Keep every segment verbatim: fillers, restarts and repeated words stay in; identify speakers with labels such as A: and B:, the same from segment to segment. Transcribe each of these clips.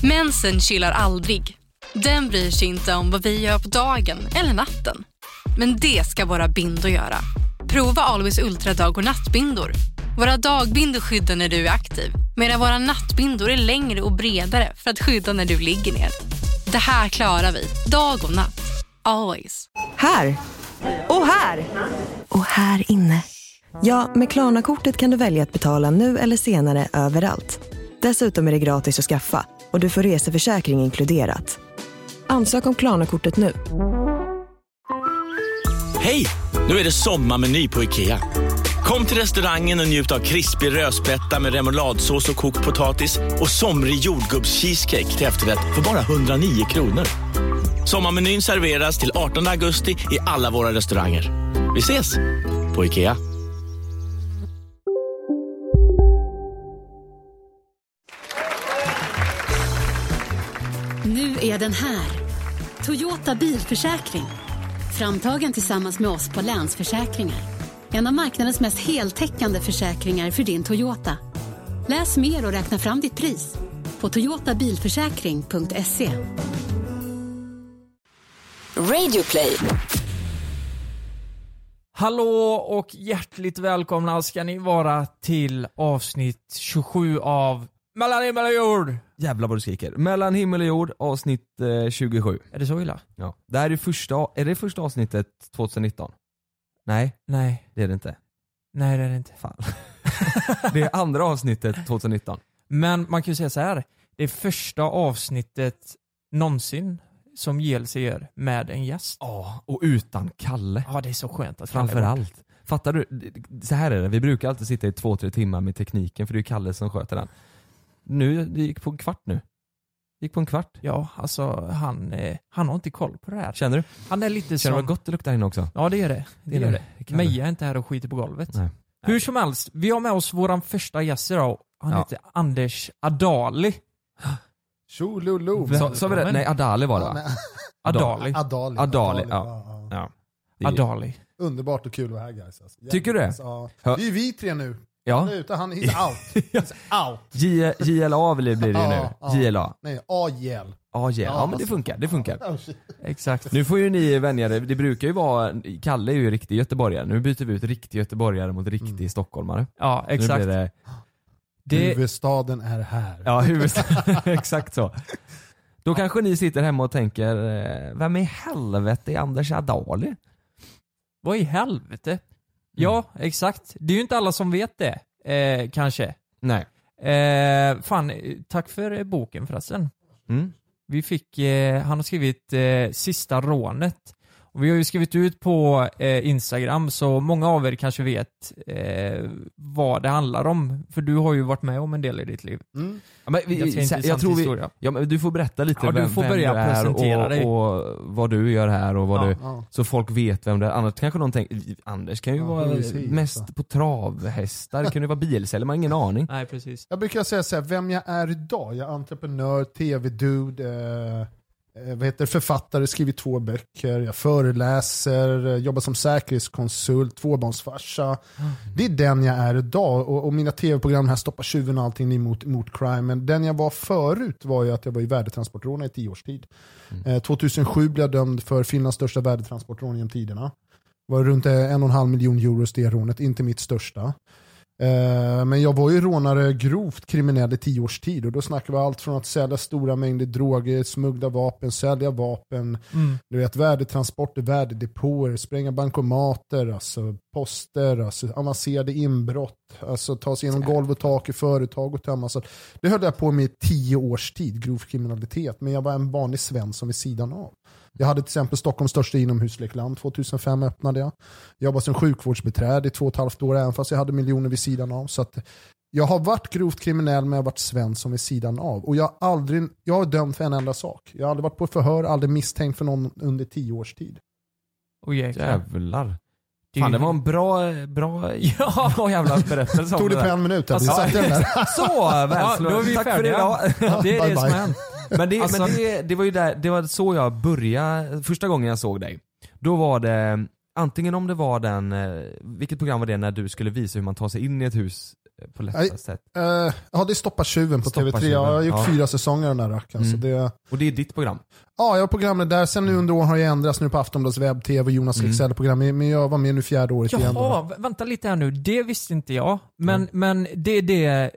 A: Mensen chillar aldrig. Den bryr sig inte om vad vi gör på dagen eller natten. Men det ska våra bindor göra. Prova Always Ultra dag- och nattbindor. Våra dagbindor skyddar när du är aktiv, medan våra nattbindor är längre och bredare för att skydda när du ligger ner. Det här klarar vi, dag och natt. Always.
B: Här! Och här! Och här inne. Ja, med Klarna-kortet kan du välja att betala nu eller senare överallt. Dessutom är det gratis att skaffa och du får reseförsäkring inkluderat. Ansök om Klarna-kortet nu.
C: Hej! Nu är det sommarmeny på IKEA. Kom till restaurangen och njut av krispig rödspätta med remouladsås och kokt potatis och somrig jordgubbscheesecake till efterrätt för bara hundranio kronor. Sommarmenyn serveras till artonde augusti i alla våra restauranger. Vi ses på IKEA.
D: Nu är den här. Toyota bilförsäkring. Framtagen tillsammans med oss på Länsförsäkringar. En av marknadens mest heltäckande försäkringar för din Toyota. Läs mer och räkna fram ditt pris på toyota bilförsäkring punkt se.
E: Radio Play.
F: Hallå och hjärtligt välkomna ska ni vara till avsnitt tjugosju av Mellan himmel och jord.
G: Jävlar vad du skriker. Mellan himmel och jord, avsnitt eh, tjugosju.
F: Är det så illa?
G: Ja. Det här är första, är det första avsnittet tjugonitton? Nej,
F: Nej.
G: det är det inte.
F: Nej, det är det inte.
G: Fan. Det är andra avsnittet tjugonitton.
F: Men man kan ju säga så här. Det är första avsnittet någonsin som J L C gör med en gäst.
G: Ja, och utan Kalle.
F: Ja, det är så skönt att
G: framför allt. Fattar du? Så här är det. Vi brukar alltid sitta i två, tre timmar med tekniken för det är Kalle som sköter den. Nu, det gick på en kvart nu. Det gick på en kvart.
F: Ja, alltså han, eh, han har inte koll på det här.
G: Känner du?
F: Han är lite
G: Känner
F: som...
G: du vad gott det luktar inne också?
F: Ja, det gör det. Det gör det.
G: det.
F: Meja är inte här och skiter på golvet.
G: Nej.
F: Hur som helst, vi har med oss våran första gäst idag. Han
G: Ja.
F: heter Anders Adali.
H: Tjololo.
G: Så, så var det, nej, Adali var det va?
F: Adali.
H: Adali.
G: Adali, ja. Ja. Det är-
F: Adali.
H: Underbart och kul att vara här, guys. Alltså.
G: Tycker du det?
H: Ja.
G: Ja.
H: Det är ju vi tre nu.
G: Ja.
H: Han är ute, han he's out. He's out.
G: J- JLA blir det ju nu.
H: Ja, ja.
G: J L A.
H: Nej, A J L.
G: Ja, ja,
H: Ja,
G: men det funkar, det funkar.
H: Oh, shit.
F: Exakt.
G: Nu får ju ni vänja er. Det brukar ju vara, Kalle är ju riktig göteborgare. Nu byter vi ut riktig göteborgare mot riktig
H: Mm.
G: stockholmare.
F: Ja,
G: Nu
F: exakt.
G: blir det,
F: Det,
H: Huvudstaden är här.
G: ja, huvudstaden. Exakt så. Då kanske ni sitter hemma och tänker, eh, vem i helvete är Anders Adali?
F: vad i helvete? Ja, exakt. Det är ju inte alla som vet det. Eh, kanske.
G: Nej.
F: Eh, fan, eh, tack för eh, boken förresten.
G: Mm.
F: Vi fick, eh, han har skrivit eh, Sista rånet. Och vi har ju skrivit ut på eh, Instagram, så många av er kanske vet eh, vad det handlar om. För du har ju varit med om en del i ditt liv.
H: Mm.
G: Ja, men vi,
F: Ganska
G: jag,
F: intressant
G: tror vi,
F: historia.
G: ja, men du får berätta lite
F: Ja, du
G: vem,
F: får
G: vem
F: börja
G: du är
F: presentera
G: och,
F: dig.
G: och vad du gör här och vad
F: Ja.
G: du,
H: Ja.
G: så folk vet vem det är. Annars kanske någon tänker, Anders kan ju
H: Ja,
G: vara
H: precis,
G: mest
H: så.
G: på travhästar, kan ju vara bilsälj, man har ingen aning.
F: Nej, precis.
H: Jag brukar säga så här, vem jag är idag. Jag är entreprenör, tv-dude, eh, eh, vad heter författare, skriver två böcker, jag föreläser, eh, jobbar som säkerhetskonsult, tvåbarnsfarsa.
F: Mm.
H: Det är den jag är idag, och, och mina tv-program här stoppar tjuven och allting mot, mot crime. Men den jag var förut var ju att jag var i värdetransportrån i tio års tid.
G: Mm.
H: Eh, tjugohundrasju blev jag dömd för Finlands största värdetransportrån genom tiderna. Det var runt en och en halv miljon euros det rånet, inte mitt största. Eh, men jag var ju rånare, grovt kriminell i tio års tid, och då snackar vi allt från att sälja stora mängder droger, smuggla vapen, sälja vapen,
F: Mm.
H: du vet, värdetransporter, värdedepåer, spränga bankomater, alltså poster, alltså avancerade inbrott, alltså ta sig igenom golv och tak i företag och tömma. Så det höll jag på med i tio års tid, grov kriminalitet, men jag var en vanlig Svensson vid sidan av. Jag hade till exempel Stockholms största inomhuslekland, tjugohundrafem öppnade jag. Jag var som sjukvårdsbeträd i två och ett halvt år, även fast jag hade miljoner vid sidan av. Så att jag har varit grovt kriminell, men jag har varit Svensson vid sidan av. Och jag har aldrig, jag har dömt för en enda sak. Jag har aldrig varit på förhör, aldrig misstänkt för någon under tio års tid.
F: Och jäklar.
G: Jävlar.
F: Det är
G: Fan,
F: ju-
G: det var en bra, bra, ja, bra jävla berättelse om
H: Tog det på
G: där.
H: en minut?
G: Alltså,
H: Alltså, den där.
G: Så, väl,
F: Ja, då är vi
G: tack för
F: färdiga.
G: idag.
F: Det är
H: Bye,
F: det som
H: bye.
F: har hänt.
G: Men, det,
F: Alltså-
G: men det, det var ju där, det var så jag började, första gången jag såg dig. Då var det, antingen om det var den, eh, vilket program var det när du skulle visa hur man tar sig in i ett hus på lätta
H: Nej,
G: sätt?
H: Uh, ja, det stoppar tjuven på
G: Stoppa
H: T V tre.
G: tjuven.
H: Jag har gjort
G: Ja.
H: fyra säsonger den där rackaren.
G: Mm.
H: Så det...
G: Och det är ditt program?
H: Ja, jag har programmet där. Sen nu under åren har jag ändrats nu på Aftonblads webb-tv och Jonas
G: Mm.
H: Rexell-program. Men jag var med nu fjärde året igen.
F: Jaha, vä- vänta lite här nu. Det visste inte jag. Men, mm. men det är det...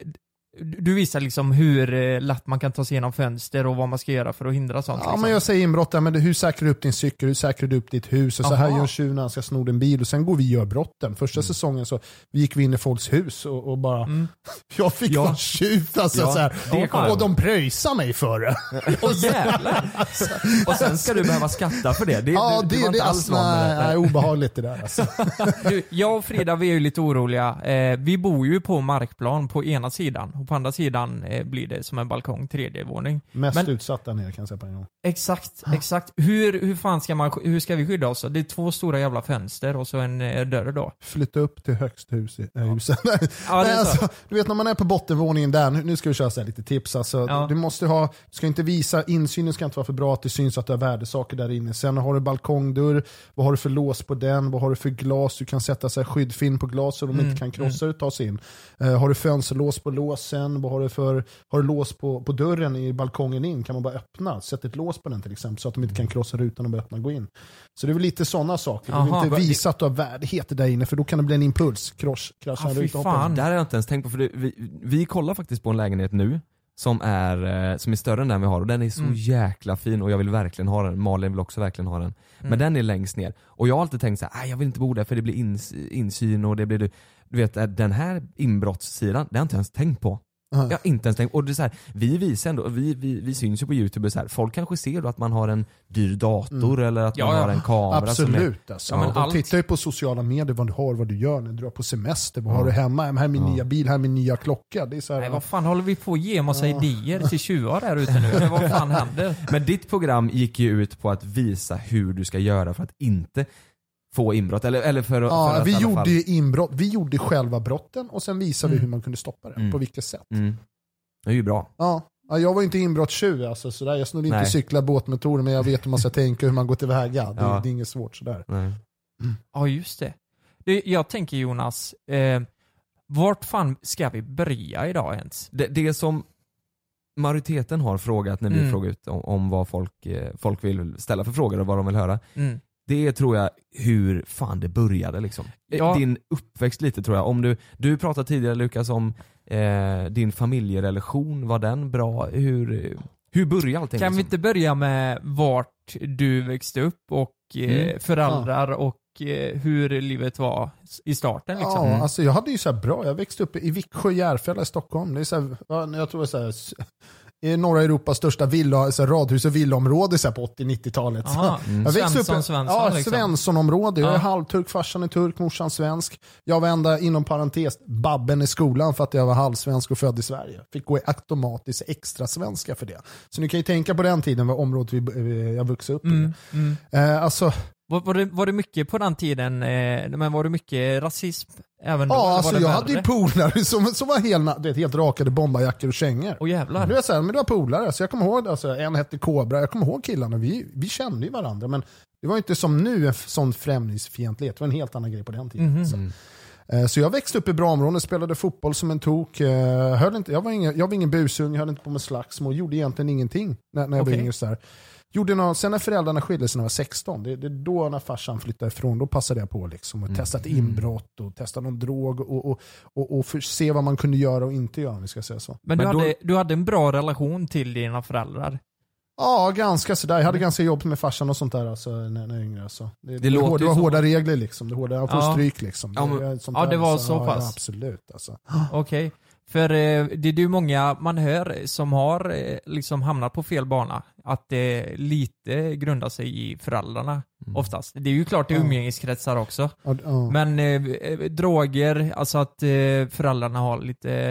F: Du visar liksom hur eh, lätt man kan ta sig igenom fönster och vad man ska göra för att hindra sånt.
H: Ja,
F: liksom.
H: men jag säger inbrott där, men det, hur säkrar du upp din cykel, hur säkrar du upp ditt hus och så
F: Aha.
H: här gör en tjuv när han ska sno din bil och sen går vi och gör brotten. Första
G: Mm.
H: säsongen så gick vi in i folks hus och, och bara
F: Mm.
H: jag fick
G: Ja.
H: vara tjuv alltså,
G: Ja,
H: så här,
G: det
H: och,
G: kommer
H: och de pröjsade mig för det.
F: Åh jävlar!
G: Och sen ska du behöva skatta för det. det
H: Ja,
G: du,
H: det
G: du var
H: är
G: inte
H: det
G: alls
H: alltså,
G: van med
H: nej,
G: det.
H: nej, obehagligt det där alltså.
F: Du, jag och Frida, vi är ju lite oroliga. Eh, vi bor ju på markplan på ena sidan och på andra sidan eh, blir det som en balkong, tredje våning.
H: Mest
F: Men-
H: utsatt där nere kan jag säga på en gång.
F: Exakt, exakt. Hur, hur fan ska man, hur ska vi skydda oss? Det är två stora jävla fönster och så en eh, dörr då.
H: Flytta upp till högst hus i äh, huset.
F: Ja, det
H: Nej,
F: är så.
H: alltså, du vet när man är på bottenvåningen där, nu, nu ska vi köra så här lite tips. Alltså,
F: Ja.
H: Du måste ha, du ska inte visa, insynen ska inte vara för bra att det syns att du har värdesaker där inne. Sen har du balkongdörr, vad har du för lås på den, vad har du för glas, du kan sätta så här skyddfilm på glas så de
F: Mm,
H: inte kan krossa det, ta sig in. Uh, har du fönsterlås på låsen, vad har du för, har du lås på, på dörren i balkongen in, kan man bara öppna, sätt ett lås på den till exempel så att de inte kan krossa rutan och bara öppna och gå in. Så det är väl lite sådana saker, du vill
F: Aha,
H: inte
F: vad-
H: visa att du har värdighet där inne för då kan det bli en impuls, kross, krascha
F: Ah,
H: en
F: fy
H: ruta och hoppa
F: fan.
H: in.
G: Det här har jag inte ens tänkt på för det, vi, vi kollar faktiskt på en lägenhet nu som är, eh, som är större än den vi har och den är så
F: Mm.
G: jäkla fin och jag vill verkligen ha den. Malin vill också verkligen ha den. Men
F: Mm.
G: den är längst ner. Och jag har alltid tänkt så här, "Aj, jag vill inte bo där för det blir ins, insyn och det blir du Du vet eh, den här inbrottssidan, det har jag inte ens tänkt på.
H: Ja.
G: Jag har inte ens tänkt. Och det är så här, vi visar ändå, vi, vi, vi syns ju på YouTube så här. Folk kanske ser då att man har en dyr dator
H: Mm.
G: eller att
F: Ja,
G: man
F: ja.
G: har en kamera som är,
H: Absolut. Alltså.
F: Ja, men
H: de
F: allt-
H: tittar ju på sociala medier vad du har, vad du gör när du drar på semester, vad
G: Ja.
H: har du hemma, här är min
G: Ja.
H: nya bil, här är min nya klocka. Det är så här,
F: Nej, vad fan håller vi på att ge massa
H: Ja.
F: idéer till tjuvar där ute nu? Eller vad fan händer?
G: Men ditt program gick ju ut på att visa hur du ska göra för att inte få inbrott eller, eller för,
H: ja,
G: för att
H: vi
G: i alla
H: gjorde
G: fall...
H: ju inbrott, vi gjorde själva brotten och sen visade vi
F: Mm.
H: hur man kunde stoppa det,
G: Mm.
H: på vilket sätt.
G: Mm. Det är ju bra.
H: Ja. Ja, jag var inte inbrottstjuv, alltså, sådär. Jag snodde inte
G: Nej.
H: cykla, båtmotorer, men jag vet hur man ska tänka, hur man går tillväga. Det,
G: Ja.
H: det är inget svårt sådär.
G: Nej.
F: Ja, just det. det jag tänker Jonas, eh, vart fan ska vi börja idag ens?
G: Det, det som majoriteten har frågat när vi
F: Mm.
G: frågar ut om, om vad folk, eh, folk vill ställa för frågor och vad de vill höra.
F: Mm.
G: Det är tror jag hur fan det började liksom. Eh,
F: Ja.
G: Din uppväxt lite tror jag. Om du, du pratade tidigare Lukas om eh, din familjerelation, var den bra? Hur, hur började allting?
F: Kan vi
G: liksom?
F: inte börja med vart du växte upp och eh,
G: Mm.
F: föräldrar och eh, hur livet var i starten liksom?
H: Ja, alltså jag hade ju så här bra, jag växte upp i Viksjö, Järfälla i Stockholm. Det är så här, ja, jag tror det är så här, s- i norra Europas största villa, så här, radhus- och villaområde så här, på åttio-nittiotalet.
F: Aha.
G: Mm.
H: Jag växte
F: Svensson,
H: upp,
F: Svensson
H: ja,
F: liksom.
H: Svenssonområde. Jag är
F: Ja.
H: halvturk, farsan är turk, morsan svensk. Jag var ända inom parentes Babben i skolan för att jag var halvsvensk och född i Sverige. Fick gå i automatiskt extra svenska för det. Så ni kan ju tänka på den tiden vad området vi, vi- jag vuxit upp i.
F: Mm, mm.
H: Eh, alltså,
F: Var, var, det, var det mycket på den tiden, eh, men var det mycket rasism även då?
H: ja,
F: eller var
H: alltså
F: det
H: jag
F: värre?
H: hade ju polare som, som var helt, du vet, helt rakade bombarjackor och kängor.
F: Åh jävlar.
H: Du vet, så här, men det var polare, så jag kommer ihåg, alltså, en hette Kobra, jag kommer ihåg killarna, vi, vi kände ju varandra, men det var inte som nu en sån främlingsfientlighet, det var en helt annan grej på den tiden.
F: Mhm.
H: Så.
G: Mm.
H: Eh, Så jag växte upp i bra områden, spelade fotboll som en tok. eh, Höll inte, jag, var ingen, jag var ingen busung, jag höll inte på med slagsmål, gjorde egentligen ingenting när, när jag
F: Okej.
H: var yngre. Så här. Gjorde någon, sen när föräldrarna skilde sig när jag var sexton, det, det är då när farsan flyttade ifrån, då passade jag på liksom, och
G: Mm.
H: testa ett inbrott och testa någon drog och, och, och, och för, se vad man kunde göra och inte göra, om vi ska säga så.
F: Men, du,
G: Men då-
F: hade, du hade en bra relation till dina föräldrar?
H: Ja, ganska sådär. Jag hade ganska jobb med farsan och sånt där alltså, när, när jag var yngre. Alltså. Det, det,
G: låter
H: var, det
G: ju
H: var
G: som-
H: hårda regler liksom. Det, hårda, jag får
F: Ja.
H: stryk liksom.
G: Ja, men-
H: är sånt
F: ja,
H: där,
F: det var
H: alltså.
F: så
H: Ja,
F: pass.
H: Ja, absolut alltså.
F: Okej. För eh, det är ju många man hör som har eh, liksom hamnat på fel bana. Att det lite grundar sig i föräldrarna
G: Mm.
F: oftast. Det är ju klart i
H: Ja.
F: umgängeskretsar också.
H: Ja, ja.
F: Men eh, eh, droger, alltså att eh, föräldrarna har lite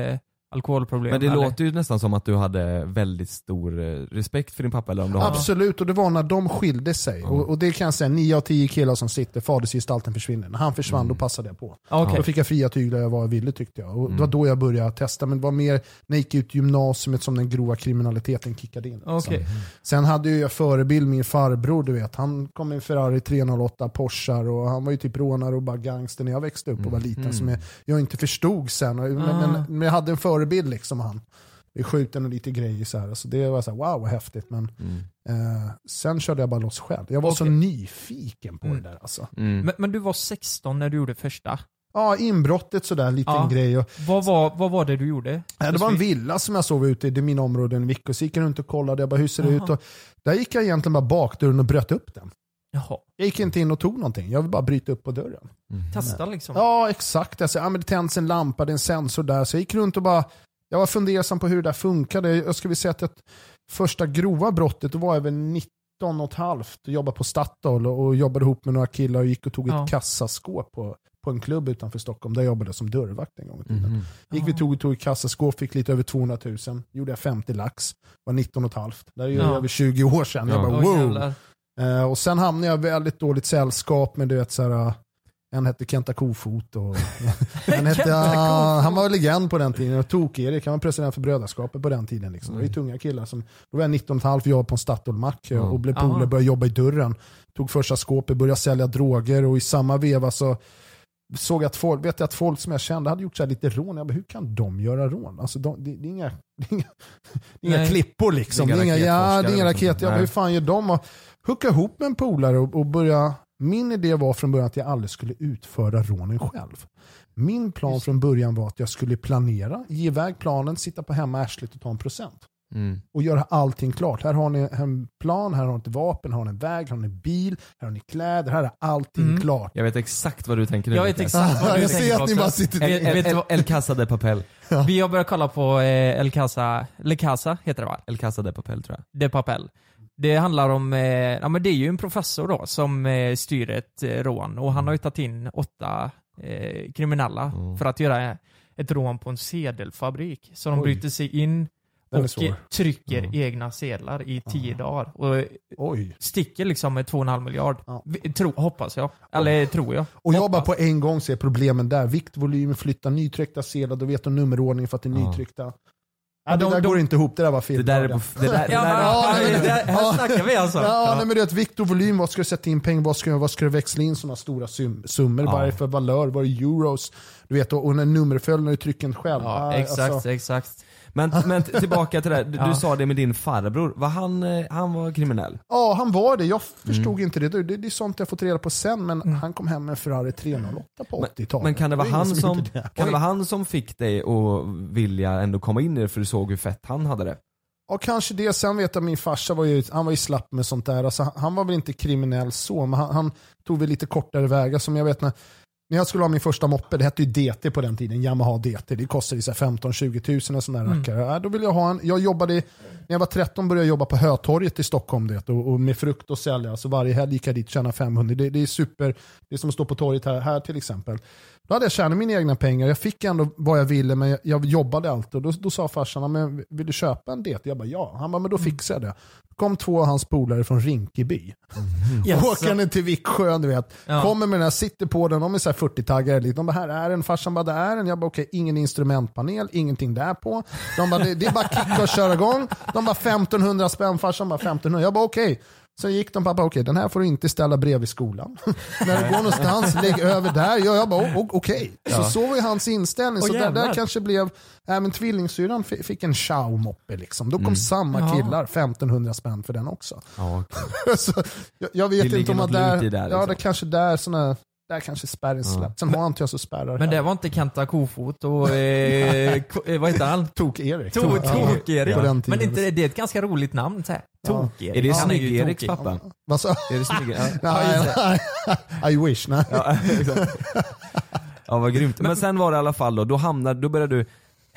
F: alkoholproblem.
G: Men det
F: eller?
G: låter ju nästan som att du hade väldigt stor eh, respekt för din pappa. Eller om du har...
H: Absolut, och det var när de skilde sig.
G: Ja.
H: Och, och det kan jag säga, nio av tio killar som sitter, fadersgestalten försvinner. När han försvann,
G: Mm.
H: då passade jag på.
F: Okay.
H: Då fick jag fria tyglar jag var jag ville tyckte jag. Och
G: Mm.
H: det var då jag började testa. Men det var mer när jag gick ut gymnasiet som den grova kriminaliteten kickade in.
F: Okay.
H: Sen hade ju jag förebild min farbror, du vet. Han kom i en Ferrari tre noll åtta, Porschar, och han var ju typ rånare och bara gangster när jag växte upp och var liten.
G: Mm.
H: Som jag, jag inte förstod sen. Men,
F: Ah.
H: men, men jag hade en förebild liksom han. Vi skjuten och lite grejer så här. Så det var så här, wow vad häftigt. Men
G: Mm.
H: eh, sen körde jag bara loss själv. Jag var
F: Okay.
H: så nyfiken på
F: Mm.
H: det där alltså.
G: Mm.
F: Men, men du var sexton när du gjorde första.
H: Ja, inbrottet sådär, liten
F: Ja.
H: grej. Och,
F: Vad var, vad var det du gjorde?
H: ja, det var en villa som jag sov ute i, det är min område, en vecka. Så gick jag runt och kollade, jag bara, hur ser det
F: Aha.
H: ut? Och där gick jag egentligen bara bakdörren och bröt upp den.
F: Jaha.
H: Jag gick inte in och tog någonting, jag vill bara bryta upp på dörren.
G: Mm.
F: Testa liksom.
H: Ja, exakt. Alltså, ja, men det tänds en lampa, det är en sensor där. Så jag gick runt och bara, jag var fundersam på hur det där funkade. Jag skulle säga att det första grova brottet, då var jag väl nitton och ett halvt och jobbade på Statoil och, och jobbade ihop med några killar och gick och tog
F: Ja.
H: ett kassaskåp på, på en klubb utanför Stockholm. Där jag jobbade som dörrvakt en gång i tiden.
G: Mm.
H: Gick vi tog, tog ett kassaskåp, fick lite över tvåhundratusen. Gjorde jag femtio lax, var nitton och ett halvt. Det är ju
F: Ja.
H: över tjugo år sedan. Jag
G: Ja.
H: bara
F: Åh,
H: wow.
F: jävlar.
H: Eh, och sen hamnade jag i väldigt dåligt sällskap med du vet så här. En hette Kenta Kofot och han, hette,
F: Kenta
H: uh, han var legend på den tiden. Och Tok-Erik, han var president för brödraskapet på den tiden. Liksom. Det var ju tunga killar. Som, då var jag nitton och ett halvt, jobb på en Statoil-mack
G: Mm.
H: och blev
F: Aha.
H: polare, började jobba i dörren. Tog första skåpet, började sälja droger och i samma veva så såg jag att folk, vet jag att folk som jag kände hade gjort så här lite rån. Jag bara, hur kan de göra rån? Alltså, de, det, det är inga, det är inga, det är inga
F: Nej.
H: klippor liksom.
G: Det är
H: Det är
G: inga
H: inga, ja, det är
G: raketforskare
H: inga
G: liksom.
H: raketer. Jag bara,
G: Nej.
H: hur fan gör de? Och hooka ihop med en polare och, och börja. Min idé var från början att jag aldrig skulle utföra rånen själv. Min plan
F: Just.
H: från början var att jag skulle planera, ge iväg planen, sitta på hemma arslet och ta en procent.
G: Mm.
H: Och göra allting klart. Här har ni en plan, här har ni ett vapen, här har ni en väg, här har ni en bil, här har ni kläder, här är allting
F: Mm.
H: klart.
G: Jag vet exakt vad du tänker nu.
F: Jag vet
G: Niklas.
F: exakt vad du
H: Jag
F: tänker
H: ser
F: på
H: att ni
F: också.
H: bara sitter
G: El,
F: Vet-
G: el,
F: vet du
G: el,
F: vad-
G: el Casa de Papel.
F: Vi har börjat kolla på eh, El Casa, Le Casa heter det va?
G: El Casa de Papel tror jag.
F: De Papel. Det handlar om, eh, ja men det är ju en professor då som eh, styr ett eh, rån och han har ju tagit in åtta eh, kriminella
G: Mm.
F: för att göra ett rån på en sedelfabrik. Så de
H: Oj.
F: bryter sig in
H: Den är
F: och
H: svår.
F: eh, trycker
G: Mm.
F: egna sedlar i tio dagar. Och eh,
H: Oj.
F: sticker liksom med två och en halv miljard.
H: Ja.
F: Vi- Tro, hoppas jag. Eller tror jag.
H: Och jag
F: Hoppas.
H: bara på en gång ser problemen där. Viktvolym, flytta nytryckta sedlar, då vet de nummerordningen för att det är
G: Ja.
H: nytryckta. Ja, det
F: de-
H: där
F: de-
H: går inte ihop, det där var fel.
G: Det där är på... Det där, det
F: Ja,
G: där,
F: ja,
H: nej, men-
F: det- här
H: ja.
F: snackar vi alltså.
H: Ja, nej, men det är ett vikt och volym, vad ska du sätta in pengar, vad ska, vad ska du växla in sådana stora sum, summor,
G: Ja.
H: vad är det för valör, vad är det euros, du vet, och, och när nummerföljd när du trycker en själv.
F: Ja,
H: Ah,
F: exakt,
H: alltså,
F: exakt.
G: men, men t- tillbaka till det där. Du,
F: Ja.
G: du sa det med din farbror. Var han, eh, han var kriminell?
H: ja, han var det, jag förstod inte det. det. Det är sånt jag fått reda på sen, men han kom hem med en Ferrari tre noll åtta på åttiotalet.
G: Men kan det vara
H: var ingen
G: han som,
H: gjorde det.
G: kan det vara han som fick dig att vilja ändå komma in i det för du såg hur fett han hade det?
H: Ja, kanske det. Sen vet jag min farsa var ju, han var ju slapp med sånt där. Alltså, han- han var väl inte kriminell så, men han, han tog väl lite kortare vägar. Som jag vet när, när jag skulle ha min första moppe, det hette ju D T på den tiden, Yamaha D T. Det kostade så här femton till tjugo tusen och sådana där
F: Mm.
H: rackare. Ja, då ville jag ha en, jag jobbade, när jag var tretton började jag jobba på Hötorget i Stockholm det, och, och med frukt och sälja. Så varje helg gick jag dit och tjänade femhundra. Det, det är super, det är som att stå på torget här, här till exempel. Då hade jag tjänat mina egna pengar. Jag fick ändå vad jag ville, men jag, jag jobbade alltid. Och då, då sa farsan, men vill du köpa en D T? Jag bara ja. Han bara, men då fixar jag det. Kom två av hans polare från Rinkeby.
F: Yes.
H: Åkande till Viksjö, du vet.
F: Ja.
H: Kommer med den här, sitter på den, de är så här fyrtio-taggare. De bara, här är den. Farsan bara, det är den. Jag bara, okej, ingen instrumentpanel, ingenting där på. De bara, det, det är bara kicka och köra igång. De bara, femtonhundra spänn. Farsan bara, femtonhundra. Jag bara, okej. Så gick de, pappa, okej, den här får du inte ställa bredvid skolan. När du går någonstans, lägg över där. Ja, jag bara, o- okej. Så så var ju hans inställning. Så
F: Åh,
H: där, där
F: jävlar.
H: kanske blev, även tvillingsyrran f- fick en Xiao-moppe liksom. Då kom samma
F: Ja.
H: killar, femtonhundra spänn för den också.
G: Ja, okej.
H: Så, jag, jag vet
G: Det ligger
H: inte om att
G: något
H: där,
G: lut i där,
H: ja
G: liksom.
H: det kanske där såna, där kanske spärren släppt. Sen har inte jag så spärrar
F: Men det
H: här.
F: var inte Kenta Kofot och, eh, ko, eh, vad heter han?
H: Tok-Erik.
F: To-
H: Ja,
F: Tok-Erik.
H: på den
F: Men
H: tiden.
F: inte, det är ett ganska roligt namn så här.
H: Ja.
F: Tok-Erik.
G: Är det
F: Han ju
G: Snygg-Eriks
F: tokig.
G: pappa?
H: Vad sa
G: Är det snygg? Ja.
H: nej, nej, I wish, nej.
G: Ja, exakt. Ja, vad grymt. Men sen var det i alla fall då, då hamnade, då började du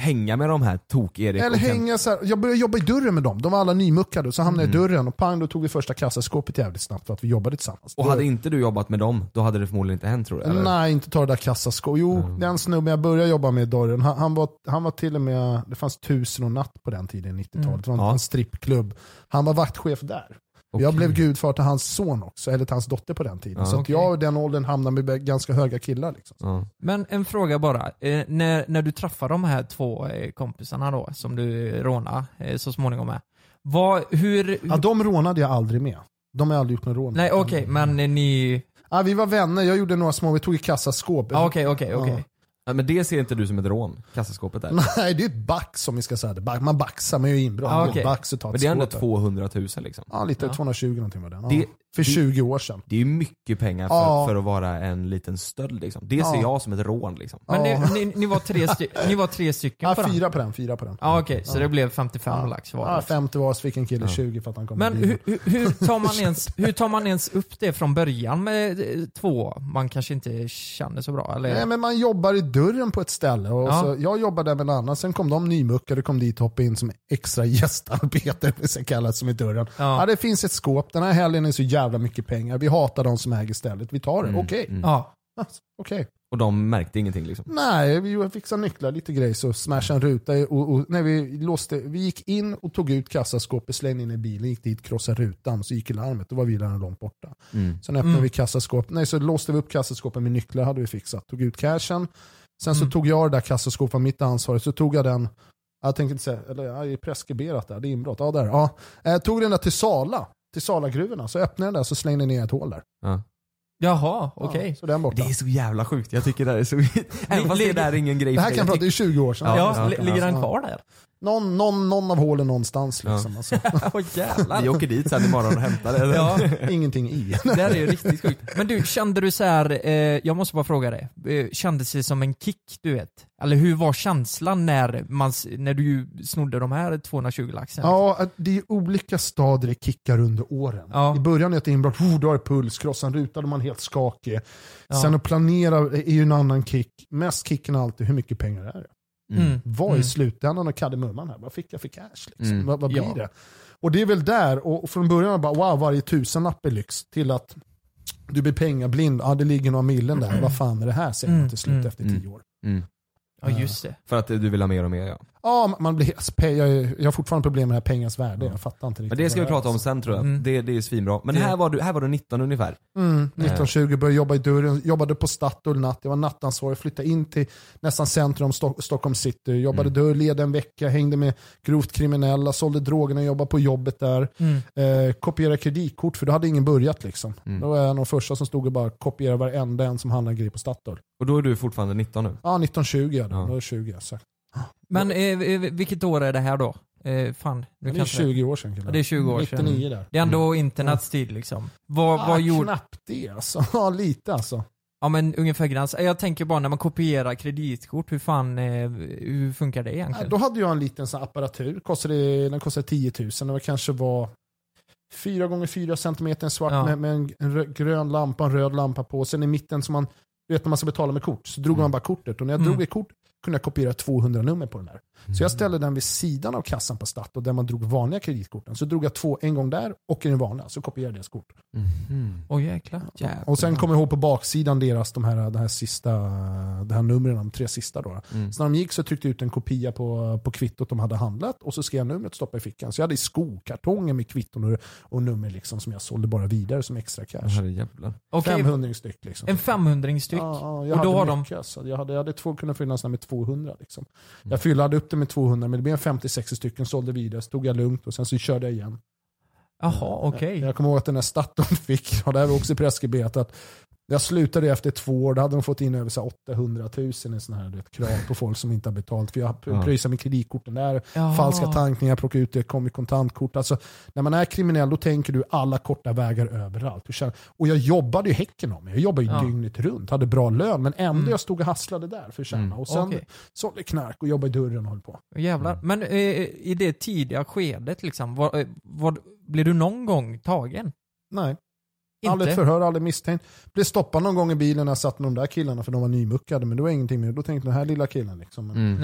G: hänga med de här tok-Erik.
H: Eller hänga så här, jag började jobba i dörren med dem. De var alla nymuckade. Så hamnade jag
G: Mm.
H: i dörren och pang, då tog vi första kassaskåpet jävligt snabbt för att vi jobbade tillsammans.
G: Och hade inte du jobbat med dem, då hade det förmodligen inte hänt tror du? Eller?
H: Nej, inte ta det där kassaskåpet. Jo,
G: Mm.
H: den snubben jag började jobba med i dörren, han, han, var, han var till och med, det fanns tusen och natt på den tiden, nittiotalet. Det var en,
G: Ja.
H: en strippklubb. Han var vaktchef där.
G: Okej.
H: Jag blev gudfar till hans son också, eller till hans dotter på den tiden.
G: Ja,
H: så att
F: okej.
H: jag och den åldern hamnade med ganska höga killar. Liksom.
G: Ja.
F: Men en fråga bara. Eh, när, när du träffar de här två eh, kompisarna då, som du rånade eh, så småningom med. Vad, hur...
H: Ja, de rånade jag aldrig med. De har aldrig gjort någon rån.
F: Nej okej, men eh, ni...
H: Ja, vi var vänner, jag gjorde några små, vi tog i kassaskåp.
F: Ja, Okej, okej, okej.
G: Ja, men det ser inte du som ett rån, kassaskåpet där.
H: Nej, det är ett bax som vi ska säga. Det. Back- Man baxar med inbrott.
F: Ja,
H: Det är
F: okej.
H: ett bax och tar ett
G: Men det är ändå
H: skåp.
G: tvåhundratusen liksom.
H: Ja, lite
F: Ja.
H: tvåhundratjugo någonting var den. Ja.
G: Det-
H: För
G: det-
H: tjugo år sedan.
G: Det är ju mycket pengar för,
H: Ja.
G: för att vara en liten stöld liksom. Det ser
H: Ja.
G: jag som ett rån liksom.
F: Men
H: Ja.
F: ni, ni, ni, var tre sty- ni var tre stycken
H: Ja,
F: på den?
H: fyra på den, fyra på den.
F: Ja okej, så
H: Ja.
F: det blev femtiofem
H: Ja.
F: lax var det.
H: Ja, femtio var, så fick en kille
G: Ja.
H: tjugo för att han kom
F: Men
H: med bil.
F: hur, hur, hur, tar man ens, hur tar man ens upp det från början med eh, två man kanske inte känner så bra? Eller?
H: Nej, men man jobbar i dörren på ett ställe och
F: Ja.
H: så, jag jobbade där med en annan, sen kom de nymuckade, kom dit och hoppade in som extra gästarbetare, det ska kallas, som i dörren. Ja.
F: Ja.
H: Det finns ett skåp, den här helgen är så jävla mycket pengar, vi hatar de som äger stället, vi tar det,
G: Mm,
H: okej.
G: mm.
F: Ja.
H: Alltså, okej.
G: Och de märkte ingenting liksom.
H: Nej, vi fixade nycklar, lite grejer, så smashade en ruta och, och nej, vi, låste, vi gick in och tog ut kassaskåpet, slängde in i bilen, gick dit, krossade rutan, så gick i larmet, då var vi där långt borta.
G: Mm.
H: Sen öppnade
F: Mm.
H: vi kassaskåpet, nej så låste vi upp kassaskåpet med nycklar, hade vi fixat, tog ut cashen. Sen så
F: Mm.
H: tog jag det där kassaskåpet, var mitt ansvar, så tog jag den, jag tänkte inte säga, eller jag är preskriberat där, det är inbrott, ja där, ja. Jag tog den där till Sala, till Salagruvorna, så öppnade jag den där, så slängde jag ner ett hål där.
G: Ja.
F: Jaha, okej.
H: Ja, så den borta.
G: Det är så jävla sjukt, jag tycker det här är så Även fast det
F: ligger-
G: där är ingen grej
H: Det här
G: för
H: kan jag
G: dig.
H: prata, det är tjugo år sedan.
F: Ja,
G: Ja,
F: li-
G: ja,
F: ligger den
H: ja.
F: kvar där?
H: Någon, någon, någon av hålen någonstans liksom. Alltså.
F: Åh jävlar.
G: Vi åker dit sen imorgon och hämtar det.
F: Ja,
H: Ingenting i.
F: det här är ju riktigt sjukt. Men du, kände du så här, eh, jag måste bara fråga dig, eh, kändes det som en kick, du vet? Eller hur var känslan när, man, s- när du snodde de här tvåhundratjugo laxen?
H: Ja, att det är olika stadier i kickar under åren.
F: Ja.
H: I början är det ett inbrott, oh, då är det puls, krossar en ruta, då är man helt skakig.
F: Ja.
H: Sen att planera är ju en annan kick. Mest kicken är alltid, hur mycket pengar är det?
F: Mm.
H: Vad är
F: Mm.
H: slutändan av kardemumman här? Vad fick jag för cash? Liksom?
G: Mm.
H: Vad, vad blir
F: Ja.
H: det? Och det är väl där, och från början var det bara wow, varje tusenlapp är lyx, till att du blir pengablind, ja det ligger några millen där, vad fan är det här, säger man till slut
F: Mm.
H: efter
G: Mm.
H: tio år.
G: Mm.
F: Ja, just det.
G: För att du vill ha mer och mer ja.
H: Ja, man blir, alltså, pe- jag, är- jag har fortfarande problem med det här pengans värde, jag fattar inte riktigt.
G: Men det ska vi
H: vad är,
G: prata om
H: alltså.
G: sen tror jag.
F: Mm.
G: Det, det är svinbra. Men
F: Det-
G: här var, du, här var du nitton ungefär.
H: Mm, nitton tjugo började jobba i dörren, jobbade på Statoil natt, jag var nattansvarig, flyttade in till nästan centrum av Stock- Stockholm city, jobbade
G: Mm.
H: dörr, ledde en vecka, hängde med grovt kriminella, sålde drogerna, jobbade på jobbet där,
F: Mm.
H: eh, kopierade kreditkort för då hade ingen börjat liksom.
G: Mm.
H: Då var jag en av de första som stod och bara kopierade varenda en som handlade grejer på Statoil.
G: Och då är du fortfarande nitton nu.
H: Ja, nitton tjugo ja, då,
G: Ja.
H: då är det tjugo. Så.
F: Men eh, eh, vilket år är det här då? Eh, fan, nu
H: Det är
F: kanske
H: tjugo år sedan.
F: Ja, det är tjugo år sedan.
H: nittionio där.
F: Det är ändå internets tid liksom. Vad,
H: Ah,
F: vad gjorde...
H: knappt det alltså. Ja, lite alltså.
F: Ja men ungefär gräns. Jag tänker bara när man kopierar kreditkort, hur fan, eh, hur funkar det
H: Ja,
F: egentligen?
H: då hade jag en liten sån här apparatur, kostade, den kostade tio tusen, det var kanske var fyra gånger fyra centimeter svart
F: Ja.
H: med, med en, en rö- grön lampa, en röd lampa på, sen i mitten som man vet när man ska betala med kort, så drog
G: Mm.
H: man bara kortet, och när jag
F: Mm.
H: drog ett kort kunde jag kopiera tvåhundra nummer på den där. Så jag ställde den vid sidan av kassan på Stat, och där man drog vanliga kreditkorten, så drog jag två en gång där och i den vanliga, så kopierade jag deras kort.
G: Mm.
F: Åh jäklar. Jävlar.
H: Och sen kommer jag ihåg på baksidan deras, de här, de här sista, de här numren, de tre sista då.
G: Mm.
H: Så när de gick så tryckte jag ut en kopia på, på kvittot de hade handlat, och så skrev jag numret och stoppade i fickan. Så jag hade i skokartongen med kvitton och, och nummer liksom, som jag sålde bara vidare som extra cash.
G: Herrejävlar.
F: Okej,
H: femhundra styck liksom.
F: en femhundring styck.
H: Ja, ja, jag
F: Och då
H: hade
F: har de-
H: mycket, alltså. Jag hade, jag hade två, kunnat fylla med tvåhundra liksom.
G: Mm.
H: Jag fyllde upp det med tvåhundra, men det blev femtio sextio stycken, sålde vidare, så tog jag lugnt och sen så körde jag igen.
F: Jaha, okej.
H: Jag, jag kommer ihåg att den här Statoil fick, och det här var också preskriberat, att jag slutade efter två år, då hade de fått in över så här åttahundratusen i sån här, du vet, krav på folk som inte har betalt. För jag
G: Ja.
H: pröjsade med kreditkorten där,
F: Ja.
H: falska tankningar, plockade ut det, kom i kontantkort. Alltså, när man är kriminell då tänker du alla korta vägar överallt. Du känner, och jag jobbade ju häcken om mig, jag jobbade ju
F: Ja.
H: dygnet runt, hade bra lön, men ändå
F: Mm.
H: jag stod och hasslade där för att tjäna.
G: Mm.
H: Och sen
F: Okej.
H: sålde knark och jobbade i dörren och höll på.
F: Jävlar. Men eh, i det tidiga skedet liksom, var, eh, var, blev du någon gång tagen?
H: Nej.
F: Inte?
H: Aldrig förhör, aldrig misstänkt. Blev stoppad någon gång i bilen när jag satt med de där killarna för de var nymuckade, men det var ingenting mer. Då tänkte jag, den här lilla killen liksom. Men,
G: Mm.
F: Nej.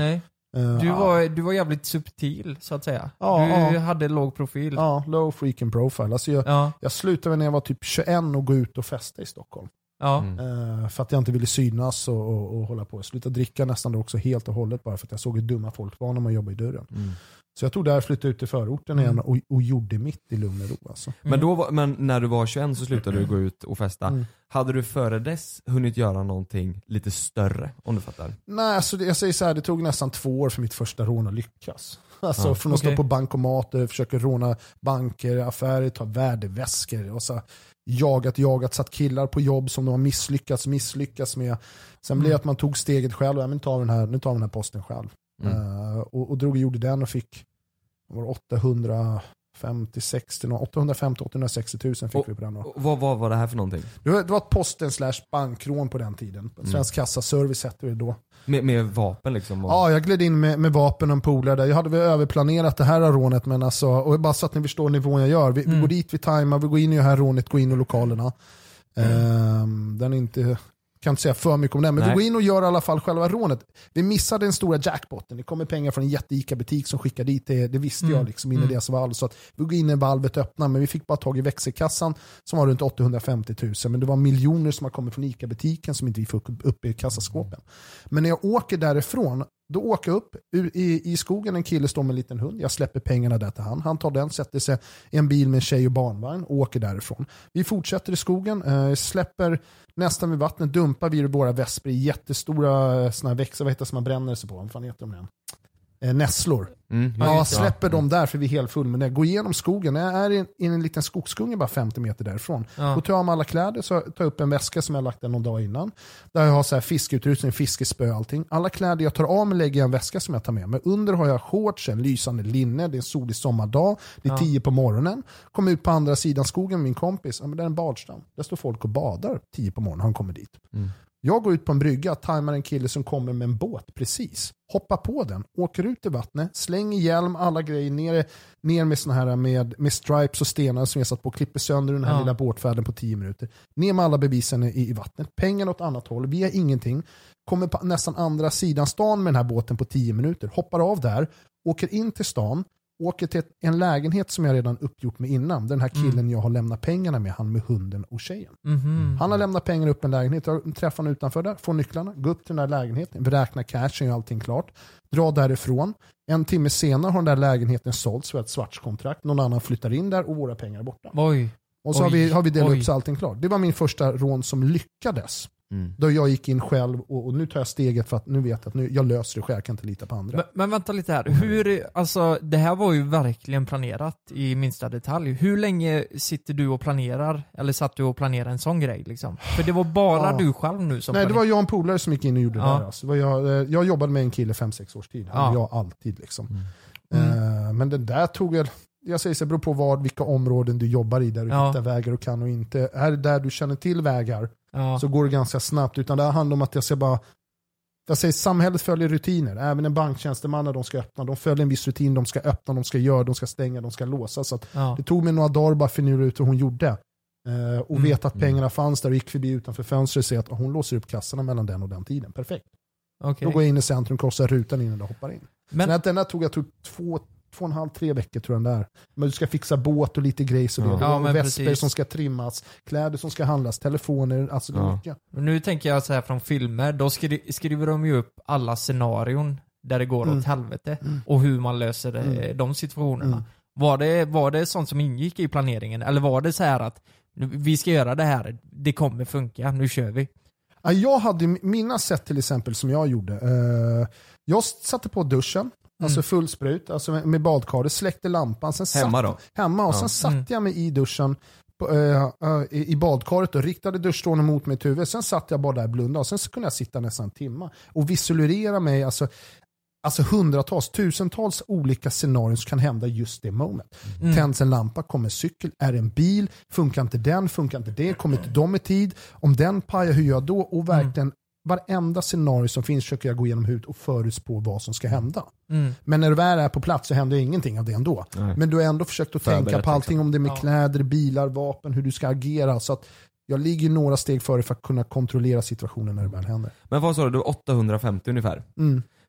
H: Uh,
F: Du var, du var jävligt subtil så att säga.
H: Ja,
F: du
H: ja.
F: hade låg profil.
H: Ja, low freaking profile. Alltså jag,
F: Ja.
H: jag slutade när jag var typ tjugoett och gå ut och festa i Stockholm.
F: Ja.
G: Mm.
H: Uh, för att jag inte ville synas och, och, och hålla på. Jag slutade dricka nästan då också helt och hållet bara för att jag såg hur dumma folk var när man jobbade i dörren.
G: Mm.
H: Så jag tog där, flyttade ut till förorten igen och, och gjorde mitt i lugn och ro. Alltså.
G: Men, då, var- men när du var tjugoett så slutade du gå ut och festa.
H: Mm.
G: Hade du före dess hunnit göra någonting lite större, om du fattar?
H: Nej, alltså det, jag säger så här, det tog nästan två år för mitt första rån att lyckas. Alltså
G: Ja,
H: från att
F: okej.
H: stå på bankomater, försöka råna banker, affärer, ta värdeväskor och så jagat, jagat, satt killar på jobb som de har misslyckats, misslyckats med. Sen blev det att man tog steget själv, ja, men tar den här, nu tar vi den här posten själv.
G: Mm.
H: Uh, och, och drog och gjorde den och fick var åttahundrafemtio sextio åttahundrafemtio åttahundrasextio tusen fick
G: Och-
H: vi på den då.
G: Och vad, vad var det här för någonting?
H: Det var, det var ett posten slash bankrån på den tiden. Svensk kassaservice hette det då.
G: Med, med vapen liksom? Och...
H: Ja, jag gled in med, med vapen och en polare där. Jag hade väl överplanerat det här rånet, men alltså, och bara så att ni förstår nivån jag gör. Vi, vi
F: Mm.
H: går dit, vi tajmar, vi går in i det här rånet, går in i lokalerna. Ehm, den är inte, kan inte säga för mycket om den, men
G: Nej.
H: vi går in och gör i alla fall själva rånet. Vi missade den stora jackpotten. Det kommer pengar från en jätte-Ica-butik som skickar dit det. Det visste
F: Mm.
H: jag liksom in i
F: Mm.
H: deras valv. Så att vi går in i valvet öppna, men vi fick bara tag i växelkassan som var runt åttahundrafemtio tusen. Men det var miljoner som har kommit från Ica-butiken som inte vi fick upp i kassaskåpen. Men när jag åker därifrån, då åker jag upp ur- i, i skogen, en kille står med en liten hund. Jag släpper pengarna där till han. Han tar den, sätter sig i en bil med en tjej och barnvagn och åker därifrån. Vi fortsätter i skogen, eh, släpper nästan vid vattnet, dumpar vi våra vesper i jättestora eh, såna här växter, vad heter det som man bränner sig på? Vad fan heter de igen? Eh, nässlor.
G: Mm,
H: Ja,
G: just det.
H: släpper dem där för vi är helt full med det. Går igenom skogen, jag är i en, i en liten skogsgunge bara femtio meter därifrån.
F: Ja.
H: Då tar jag om alla kläder, så tar jag upp en väska som jag lagt där någon dag innan. Där jag har så här fiskeutrustning, fiskespö och allting. Alla kläder jag tar av mig lägger jag i en väska som jag tar med mig. Under har jag shorts, en lysande linne, det är en solig sommardag, det är
F: Ja.
H: tio på morgonen. Kommer ut på andra sidan skogen med min kompis, ja, men det är en badstrand. Där står folk och badar tio på morgonen, han kommer dit.
G: Mm.
H: Jag går ut på en brygga, tajmar en kille som kommer med en båt precis. Hoppar på den, åker ut i vattnet, slänger hjälm, alla grejer ner, ner med såna här med, med stripes och stenar som jag satt på, klipper sönder den här
F: Ja.
H: lilla båtfärden på tio minuter. Ner med alla bevisen i, i vattnet, pengar åt annat håll, vi har ingenting. Kommer på nästan andra sidan stan med den här båten på tio minuter, hoppar av där, åker in till stan, åker till ett, en lägenhet som jag redan uppgjort med innan. Den här killen
F: Mm.
H: jag har lämnat pengarna med, han med hunden och tjejen.
F: Mhm.
H: Han har lämnat pengar upp i en lägenhet, jag träffar honom utanför där, får nycklarna, går upp till den där lägenheten, beräknar cashen och allting klart, drar därifrån. En timme senare har den där lägenheten sålts för ett svartskontrakt, någon annan flyttar in där och våra pengar är borta.
F: Oj.
H: Och så
F: Oj,
H: har vi, har vi delat
F: oj.
H: upp så allting klart. Det var min första rån som lyckades.
G: Mm.
H: Då jag gick in själv och, och nu tar jag steget för att nu vet jag att nu, jag löser det själv, jag kan inte lita på andra.
F: Men, men vänta lite här, hur, alltså det här var ju verkligen planerat i minsta detalj. Hur länge sitter du och planerar, eller satt du och planerade en sån grej liksom? För det var bara
H: Ja.
F: du själv nu som
H: Nej, det
F: planerade.
H: var jag och en polare som gick in och gjorde
F: Ja.
H: det där. Alltså. Det var jag, eh, jag jobbade med en kille fem sex års tid.
F: Ja.
H: Jag alltid liksom.
F: Mm.
H: Eh, men det där tog jag, jag säger så, det beror på vad, vilka områden du jobbar i där du
F: Ja.
H: hittar vägar och kan och inte. Här där du känner till vägar
F: Ja.
H: så går det ganska snabbt. Utan det här handlar om att jag ska bara, jag säger samhället följer rutiner. Även en banktjänsteman när de ska öppna, de följer en viss rutin, de ska öppna, de ska göra, de ska stänga, de ska låsa. Så att
F: Ja.
H: det tog mig några dagar bara för att finura ut hur hon gjorde. Eh, och
F: Mm.
H: veta att pengarna fanns där och gick förbi utanför fönstret och se att hon låser upp kassorna mellan den och den tiden. Perfekt.
F: Okej.
H: Då går jag in i centrum, korsar rutan innan jag hoppar in.
F: Men,
H: Men att den där tog jag tog två, två och en halv, tre veckor tror jag den där. Men du ska fixa båt och lite grejs och det.
G: Ja.
H: Det
F: Ja,
H: var
F: men
H: vesper
F: precis.
H: som ska trimmas, kläder som ska handlas, telefoner, alltså det är
G: Ja.
H: mycket.
F: nu tänker jag så här från filmer, då skri- skriver de ju upp alla scenarion där det går
H: Mm.
F: åt helvete
H: Mm.
F: och hur man löser eh,
H: Mm.
F: de situationerna.
H: Mm.
F: Var, det, var det sånt som ingick i planeringen? Eller var det så här att nu- vi ska göra det här, det kommer funka, nu kör vi?
H: Ja, jag hade mina sätt till exempel som jag gjorde. Eh, jag satte på duschen, alltså
F: Mm.
H: full sprut, alltså med, med badkaret, släckte lampan. Sen
G: Hemma
H: satt,
G: då?
H: Hemma och
G: Ja.
H: sen satte
F: Mm.
H: jag mig i duschen på, eh, eh, i, i badkaret och riktade duschstrålen mot mitt huvud. Sen satt jag bara där och blundade och sen så kunde jag sitta nästan en timme och visualisera mig, alltså Alltså hundratals, tusentals olika scenarier som kan hända just det moment.
F: Mm.
H: Tänds en lampa, kommer cykel, är det en bil, funkar inte den, funkar inte det, kommer inte de i tid, om den pajar, hur gör jag då? Och verkligen varenda scenario som finns försöker jag gå igenom huvudet och förutspå vad som ska hända.
F: Mm.
H: Men när du väl är på plats så händer ingenting av det ändå.
G: Nej.
H: Men du har ändå försökt att
G: Förberett,
H: tänka på allting,
G: liksom.
H: om det är med
F: Ja.
H: kläder, bilar, vapen, hur du ska agera. Så att jag ligger några steg före för att kunna kontrollera situationen när det väl händer.
G: Men vad sa du, du var åttahundrafemtio ungefär?
H: Mm.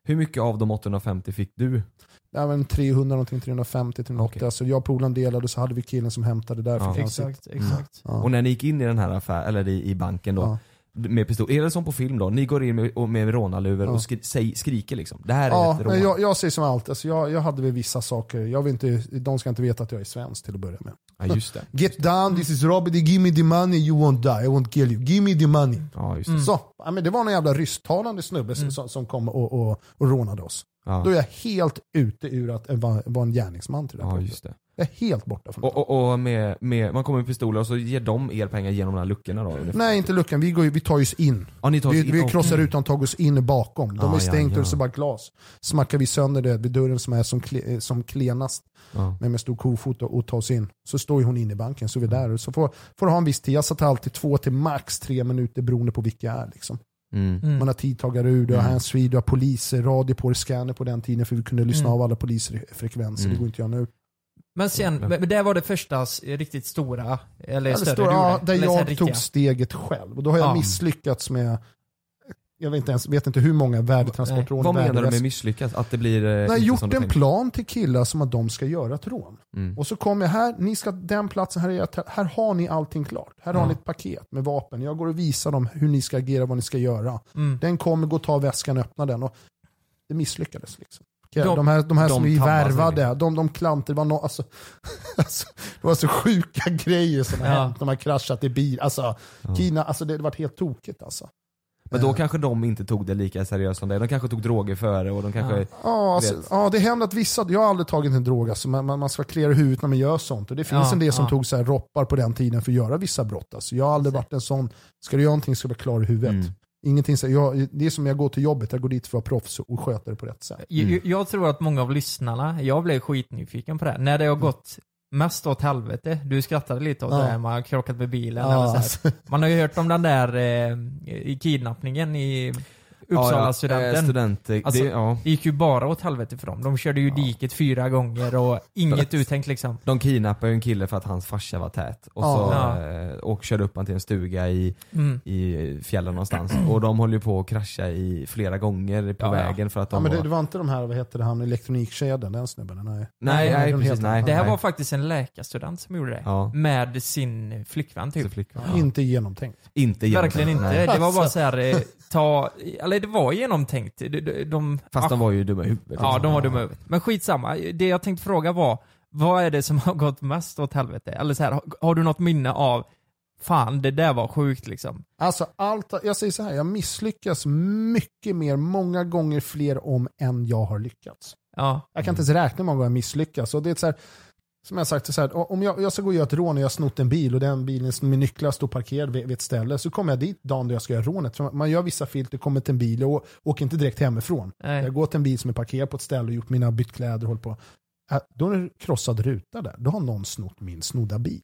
G: Hur mycket av de åttahundrafemtio fick du?
H: Ja, men trehundra någonting, trehundrafemtio, trehundraåttio.
G: Okay.
H: Alltså jag och polaren delade och så hade vi killen som hämtade där.
G: Ja.
F: Exakt, exakt.
H: Ja.
G: Och när ni gick in i den här affären, eller i, i banken då,
H: Ja.
G: med pistol, är det som på film då? Ni går in med, med rånarluvor
H: Ja.
G: och skri, säg, skriker liksom. Det här är
H: Ja,
G: ett rån.
H: men jag, jag säger som allt. Alltså jag, jag hade väl vissa saker. Jag vill inte, de ska inte veta att jag är svensk till att börja med.
G: Ja, just det.
H: Get down, this is Robert, give me the money, you won't die, I won't kill you. Give me the money.
G: Ja, just det.
F: Mm.
H: Så, ja, men det var en jävla rysktalande snubbe
F: Mm.
H: som, som kom och, och, och rånade oss.
G: Ja.
H: Då är jag helt ute ur att vara, vara en gärningsman till det här
G: Ja,
H: punkten.
G: just det.
H: Jag är helt borta från det.
G: Och, och, och med, med, man kommer med pistoler och så ger de er pengar genom de här luckorna då? ungefär.
H: Nej, inte luckan. Vi, går, ju- vi tar oss in.
G: Ja, ni tar
H: Vi,
G: in.
H: vi
G: Okej.
H: krossar utan tar oss in bakom. De
G: Ah,
H: är stängt
G: ja, ja.
H: och så bara glas. Smackar vi sönder det vid dörren som är som, kle, som klenast.
G: Ja.
H: Med med stor kofot och, och ta oss in. Så står ju hon inne i banken, så är vi där. Och så får, får ha en viss tid. Jag satt alltid två till max tre minuter beroende på vilka jag är. Liksom.
G: Mm.
F: Mm.
H: Man har tidtagare ur, du har
G: Mm.
H: handsfree, du har poliser, radio på, scanner på den tiden för vi kunde lyssna
F: Mm.
H: av alla polisfrekvenser.
G: Mm.
H: Det går inte jag nu.
F: Men sen, men det var det första s- riktigt stora, eller
H: Ja, det
F: större
H: står,
F: du
H: ja,
F: gjorde?
H: där
F: Eller så här
H: jag
F: riktiga?
H: tog steget själv. Och då har jag
F: Ja.
H: misslyckats med, jag vet inte, ens, vet inte hur många värdetransportrån.
G: Vad menar du
H: värdeväs-
G: med misslyckas? Att det blir... eh,
H: Jag har
G: inte
H: gjort
G: som du
H: en
G: tänkte?
H: plan till killar som att de ska göra ett rån.
G: Mm.
H: Och så kommer jag här, ni ska den platsen, här, är jag, här har ni allting klart. Här har
F: Ja.
H: ni ett paket med vapen. Jag går och visar dem hur ni ska agera, vad ni ska göra.
F: Mm.
H: Den kommer gå och ta väskan och öppna den. Och det misslyckades liksom.
F: De-
H: De, här, de här
G: de
H: som vi
G: tabbade sig
H: värvade,
G: liksom.
H: de, de klanter, det var, no, alltså, alltså, det var så sjuka grejer som har
F: Ja.
H: hänt. De har kraschat i bil. Alltså,
G: Ja.
H: Kina, alltså det har varit helt tokigt alltså.
G: Men då
H: Eh.
G: kanske de inte tog det lika seriöst som det. De kanske tog droger före och de kanske...
F: Ja.
H: Ja, alltså,
G: vet.
H: ja, det händer att vissa, jag har aldrig tagit en drog, alltså, man, man man ska klia i huvudet när man gör sånt. Och det finns
F: Ja,
H: en del som
F: ja.
H: tog så här roppar på den tiden för att göra vissa brott. Alltså, jag har aldrig varit en sån, ska du göra någonting ska du vara klar i huvudet.
G: Mm.
H: Ingenting så, jag, det är som jag går till jobbet, jag går dit för att vara proffs och sköta det på rätt sätt.
F: Jag, jag- jag tror att många av lyssnarna, jag blev skitnyfiken på det här. När det har gått mest åt helvete, du skrattade lite åt
H: Ja.
F: det här, man har krockat med bilen
H: Ja,
F: eller så här.
H: alltså.
F: Man har ju hört om den där eh, i kidnappningen i Uppsala-studenten.
G: Ja, student,
F: Alltså,
G: det, ja.
F: Det gick ju bara åt helvete för dem. De körde ju diket fyra gånger och inget uttänkt liksom.
G: De kidnappade ju en kille för att hans farsa var tät. Och,
H: Ja.
G: så,
F: Ja.
G: eh, och körde upp han till en stuga i,
F: Mm.
G: i fjällen någonstans. Och de håller ju på att krascha i flera gånger på
F: Ja, ja.
G: vägen för att de
H: Ja, men det,
G: var...
H: det var inte de här, vad heter det, han elektronikkedjan, den snubben? Nej,
G: Nej,
H: Nej,
G: nej,
H: de
G: precis,
H: heter-
G: nej.
F: Det här
G: nej.
F: var faktiskt en läkarstudent som gjorde det.
G: Ja.
F: Med sin flickvän typ.
G: Så flick- ja.
H: Inte genomtänkt.
G: Inte
F: Verkligen inte.
G: genomtänkt, nej.
F: Det var bara
H: Alltså.
F: så här, eh, ta, eller det var genomtänkt. De, de, de,
G: Fast de var ju dumma i huvudet.
F: Ja,
G: liksom.
F: de var dumma i huvudet. Men skitsamma. Det jag tänkte fråga var, vad är det som har gått mest åt helvete? Eller så här, har, har du något minne av, fan det där var sjukt liksom?
H: Alltså allt, jag säger så här, jag misslyckas mycket mer, många gånger fler om än jag har lyckats.
F: Ja.
H: Jag kan inte ens räkna hur många gånger jag misslyckas. Och det är så här, som jag sagt, så här, om jag, jag ska gå och göra ett rån och jag har snott en bil och den bilen med nycklar står parkerad vid, vid ett ställe, så kommer jag dit dagen då jag ska göra rånet. För man gör vissa filter, kommer till en bil och åker inte direkt hemifrån.
F: Nej.
H: Jag går till en bil som är parkerad på ett ställe och gjort mina bytt kläder och håller på. Äh, Då är det krossad ruta där. Då har någon snott min snodda bil.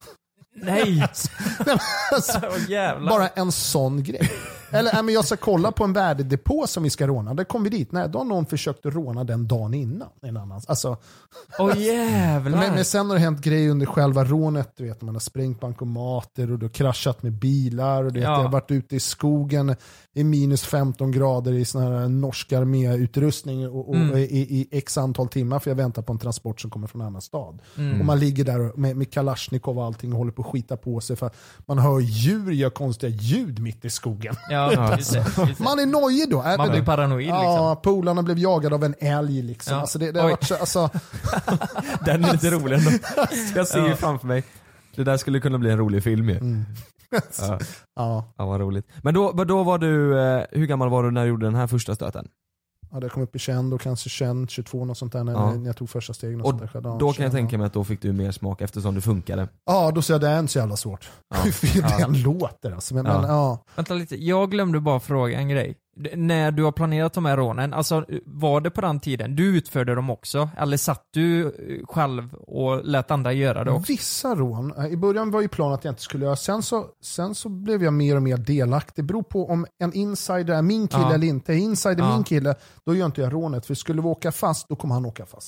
F: Nej!
H: Alltså,
F: Åh, jävlar.
H: bara en sån grej. Eller äh, men jag ska kolla på en värdedepå som vi ska råna. Där kommer vi dit. Nej, då har någon försökt att råna den dagen innan. En annan. Alltså,
F: Åh jävlar.
H: men, men sen har det hänt grejer under själva rånet. Du vet, man har sprängt bankomater och du har kraschat med bilar. Och du vet,
F: Ja.
H: jag har varit ute i skogen i minus femton grader i sån här norsk arméutrustning och, och,
F: Mm.
H: i, i x antal timmar för jag väntar på en transport som kommer från en annan stad.
F: Mm.
H: Och man ligger där med, med Kalashnikov och allting och håller på att skita på sig för att man hör djur gör konstiga ljud mitt i skogen.
F: Ja, just det, just det.
H: Man är nojig då.
F: Man blir paranoid liksom.
H: Ja, polarna blev jagade av en älg liksom.
F: Ja.
H: Alltså det, det har
F: Oj.
H: varit så, alltså,
G: Den är lite rolig ändå. Jag ser ju
F: Ja.
G: framför mig. Det där skulle kunna bli en rolig film ju.
H: mm.
G: Ja,
H: ja,
G: ja, vad roligt. Men då, men då var du, eh, hur gammal var du när du gjorde den här första stöten?
H: ja, det kom upp i tjugo och kanske tjugo, tjugotvå något sånt där när,
G: Ja.
H: när jag tog första stegen. Och
G: Och
H: sånt där. själv. Ja,
G: då kan jag
H: tjugo.
G: tänka mig att då fick du mer smak eftersom du funkade.
H: Ja, då säger jag det är inte så jävla svårt.
G: Ja.
H: Hur fel
G: Ja.
H: den låter alltså. Men,
G: Ja.
H: men ja.
F: Vänta lite, jag glömde bara fråga en grej. D- När du har planerat de här rånen, alltså var det på den tiden, du utförde dem också? Eller satt du eh, själv och lät andra göra det också?
H: Vissa rån, eh, i början var ju planen att jag inte skulle göra, sen så, sen så blev jag mer och mer delaktig. Det beror på om en insider är min kille
F: Ja.
H: eller inte. Är insider
F: Ja.
H: min kille, då gör inte jag rånet. För skulle vi åka fast, då kommer han åka fast.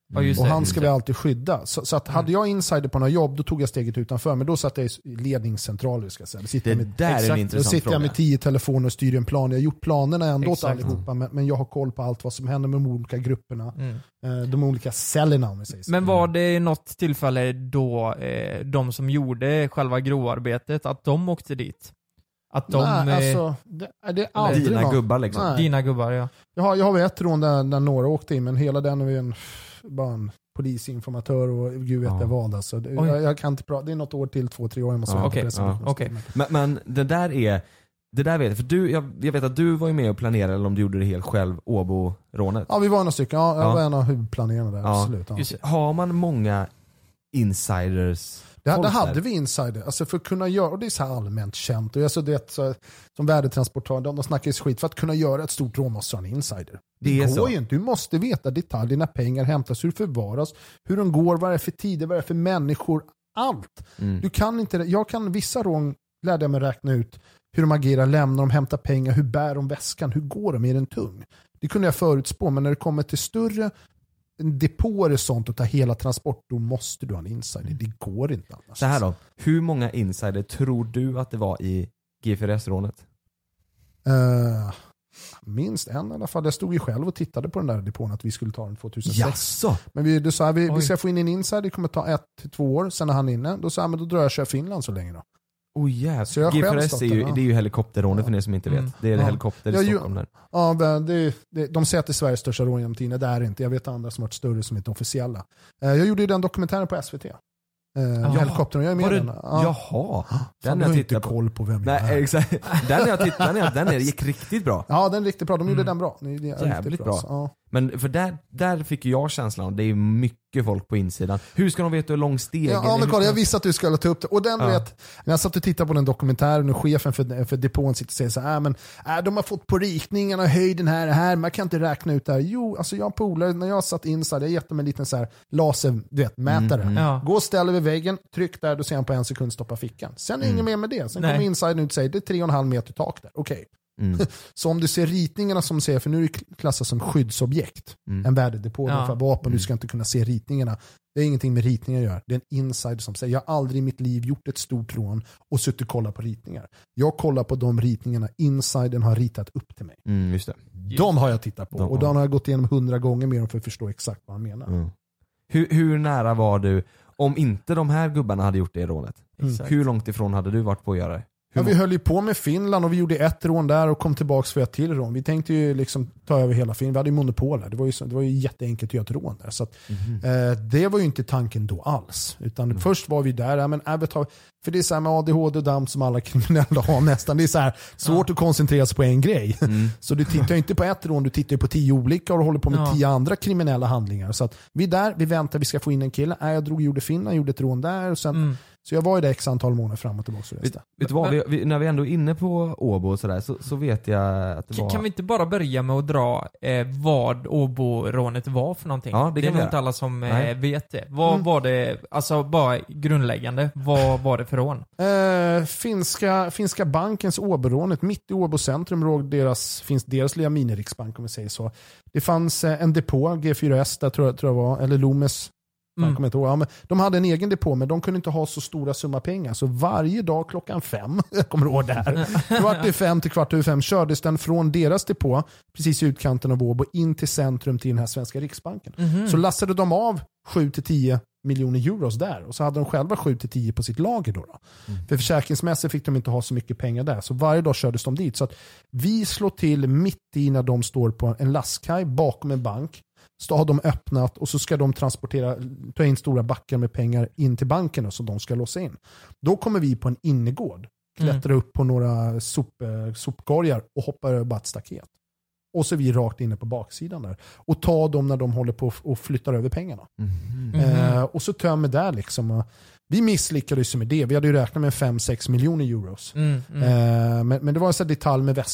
F: Ja, just
H: och
F: det,
H: han
F: just
H: ska
F: det.
H: vi alltid skydda. Så, så att hade jag insider på något jobb, då tog jag steget utanför. Men då satt jag i ledningscentraler. Ska jag säga. Då sitter
G: Det
H: jag med,
G: där är en
H: exakt,
G: intressant
H: då sitter jag med
G: fråga.
H: tio telefoner och styr en plan. Jag har gjort planerna ändå åt
F: Exakt.
H: allihopa, men, men jag har koll på allt vad som händer med de olika grupperna.
F: Mm.
H: Eh, de olika cellerna om vi säger så.
F: Men var det något tillfälle då eh, de som gjorde själva grovarbetet, att de åkte dit? Att de...
H: Nej,
F: eh,
H: alltså, det, det är aldrig
G: Dina
H: någon-
G: gubbar liksom.
H: Nej.
F: dina gubbar, ja.
H: Jag har, jag har ett rån där, där några åkte in, men hela den är ju en, bara en polisinformatör och gud vet
G: Ja.
H: jag vad. Alltså. Det,
F: Oj.
H: jag, jag kan inte prata, det är något år till, två, tre år. Jag måste
G: Ja,
H: vänta
F: okej.
H: på presentationen.
G: Ja,
F: okej.
G: Men, men det där är, det där vet jag, för du, jag, jag vet att du var ju med och planerade, eller om du gjorde det helt själv, Åbo-rånet.
H: Ja, vi var några stycken. Ja, jag
G: Ja.
H: var en av huvudplanerarna där.
G: Ja.
H: Absolut. Ja.
F: Just det.
G: Har man många insiders?
H: Det, det
G: folk
H: hade
G: där?
H: vi insider, alltså för att kunna göra, och det är så här allmänt känt, och jag så det, så, som värdetransportör, de, de snackar ju skit, för att kunna göra ett stort rån måste du ha en insider. Det,
G: Det är
H: går
G: så.
H: ju inte, du måste veta detaljer, när pengar hämtas, hur det förvaras, hur de går, vad det är för tider, vad det är för människor, allt.
G: Mm.
H: Du kan inte, jag kan vissa rån lärde jag mig räkna ut hur de agerar, lämnar de, hämtar pengar, hur bär de väskan, hur går de, är den tung? Det kunde jag förutspå, men när det kommer till större depåer och sånt och ta hela transport, då måste du ha en insider. Det går inte annars.
G: Så här då, hur många insider tror du att det var i G F R S-rånet?
H: Uh, minst en i alla fall. Jag stod ju själv och tittade på den där depån att vi skulle ta den tjugohundrasex.
G: Jaså?
H: Men vi, du sa vi,
F: Oj.
H: vi ska få in en insider, det kommer ta ett till två år, sen är han inne. Då sa jag, men då drar jag och kör Finland så länge då.
G: Oh yeah.
H: Så jag har
G: G F R
H: själv
G: S
H: stått
G: är ju,
H: där, ja.
G: det är ju helikopterrånet för er som inte vet.
F: Mm.
G: Det är
H: Ja.
G: helikopter i
H: Jag ju-
G: Stockholm där.
H: Ja, men det, det, de säger att det är Sveriges största rån genom tiden. Det är det inte. Jag vet andra som har varit större som inte är officiella. Uh, jag gjorde ju den dokumentären på S V T. Uh,
F: Jaha.
H: helikoptern, jag är med
G: Var
H: i
G: det,
H: den. Ja.
G: Jaha,
H: Fan,
G: den
H: du
G: har
H: har
G: jag
H: inte
G: tittat på.
H: koll på vem jag
G: Nej,
H: är.
G: exakt. Den har jag tittat, den, är, den är, gick riktigt bra.
H: Ja, den är riktigt bra. De gjorde
F: Mm.
H: den bra. Det är riktigt
G: Jävligt bra.
H: så, ja.
G: Men för där, där fick jag känslan av det är mycket folk på insidan. Hur ska de veta hur lång steg
H: Ja,
G: är?
H: ja
G: Hur
H: men kolla,
G: ska-
H: jag visste att du skulle ta upp det. Och den
G: Ja.
H: vet, när jag satt och tittade på den dokumentären och chefen för, för depån sitter och säger så här, äh, men äh, de har fått på ritningarna och höjden här och här, man kan inte räkna ut det här. Jo, alltså jag polare, när jag satt in så hade jag gett dem en liten så här laser, du vet, mätare.
G: Mm, mm.
F: Ja.
H: Gå och ställ vid väggen, tryck där, då ser han på en sekund stoppa fickan. Sen är det inget mer med det. Sen
F: Nej.
H: kommer insidern ut och säger, det är tre och en halv meter tak där. Okej.
G: Mm.
H: Så om du ser ritningarna som säger, för nu är det klassat som skyddsobjekt,
G: Mm.
H: en värdedepå
F: Ja.
H: för vapen,
G: Mm.
H: du ska inte kunna se ritningarna. Det är ingenting med ritningar att göra. Det är en insider som säger, jag har aldrig i mitt liv gjort ett stort rån och suttit och kollat på ritningar. Jag kollar på de ritningarna insidern har ritat upp till mig.
G: Mm, just det.
H: De har jag tittat på
G: De-
H: och de har jag gått igenom hundra gånger med dem för att förstå exakt vad han menar.
G: Mm. Hur, hur nära var du, om inte de här gubbarna hade gjort det i rånet,
F: Exakt.
G: hur långt ifrån hade du varit på att göra det? Hur
H: Ja, vi höll ju på med Finland och vi gjorde ett rån där och kom tillbaka för ett till rån. Vi tänkte ju liksom ta över hela Finland. Vi hade ju monopol där. Det var ju, så, det var ju jätteenkelt att göra ett rån där. Så att,
G: Mhm.
H: eh, det var ju inte tanken då alls. Utan
G: Mm.
H: först var vi där, ja, men, äh, vi tar, för det är så här med A D H D och damp som alla kriminella har nästan. Det är så här svårt att koncentrera sig på en grej.
G: Mm.
H: Så du tittar ju inte på ett rån, du tittar ju på tio olika och håller på med
F: Ja.
H: tio andra kriminella handlingar. Så att vi är där, vi väntar, vi ska få in en kille. Äh, jag drog, gjorde Finland, gjorde ett rån där. Och sen,
F: Mm.
H: Så jag var ju där x antal månader fram och tillbaka. Och
G: Vet,
H: reste.
G: vet du vad, vi, vi, när vi ändå är inne på Åbo och sådär så, så vet jag att det var...
F: Kan vi inte bara börja med att dra eh, vad Åbo-rånet var för någonting?
G: Ja, det
F: det är
G: kan vi
F: nog
G: göra.
F: inte alla som eh,
G: Nej.
F: vet det. Vad
H: Mm.
F: var det, alltså bara grundläggande, vad var det för rån?
H: Eh, finska, finska bankens Åborånet, mitt i Åbo centrum låg deras, finns deras lilla miniriksbank om vi säger så. Det fanns eh, en depå, G fyra S där tror jag, tror jag var, eller Lomes.
F: Mm.
H: Mm. Inte ihåg. Ja, men de hade en egen depå men de kunde inte ha så stora summa pengar. Så varje dag klockan fem, jag kommer ihåg där, kvart i fem till kvart över fem kördes den från deras depå, precis i utkanten av Åbo, in till centrum till den här svenska riksbanken.
F: Mhm.
H: Så lastade de av sju till tio miljoner euros där och så hade de själva sju till tio på sitt lager då. då.
G: Mm.
H: För försäkringsmässigt fick de inte ha så mycket pengar där. Så varje dag kördes de dit. Så att vi slår till mitt i när de står på en lastkaj bakom en bank. Så har de öppnat och så ska de transportera, ta in stora backar med pengar in till banken som de ska låsa in. Då kommer vi på en innergård, klättrar upp på några sop, sopkorgar och hoppar över bara ett staket. Och så är vi rakt inne på baksidan där. Och tar dem när de håller på och flyttar över pengarna.
G: Mhm.
F: Mhm.
H: Eh, och så tömmer där liksom. Och vi misslyckades med det. Vi hade ju räknat med fem sex miljoner euros.
F: Mm, mm.
H: Eh, men, men det var en sån här detalj med väskan.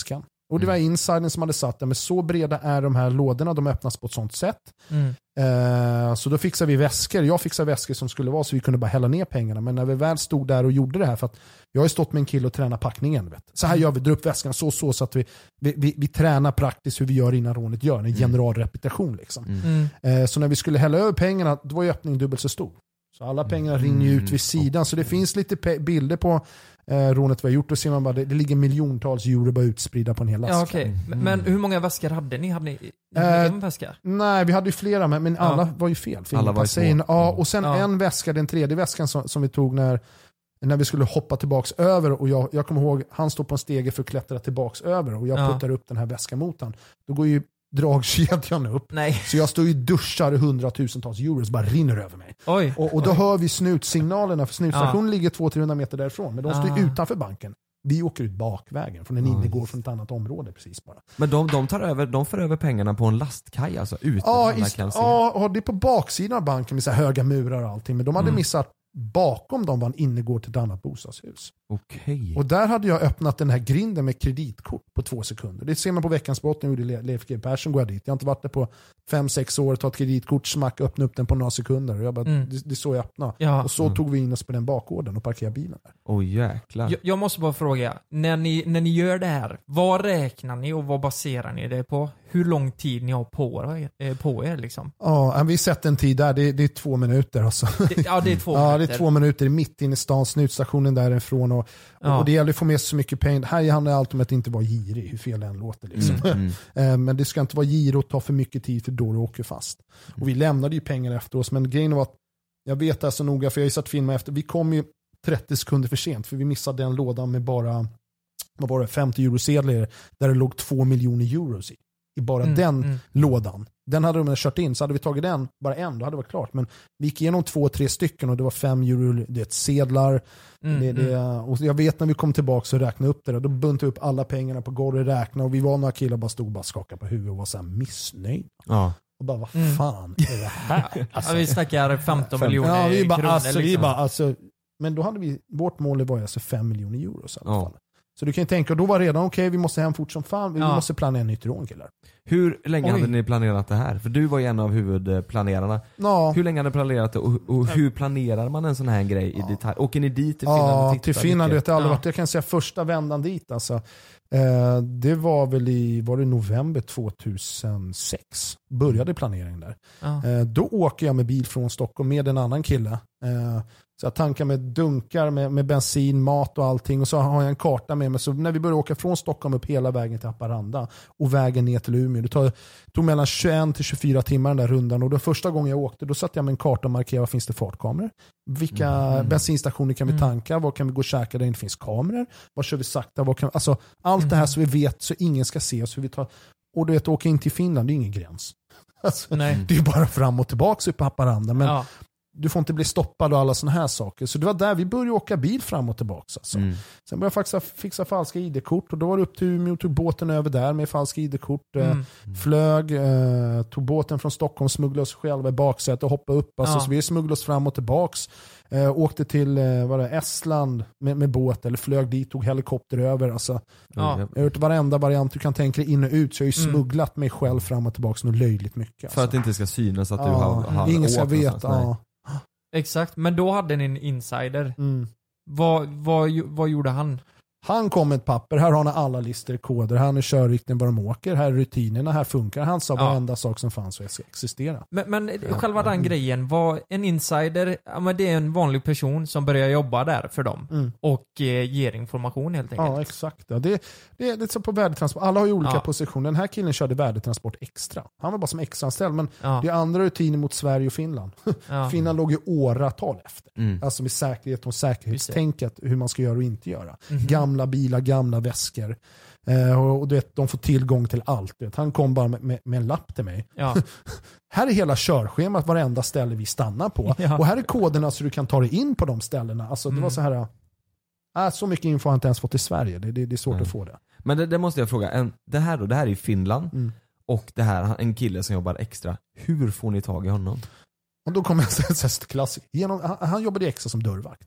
H: Och det var insiden som hade satt det, men så breda är de här lådorna, de öppnas på ett sånt sätt.
F: Mm.
H: Eh, så då fixade vi väskor, jag fixade väskor som skulle vara så vi kunde bara hälla ner pengarna. Men när vi väl stod där och gjorde det här, för att jag har ju stått med en kille och tränat packningen. Vet. Så här gör vi, drar upp väskan så så så att vi, vi, vi, vi tränar praktiskt hur vi gör innan rånet gör, en generalrepetition liksom.
F: Mm.
H: Eh, så när vi skulle hälla över pengarna, då var ju öppningen dubbelt så stor. Så alla pengarna
G: Mm.
H: rinner ju ut vid sidan. Så det finns lite pe- bilder på eh, rånet vi har gjort. Då ser man bara, det, det ligger miljontals euro bara utspridda på en hel last.
F: Ja, okej. Men, men hur många väskor hade ni? Hade ni
H: Eh,
F: en väska?
H: Nej, vi hade ju flera, men, men alla
F: Ja.
H: var ju fel. För
G: Alla
H: ingen
G: var ju
H: passade in.
G: små.
H: Ja, och sen
F: Ja.
H: en väska, den tredje väskan som, som vi tog när, när vi skulle hoppa tillbaks över. Och jag, jag kommer ihåg, han stod på en stege för att klättra tillbaks över. Och jag
F: Ja.
H: puttar upp den här väskan mot han. Då går ju dragkedjan upp.
F: Nej.
H: Så jag står ju duschar hundratusentals euros bara rinner över mig.
F: Oj.
H: Och, och då
F: Oj.
H: hör vi snutsignalerna, för snutstationen ligger två till tre hundra meter därifrån. Men de står ju
F: Ah.
H: utanför banken. Vi åker ut bakvägen från en
G: Ah,
H: innergård
G: just.
H: från ett annat område precis bara.
G: Men de, de tar över, de för över pengarna på en lastkaj alltså utan
H: Ja,
G: alla
H: just,
G: kan se.
H: ja, och det är på baksidan av banken med så här höga murar och allting. Men de hade
F: Mm.
H: missat bakom dem var en innergård till ett annat bostadshus.
G: Okej.
H: Och där hade jag öppnat den här grinden med kreditkort på två sekunder. Det ser man på Veckans brott när jag gjorde Leif G W Persson går jag dit. Jag har inte varit där på fem sex år, ta ett kreditkort, smacka, öppna upp den på några sekunder. Och jag bara,
F: Mm.
H: det, det är så jag öppnade.
F: Ja.
H: Och så tog vi in oss på den bakgården och parkerade bilen där.
G: Oj jäklar.
F: Jag, jag måste bara fråga, när ni, när ni gör det här, vad räknar ni och vad baserar ni det på? Hur lång tid ni har på, eh, på er liksom?
H: Ja, vi sett en tid där, det, det är två minuter alltså.
F: Det, ja, det är två
H: Ja,
F: minuter.
H: det är två minuter mitt inne i stan, snutstationen därifrån. Och,
F: Ja.
H: och det gäller att få med så mycket pengar. Här handlar det allt om att inte vara girig, hur fel det än låter. Liksom.
G: Mm.
H: Eh, Men det ska inte vara girig och ta för mycket tid, för då du åker fast. Och vi lämnade ju pengar efter oss, men grejen var att jag vet alltså noga, för jag har ju satt filma efter, vi kom ju trettio sekunder för sent, för vi missade den lådan med bara, vad var det, femtio eurosedlar där det låg två miljoner euros i. I bara
F: Mm,
H: den
F: mm.
H: lådan. Den hade de kört in, så hade vi tagit den, bara en, då hade det varit klart. Men vi gick igenom två, tre stycken och det var fem euro, det är ett sedlar.
F: Mm,
H: det, det, och jag vet när vi kom tillbaka och räknade upp det, då buntade vi upp alla pengarna på golvet och räknade, och vi var några killar bara stod och bara skakade på huvudet och var så här missnöjd.
G: Ja.
H: Och bara, vad
F: Mm.
H: fan är det här?
F: Ja, vi snackar femton miljoner
H: Ja, vi bara,
F: kronor
H: alltså, vi
F: liksom.
H: bara, alltså, men då hade vi, vårt mål var ju alltså fem miljoner euro i alla
G: Ja.
H: fall. Så du kan ju tänka, då var redan okej, okay, vi måste hem fort som fan, vi
F: Ja.
H: måste planera nytt rån killar.
G: Hur länge
F: Oj.
G: hade ni planerat det här? För du var ju en av huvudplanerarna.
H: Ja.
G: Hur länge hade ni planerat det och, och hur planerar man en sån här grej i detalj? Åker ni dit till Finland och
H: Ja,
G: tittar
H: till Finland,
G: mycket?
H: vet jag aldrig
F: Ja.
H: varit. Jag kan säga första vändan dit alltså. Eh, det var väl i, var det november tvåtusensex. Började planeringen där.
F: Ja.
H: Eh, då åker jag med bil från Stockholm med en annan kille. Eh, så jag tankar med dunkar med, med bensin, mat och allting. Och så har jag en karta med mig. Så när vi började åka från Stockholm upp hela vägen till Haparanda och vägen ner till Umeå. Det tog, tog mellan tjugoen till tjugofyra timmar den där rundan. Och då första gången jag åkte, då satt jag med en karta och markerade vad finns det fartkameror. Vilka
G: Mm.
H: bensinstationer kan vi tanka? Var kan vi gå och käka där det inte finns kameror? Var kör vi sakta? Var kan, alltså, allt det här så vi vet, så ingen ska se oss. Hur vi tar, och du vet, åka in till Finland, det är ingen gräns. Alltså,
F: Nej.
H: det är ju bara fram och tillbaka upp på Haparanda. Men
F: Ja.
H: du får inte bli stoppad och alla sådana här saker. Så det var där vi började åka bil fram och tillbaka. Alltså.
G: Mm.
H: Sen började jag fixa, fixa falska I D-kort och då var det upp till Umeå och tog båten över där med falska I D-kort. Eh,
F: Mm.
H: Flög, eh, tog båten från Stockholm, smugglade oss själva i baksätet och hoppade upp. Alltså,
F: Ja.
H: Så vi smugglade oss fram och tillbaks. Eh, åkte till eh, vad det, Estland med, med båt eller flög dit, tog helikopter över. Alltså,
F: Ja.
H: jag har gjort varenda variant du kan tänka dig in och ut. Så jag har ju
F: Mm.
H: smugglat mig själv fram och tillbaka något löjligt mycket. Alltså.
G: För att det inte ska synas att du
H: Ja,
G: har, har
H: ingen ska
G: åkt
H: veta.
G: någonstans, nej.
H: Ja.
F: Exakt, men då hade ni en insider.
H: Mm.
F: Vad, vad, ju- vad gjorde han?
H: Han kom med ett papper, här har ni alla listor, koder, här är körriktningen var de åker, här är rutinerna, här funkar. Han sa
F: Ja.
H: varenda sak som fanns och existera.
F: Men, men själva den grejen, var en insider, ja, men det är en vanlig person som börjar jobba där för dem
H: Mm.
F: och eh, ger information helt enkelt.
H: Ja, exakt. Ja, det, det är lite så på värdetransport. Alla har ju olika
F: Ja.
H: positioner. Den här killen körde värdetransport extra. Han var bara som extraanställd, men
F: Ja.
H: det är andra rutiner mot Sverige och Finland.
F: Ja.
H: Finland låg ju åratal efter.
G: Mm.
H: Alltså med säkerhet och säkerhetstänket, hur man ska göra och inte göra.
F: Mhm.
H: Gamla bilar, gamla väskor. Eh, och, och du vet, de får tillgång till allt. Du vet. Han kom bara med, med, med en lapp till mig.
F: Ja.
H: Här är hela körschemat, varenda ställe vi stannar på.
F: Ja.
H: Och här är koderna så du kan ta dig in på de ställena. Alltså, det
F: Mm.
H: var så här, äh, så mycket info har jag inte ens fått i Sverige. Det, det, det är svårt
G: Nej.
H: att få det.
G: Men det, det måste jag fråga, en, det här då, det här är i Finland
H: Mm.
G: och det här, en kille som jobbar extra. Hur får ni tag i honom?
H: Och då kommer jag säga klassiker. Genom, han, han jobbade extra som dörrvakt.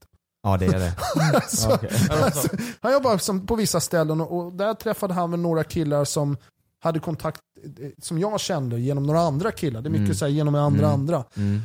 G: Ja, det är det.
H: alltså,
G: Okay.
H: alltså, han jobbade som på vissa ställen och, och där träffade han med några killar som hade kontakt som jag kände genom några andra killar. Det är mycket mm. så här, genom andra mm. andra. Mm.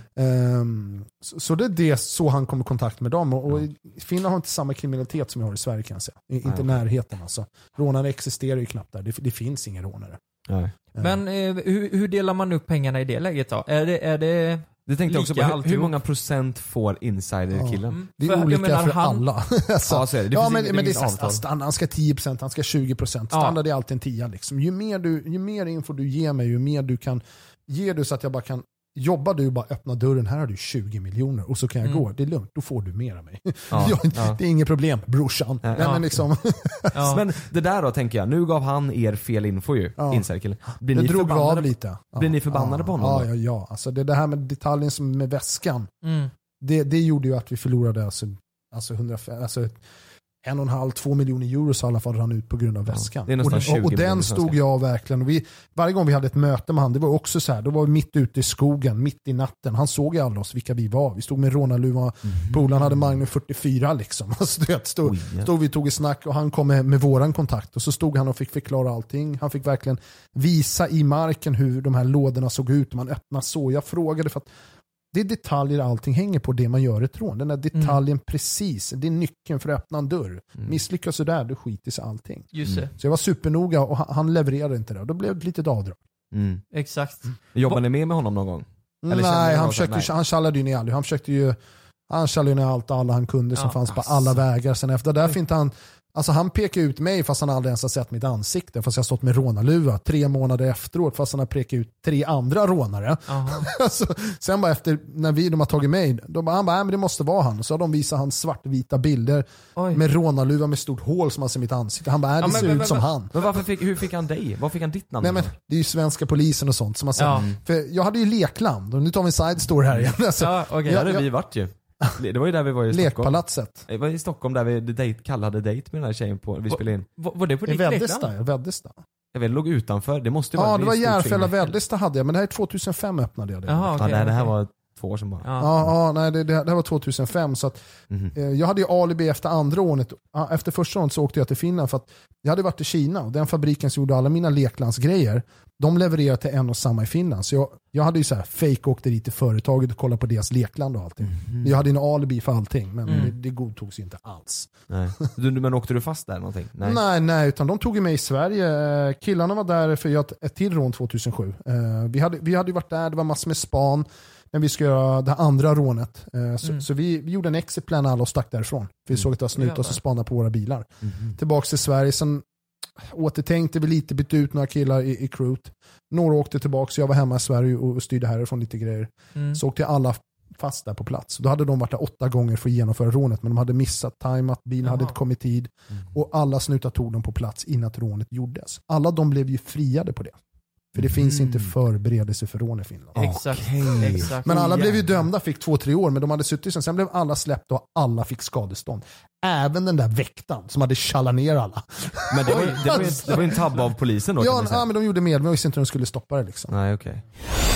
H: Um, så, så det är det så han kom i kontakt med dem. Och, och Finland har inte samma kriminalitet som vi har i Sverige, kan jag säga. I, inte närheten alltså. Rånare existerar ju knappt där. Det, det finns inga rånare.
G: Nej.
H: Uh.
F: Men eh, hur, hur delar man upp pengarna i det läget då? Är det, är det
G: Det tänkte jag också på. Hur, hur många procent får insider-killen? Ja.
H: Mm. Det är för, olika menar, för han... alla. alltså,
G: ja, så är det. Det
H: ja,
G: finns
H: men,
G: ingen,
H: men det är
G: avtal.
H: standard. Han ska tio procent, han ska tjugo procent. Standard ja. är alltid en tia. Liksom. Ju, mer du, ju mer info du ger mig, ju mer du kan ge du så att jag bara kan jobba du bara öppna dörren, här har du tjugo miljoner och så kan jag mm. gå, det är lugnt, då får du mer av mig. Ja, jag, ja. Det är inget problem, brorsan. Ja, Nej, ja. Men, liksom.
G: ja. men det där då tänker jag, nu gav han er fel info ju, ja. Insiderkillen. Blir
H: det
G: ni
H: drog
G: förbannade,
H: av lite. Ja.
G: Blir ni förbannade
H: ja.
G: på honom?
H: Ja, ja, ja. Alltså det, det här med detaljen som med väskan,
F: mm.
H: det, det gjorde ju att vi förlorade alltså, alltså, hundra, alltså en och en halv, två miljoner euro så i alla fall rann ut på grund av väskan.
G: Ja, och,
H: och, och den stod jag verkligen, och vi, varje gång vi hade ett möte med han, det var också så här, då var vi mitt ute i skogen, mitt i natten, han såg ju alla oss vilka vi var, vi stod med rånarluva, mm. polaren hade Magnum fyrtiofyra liksom, alltså, det stod, Oj, ja. stod vi tog i snack och han kom med, med våran kontakt och så stod han och fick förklara allting, han fick verkligen visa i marken hur de här lådorna såg ut, man öppnade så, jag frågade för att det är detaljer, allting hänger på det man gör ett rån. Den där detaljen mm. precis, det är nyckeln för att öppna en dörr. Mm. Misslyckas du där, då skiter sig allting.
F: Just det.
H: Så jag var supernoga och han levererade inte det. Då blev det ett litet avdrag.
G: Mm.
F: Exakt.
G: Jobbar ni med med honom någon gång?
H: Eller nej, han, försökte, nej. han tjallade ju ner aldrig. Han försökte ju han tjallade ner allt och alla han kunde som ja, fanns på alla vägar. Sen efter därför inte han Alltså han pekar ut mig fast han aldrig ens har sett mitt ansikte, fast jag har stått med rånarluva tre månader efteråt, fast han har pekat ut tre andra rånare. alltså, sen bara efter när vi de har tagit mig, då bara, han bara, nej, men det måste vara han. Och så har de visat hans svartvita bilder Oj. med rånarluva med stort hål som han ser mitt ansikte. Han bara, nej, det ja, men, ser men, ut men, som
G: men,
H: han.
G: Men varför fick, hur fick han dig? Var fick han ditt namn?
H: Nej, men, det är ju svenska polisen och sånt som har sett. Ja. För jag hade ju lekland, och nu tar vi en side story här igen. Alltså,
G: ja, okay.
H: jag,
G: Där hade vi varit ju. Det var ju där vi var i Stockholm.
H: Lekpalatset.
G: Det var i Stockholm där vi date, kallade date med den här tjejen på, vi spelade in.
F: Var, var det på ditt
H: lekland? Jag Veddesta.
G: Jag vet, låg utanför. Det måste ju
H: ja,
G: vara
H: det var Järfälla Veddesta hade jag, men det här är tjugohundrafem öppnade jag det.
F: Jaha, okay,
G: ja, nej, det här
F: okay.
G: var två år sedan bara.
H: Ja, ja, ja nej, det, det här var tjugohundrafem så att mm. eh, jag hade ju alibi efter andra året. Efter första året så åkte jag till Finland för att jag hade varit i Kina och den fabriken som gjorde alla mina leklandsgrejer, de levererade till en och samma i Finland. Så jag, jag hade ju så här fake åkte dit till företaget och kollade på deras lekland och allting. Mm. Jag hade en alibi för allting, men mm. det, det godtogs inte alls.
G: Nej. Du, men åkte du fast där någonting?
H: Nej, nej, nej utan de tog mig i Sverige. Killarna var där för jag ett till rån tjugohundrasju. Uh, vi, hade, vi hade ju varit där, det var massor med span. Men vi ska göra det andra rånet. Uh, så, mm. så vi, vi gjorde en exit plan alla och stack därifrån. Vi såg att det var snut och så spanade på våra bilar. Mm. Tillbaks till Sverige. Sen återtänkte vi lite, bytte ut några killar i, i crewet. Några åkte tillbaka så jag var hemma i Sverige och styrde härifrån lite grejer. Mm. Så åkte alla fast där på plats. Då hade de varit där åtta gånger för att genomföra rånet, men de hade missat timeat, bilen Jaha. hade inte kommit tid mm. och alla snutar tog dem på plats innan att rånet gjordes. Alla de blev ju friade på det. För det mm. finns inte förberedelse för rån i Finland.
F: Exakt. Okay. Exakt.
H: Men alla blev ju dömda, fick två, tre år, men de hade suttit sen. Sen blev alla släppta och alla fick skadestånd. Även den där väktaren som hade tjallat ner alla.
G: Men det var, det var, ju, det var ju en tabbe av polisen då.
H: Ja, ja men de gjorde med, men jag visste inte hur de skulle stoppa det liksom.
G: Nej, okej. Okay.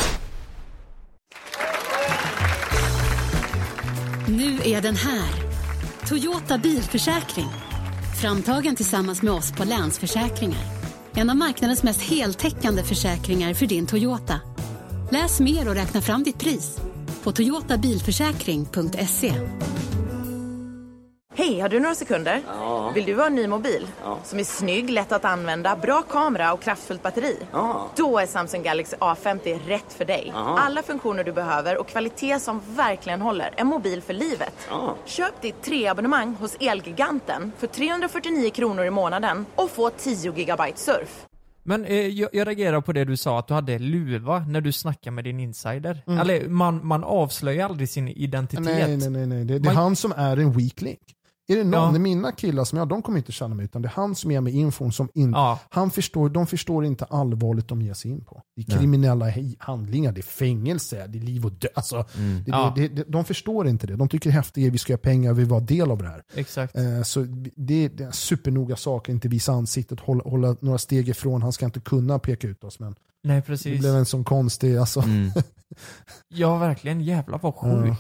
D: Nu är den här. Toyota bilförsäkring. Framtagen tillsammans med oss på Länsförsäkringar. En av marknadens mest heltäckande försäkringar för din Toyota. Läs mer och räkna fram ditt pris på toyota bilförsäkring punkt se.
I: Hej, har du några sekunder?
J: Ja.
I: Vill du ha en ny mobil?
J: Ja.
I: Som är snygg, lätt att använda, bra kamera och kraftfullt batteri?
J: Ja.
I: Då är Samsung Galaxy A femtio rätt för dig.
J: Ja.
I: Alla funktioner du behöver och kvalitet som verkligen håller. En mobil för livet.
J: Ja.
I: Köp ditt tre-abonnemang hos Elgiganten för trehundrafyrtionio kronor i månaden och få tio gigabyte surf.
F: Men eh, jag, jag reagerar på det du sa, att du hade luva när du snackar med din insider.
H: Mm.
F: Eller man, man avslöjar aldrig sin identitet.
H: Nej, nej, nej. nej. Det, det är
F: man...
H: han som är en weak link. Är det någon,
F: ja.
H: det är mina killar som jag, de kommer inte känna mig, utan det är han som ger mig infon som inte,
F: ja.
H: han förstår, de förstår inte allvarligt de ger sig in på. Det är kriminella Nej. handlingar, det är fängelse, det är liv och död. Alltså,
F: mm.
H: det,
F: ja.
H: det, det, de förstår inte det. De tycker det är häftigt, vi ska göra pengar, vi vill vara del av det här.
F: Exakt.
H: Eh, så det, det är en supernoga sak, inte visa ansiktet, hålla, hålla några steg ifrån, han ska inte kunna peka ut oss. Men
F: nej, precis.
H: det blev en sån konstig, alltså.
F: Mm. Ja, verkligen, jävla vad sjukt.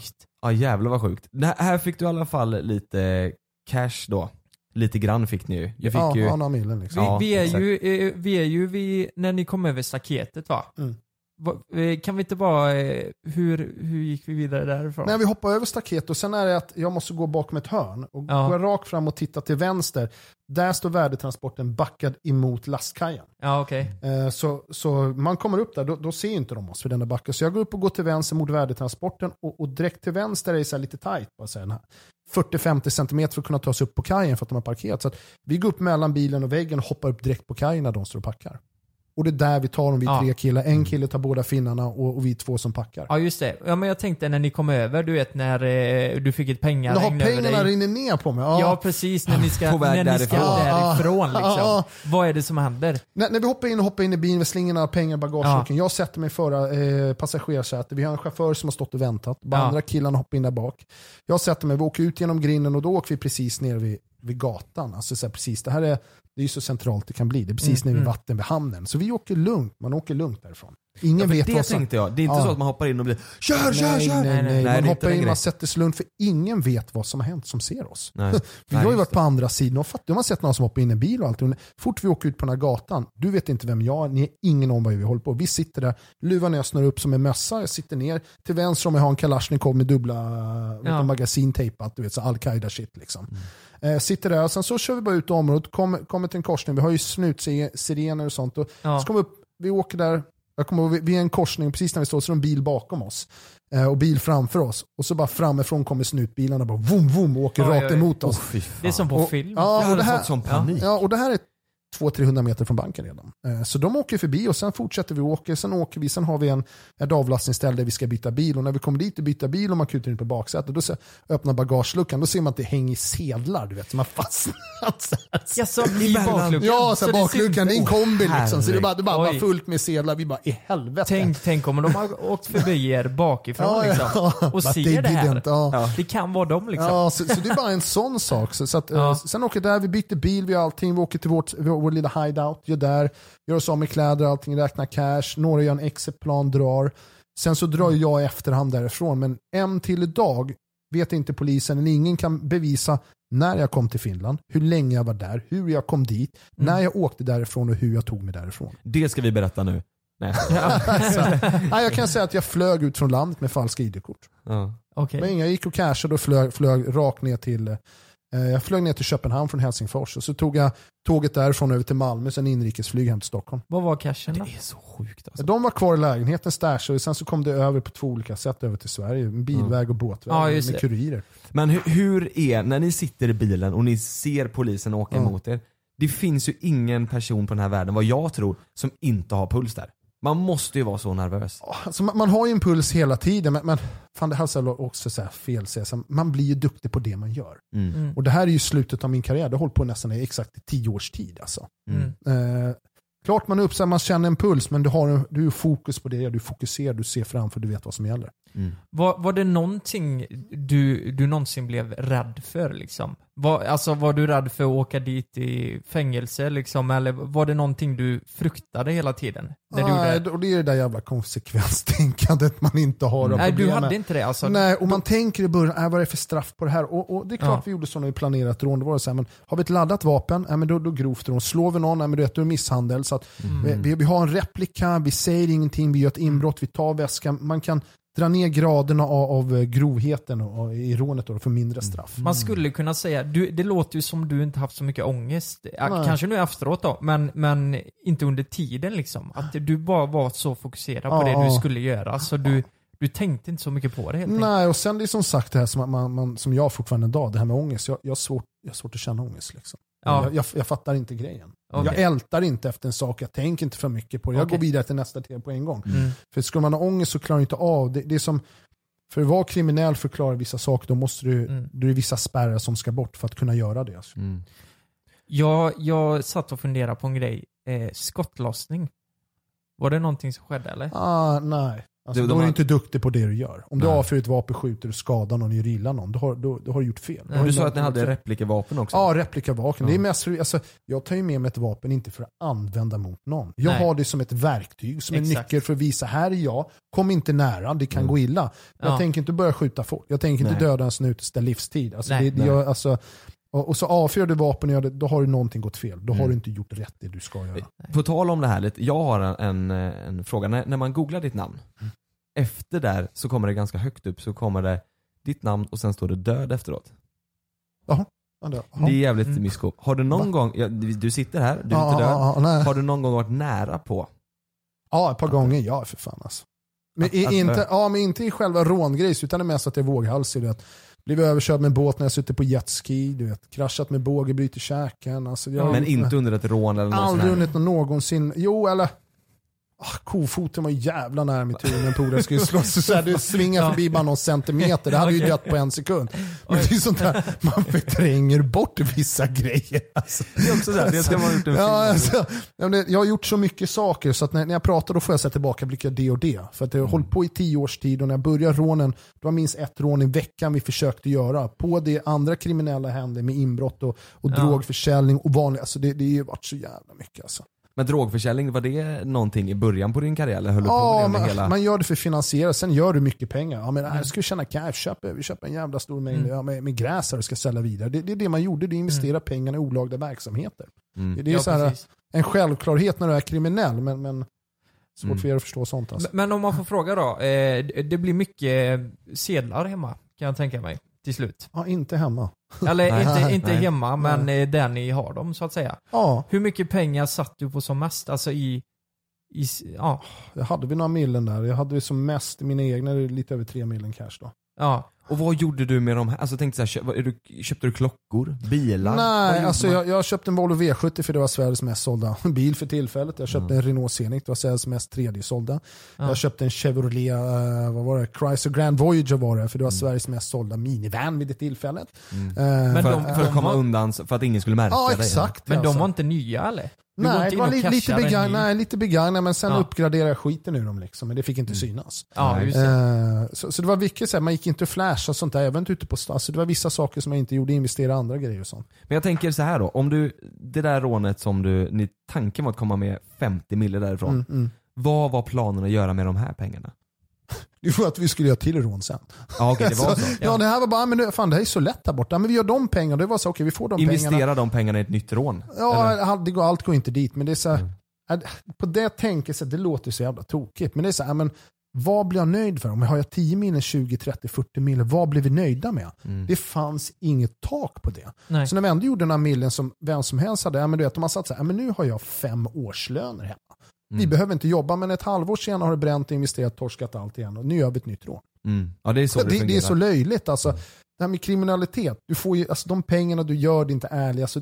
G: Ja jävlar vad sjukt. Det här fick du i alla fall lite cash då. Lite grann fick ni ju. Jag fick
H: ja,
G: ju...
H: ja, några milen liksom.
F: Vi, vi, är
G: exakt.
F: ju, eh, vi är ju vid, när ni kom över staketet va?
H: Mm.
F: Va- eh, Kan vi inte bara, eh, hur, hur gick vi vidare därifrån?
H: Nej, vi hoppar över staket och sen är det att jag måste gå bakom ett hörn och
F: Ja.
H: gå rakt fram och titta till vänster. Där står värdetransporten backad emot lastkajen.
F: Ja okej.
H: Eh, Så, så man kommer upp där, då, då ser inte de oss för den där backen. Så jag går upp och går till vänster mot värdetransporten och, och direkt till vänster är det så här lite tajt. Bara så här, fyrtio till femtio centimeter för att kunna ta sig upp på kajen för att de har parkerat. Så att vi går upp mellan bilen och väggen och hoppar upp direkt på kajen när de står och packar. Och det är där vi tar dem, vi
F: Ja.
H: tre killar. En kille tar båda finnarna och, och vi två som packar.
F: Ja just det. Ja men jag tänkte när ni kom över, du vet när eh, du fick ett
H: Men
F: pengaregn
H: har
F: över
H: pengarna
F: dig.
H: rinner ner på mig?
F: Ja precis, när ni ska,
G: På väg
F: när ni ska
G: därifrån.
F: därifrån liksom.
H: Ja.
F: Vad är det som händer?
H: När, när vi hoppar in och hoppar in i bilen, vi slänger alla pengar i bagageluckan. Jag sätter mig föra eh, passagerarsätet. Vi har en chaufför som har stått och väntat. De
F: Ja.
H: andra killarna hoppar in där bak. Jag sätter mig, vi åker ut genom grinden och då åker vi precis ner vid, vid gatan. Alltså så här, precis, det här är, det är ju så centralt det kan bli. Det är precis
F: Mm,
H: nere vid
F: mm.
H: vatten vid hamnen. Så vi åker lugnt, man åker lugnt därifrån. Ingen
G: Ja, för
H: vet
G: det
H: vad som...
G: tänkte jag. Det är inte
H: Ja.
G: så att man hoppar in och blir kör, kör,
H: Nej,
G: kör.
H: nej, nej.
F: Nej, nej.
G: det är
H: Man
G: inte
H: hoppar
G: den
H: in, man
G: grejen.
H: sätter sig lugnt för ingen vet vad som har hänt som ser oss.
G: Nej.
H: Vi
G: Nej,
H: har ju
G: just
H: varit
G: det.
H: på andra sidan och fattat, de har sett någon som hoppar in i en bil och allt. Och fort vi åker ut på den här gatan, du vet inte vem jag är, ni är ingen om vad vi håller på. Vi sitter där, luvan jag snör upp som en mössa, jag sitter ner. Till vänster om jag har en Kalashnikov med dubbla
F: Ja.
H: ja. magasintejpat, du vet, så Al-Qaida shit liksom. Mm. Eh, sitter där och sen så kör vi bara ut området, kommer kommer till en korsning, vi har ju snutsirener och sånt. Och
F: Ja.
H: så kommer vi upp, vi åker där, jag kommer ihåg, vi- vi är en korsning, precis när vi står så är det en bil bakom oss. Eh, och bil framför oss. Och så bara framifrån kommer snutbilarna bara vom vom och åker
F: Oj,
H: rakt
F: oj, oj.
H: emot oss.
G: Åh, fy fan.
F: Det är som på
H: Och-
F: film.
H: Ja,
G: Jag
H: och
G: hade
H: det här,
G: fått sån panik.
H: ja, och det här är två till trehundra meter från banken redan. Eh, Så de åker förbi och sen fortsätter vi åka. Sen åker vi, sen har vi en, ett avlastningsställe där vi ska byta bil. Och när vi kommer dit och byter bil och man kutar in på baksätet, då så öppnar bagageluckan, då ser man att det hänger sedlar, du vet, som har fastnat.
F: Ja, så i bakluckan.
H: Ja, så
F: Så det
H: bakluckan, det är en kombi liksom. Så det är
G: herregud.
H: bara, det är bara, bara
F: Oj.
H: fullt med sedlar. Vi bara, i helvete.
F: Tänk, tänk om de har åkt förbi er bakifrån
H: Ja, ja,
F: liksom.
H: ja.
F: Och
H: But
F: ser
H: they
F: det här.
H: didn't, ja.
F: Det kan vara dem liksom.
H: Ja, så, så det är bara en sån sak. Så, så att,
F: Ja.
H: eh, sen åker där, vi byter bil, vi har allting, vi åker till vårt, vår, vår lilla hideout, gör där, gör oss av med kläder, allting, räknar cash, några gör en exitplan, drar. Sen så drar jag i efterhand därifrån, men än till idag vet inte polisen, eller ingen kan bevisa när jag kom till Finland, hur länge jag var där, hur jag kom dit,
F: Mm.
H: när jag åkte därifrån och hur jag tog mig därifrån.
G: Det ska vi berätta nu. Nej.
H: Nej, jag kan säga att jag flög ut från landet med falska I D-kort.
G: Ja.
F: Okej.
H: Men jag gick och cashade och flög, flög rakt ner till eh, jag flög ner till Köpenhamn från Helsingfors och så tog jag tåget därifrån över till Malmö, sen inrikesflyg hem till Stockholm.
F: Vad var cashen då?
G: Det är så sjukt alltså.
H: De var kvar i lägenheten, stashade, sen så kom det över på två olika sätt över till Sverige, en bilväg och båtväg
F: Ja, just
H: med
F: det.
H: kurirer.
G: Men hur, hur är, när ni sitter i bilen och ni ser polisen åka
H: Ja.
G: emot er, det finns ju ingen person på den här världen, vad jag tror, som inte har puls där. Man måste ju vara så nervös.
H: Alltså, man, man har ju en puls hela tiden, men, men fan, det här är också så här fel, så här, man blir ju duktig på det man gör.
G: Mm.
F: Mm.
H: Och det här är ju slutet av min karriär, det har hållit på nästan i exakt tio års tid alltså.
F: Mm.
H: Eh, klart man är uppsatt, man känner en puls, men du har en, du har fokus på det, du fokuserar, du ser framför, du vet vad som gäller.
G: Mm.
F: Var, var det någonting du, du någonsin blev rädd för liksom? Var, alltså var du rädd för att åka dit i fängelse liksom? Eller var det någonting du fruktade hela tiden? När du
H: Nej,
F: gjorde...
H: och det är det där jävla konsekvenstänkandet man inte har. av
F: Nej, du
H: problemet.
F: hade inte det alltså?
H: Nej, och man tänker i början, äh, vad är det för straff på det här? Och, och det är klart
F: Ja.
H: vi gjorde så när vi planerade ett rån. Då var det så här, men har vi ett laddat vapen, äh, men då, då grovt rån. Slår vi någon, äh, men då är det misshandel. Så att,
F: Mm.
H: vi, vi har en replika, vi säger ingenting, vi gör ett inbrott, vi tar väskan. Man kan dra ner graderna av, av grovheten och, och, i rånet då, för mindre straff.
F: Man skulle kunna säga, du, det låter ju som du inte haft så mycket ångest. Ja,
H: Nej.
F: kanske nu efteråt då, men, men inte under tiden liksom. Att du bara var så fokuserad på
H: Ja,
F: det du
H: ja.
F: skulle göra. Så du, du tänkte inte så mycket på det helt enkelt.
H: Nej, och sen det är som sagt det här som, man, man, som jag fortfarande idag, det här med ångest. Jag, jag, har, svårt, jag har svårt att känna ångest. Liksom.
F: Ja.
H: Jag, jag, jag fattar inte grejen.
F: Okej.
H: Jag ältar inte efter en sak, jag tänker inte för mycket på det. Jag
F: Okej.
H: går vidare till nästa tema på en gång.
F: Mm.
H: För skulle man ha ångest så klarar du inte av det. Det är som, för att vara kriminell för att klara vissa saker, då måste du,
F: Mm.
H: då är det vissa spärrar som ska bort för att kunna göra det. Alltså.
G: Mm.
F: Jag, jag satt och funderade på en grej. Eh, skottlossning. Var det någonting som skedde eller?
H: Ah, nej. Alltså,
G: de,
H: då
G: de
H: är
G: har...
H: du inte duktig på det du gör. Om
G: Nej.
H: du avfyrar ett vapen, skjuter och skadar någon och gillar någon, då har, då, då har du gjort fel.
G: Och du sa att ni hade replikavapen också?
H: Ja, replikavapen.
G: Ja.
H: Det är mest, alltså, jag tar ju med mig ett vapen inte för att använda mot någon. Jag
F: Nej.
H: har det som ett verktyg, som en
F: Exakt.
H: nyckel för att visa, här är jag, kom inte nära, det kan
G: Mm.
H: gå illa. Jag
F: Ja.
H: tänker inte börja skjuta folk. Jag tänker inte
G: Nej.
H: döda en snut och ställa livstid. Alltså,
F: Nej.
H: det, det, jag, alltså, och, och så avfyrar du vapen och gör det, då har du någonting gått fel. Då har
G: Mm.
H: du inte gjort rätt det du ska göra.
G: På tal om det här lite, jag har en, en, en fråga. När, när man googlar ditt namn,
H: Mm.
G: efter där så kommer det ganska högt upp, så kommer det ditt namn och sen står det död efteråt.
H: Jaha. Ja, det,
G: Det är jävligt
F: Mm.
G: mysko. Har du någon
H: Va?
G: gång, ja, du du sitter här, du är
H: ja,
G: inte död.
H: ja, ja, nej.
G: Har du någon gång varit nära på?
H: Ja, ett par gånger, ja för fan alltså. Men,
G: Att-
H: i,
G: att-
H: inte, ja, men inte i själva rångrejs, utan det är mest att jag är våghalsig. Du vet. Blivit överkörd med en båt när jag sitter på jetski, du vet. Kraschat med båge, bryter käken. Alltså, jag,
G: Men inte under ett rån eller något sånt
H: aldrig
G: här?
H: hunnit någon någonsin. Jo, eller ah, kofoten var jävla nära mitt huvud när en polare skulle slåss. Så här, det svingar förbi bara någon centimeter. Det hade ju dött på en sekund. Men det är sånt där, man förtränger bort vissa grejer. Alltså.
G: Det är också så här, det ska man gjort en
H: Ja,
G: film.
H: alltså, ja, men jag har gjort så mycket saker så att när, när jag pratar då får jag sätta tillbaka blickar det och det. För att jag har hållit på i tio års tid och när jag började rånen, det var minst ett rån i veckan vi försökte göra. På det andra kriminella hände med inbrott och, och
F: Ja.
H: drogförsäljning och vanligt. Alltså det, det har ju varit så jävla mycket alltså.
G: Men drogförsäljning, var det någonting i början på din karriär? Eller höll du på
H: Ja,
G: med det
H: man,
G: under hela...
H: man gör det för att finansiera, sen gör du mycket pengar. Ja, men, jag ska tjäna cash, köper, vi köper en jävla stor mängd
F: Mm.
H: ja, med, med gräs här och ska sälja vidare. Det, det är det man gjorde, du investerar pengarna i olagliga verksamheter.
G: Mm.
H: Det, det är
F: Ja,
H: så här,
F: precis.
H: en självklarhet när du är kriminell, men, men svårt
G: Mm.
H: för er att förstå sånt. Alltså.
F: Men om man får fråga då, eh, det blir mycket sedlar hemma kan jag tänka mig till slut.
H: Ja, inte hemma.
F: Eller
G: Nej.
F: inte, inte
G: Nej.
F: hemma, men eh, där ni har dem så att säga.
H: Ja,
F: Hur mycket pengar satt du på som mest? Alltså i, i s- ja,
H: jag hade vi några millen där. Jag hade det som mest i mina egna, lite över tre millen cash då.
F: ja.
G: Och vad gjorde du med de här? Alltså tänkte så här, köp, vad- är du, köpte du klockor? Bilar? Vad
H: Nej,
G: gjorde
H: alltså
G: man?
H: jag, jag köpte en Volvo V sjuttio för det var Sveriges mest sålda bil för tillfället. Jag köpte
G: Mm.
H: en Renault Scenic, det var Sveriges mest tredje sålda.
F: Ja.
H: Jag köpte en Chevrolet, uh, vad var det? Chrysler Grand Voyager var det, för det var
G: Mm.
H: Sveriges mest sålda minivan vid det tillfället.
G: Mm.
H: Eh,
F: Men
G: för,
F: de-
G: för att
F: de
G: komma
F: har-
G: undan, för att ingen skulle märka
H: ja,
G: dig?
H: exakt.
F: Men
H: alltså.
F: de var inte nya eller? Du går
H: Nej,
F: inte
H: det var
F: in och
H: lite, lite
F: cashar en
H: begagnade,
F: ny?
H: nej, lite begagnade, men sen
F: Ja.
H: uppgraderade jag skiten ur dem liksom, men det fick inte
G: Mm.
H: synas.
F: Ja,
G: Nej.
F: just det.
H: Eh, så, så det var viktigt, så här, man gick inte och flasha och sånt där, även ute på stan. Alltså, det var vissa saker som jag inte gjorde, investera i andra grejer och sånt.
G: Men jag tänker så här då, om du, det där rånet som du, ni, tanken var att komma med femtio mille därifrån.
H: Mm, mm.
G: Vad var planen att göra med de här pengarna?
H: Det var att vi skulle göra till rån sen.
G: Ja okej, det var så.
H: Ja, det här var bara, men det, fan det här är så lätt där borta. Men vi gör de pengarna, det var så okej, vi får de
G: Investera
H: pengarna.
G: de pengarna i ett nytt rån?
H: Ja,
G: eller?
H: allt, det går, allt går inte dit, men det är så här,
G: Mm.
H: att- på det tänket så det låter så jävla tokigt. Men det är så här, men vad blir jag nöjd för? Om jag har tio miljoner, tjugo, trettio, fyrtio miljoner, vad blir vi nöjda med?
G: Mm.
H: Det fanns inget tak på det.
F: Nej.
H: Så när vi ändå gjorde några miljoner som vem som helst hade, ja, men du vet, de har satt så här, ja, men nu har jag fem årslöner hemma. Vi
G: Mm.
H: behöver inte jobba, men ett halvår senare har du bränt, investerat, torskat allt igen och nu gör vi ett nytt rån.
G: Mm. Ja det är så det,
H: Det, det är
G: fungerar.
H: så löjligt. Alltså, det här med kriminalitet, du får ju, alltså, de pengarna du gör, det är inte ärliga. Alltså,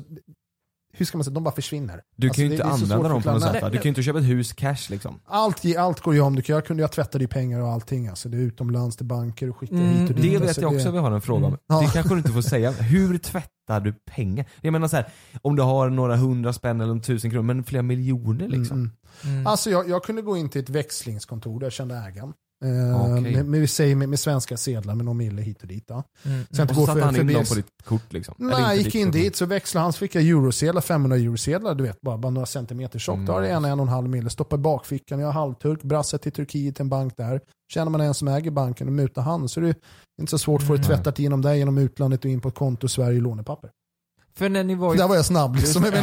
H: hur ska man säga, de bara försvinner.
G: Du
H: Alltså,
G: kan ju
H: det-
G: inte
H: det är så svårt
G: använda dem
H: att
G: på något
H: förklara.
G: sätt va? Du kan ju inte köpa ett hus cash liksom.
H: Allt, ge- allt går ju om. Du kan, jag kunde ju ha tvättat i pengar och allting. Alltså, det är utomlands till banker och skicka
F: Mm,
H: hit och dit.
G: Det vet
H: alltså,
G: jag också
H: det,
G: vi har en fråga om.
F: Mm.
H: Ja.
G: Det kanske du inte får säga. Hur tvättar du pengar? Jag menar så här, om du har några hundra spänn eller en tusen kronor, men flera miljoner liksom.
H: Mm, mm.
F: Mm.
H: Alltså, jag, jag kunde gå in till ett växlingskontor där jag kände ägaren. Eh,
G: Okej.
H: med, med, vi säger med, med svenska sedlar med någon mille hit och dit. Då.
F: Mm.
H: Sen
G: Och
H: att
G: så
H: gå
G: satte
H: för-
G: han in
H: förbi-
G: dem på ditt kort liksom? Eller
H: Nej,
G: inte
H: jag gick
G: ditt
H: in
G: kort.
H: dit så växlade han, så fick jag eurosedlar, femhundra eurosedlar, du vet, bara, bara några centimeter tjockt.
G: Mm.
H: Då har det en, en och en halv mille, stoppar i bakfickan, jag är halvturk, brassar till Turkiet, en bank där. Känner man en som äger banken och mutar han, så är det inte så svårt för att
G: Mm.
H: tvätta genom det genom utlandet och in på ett konto i Sverige, lånepapper.
F: För när ni var ju...
H: Där var jag snabb liksom. Men,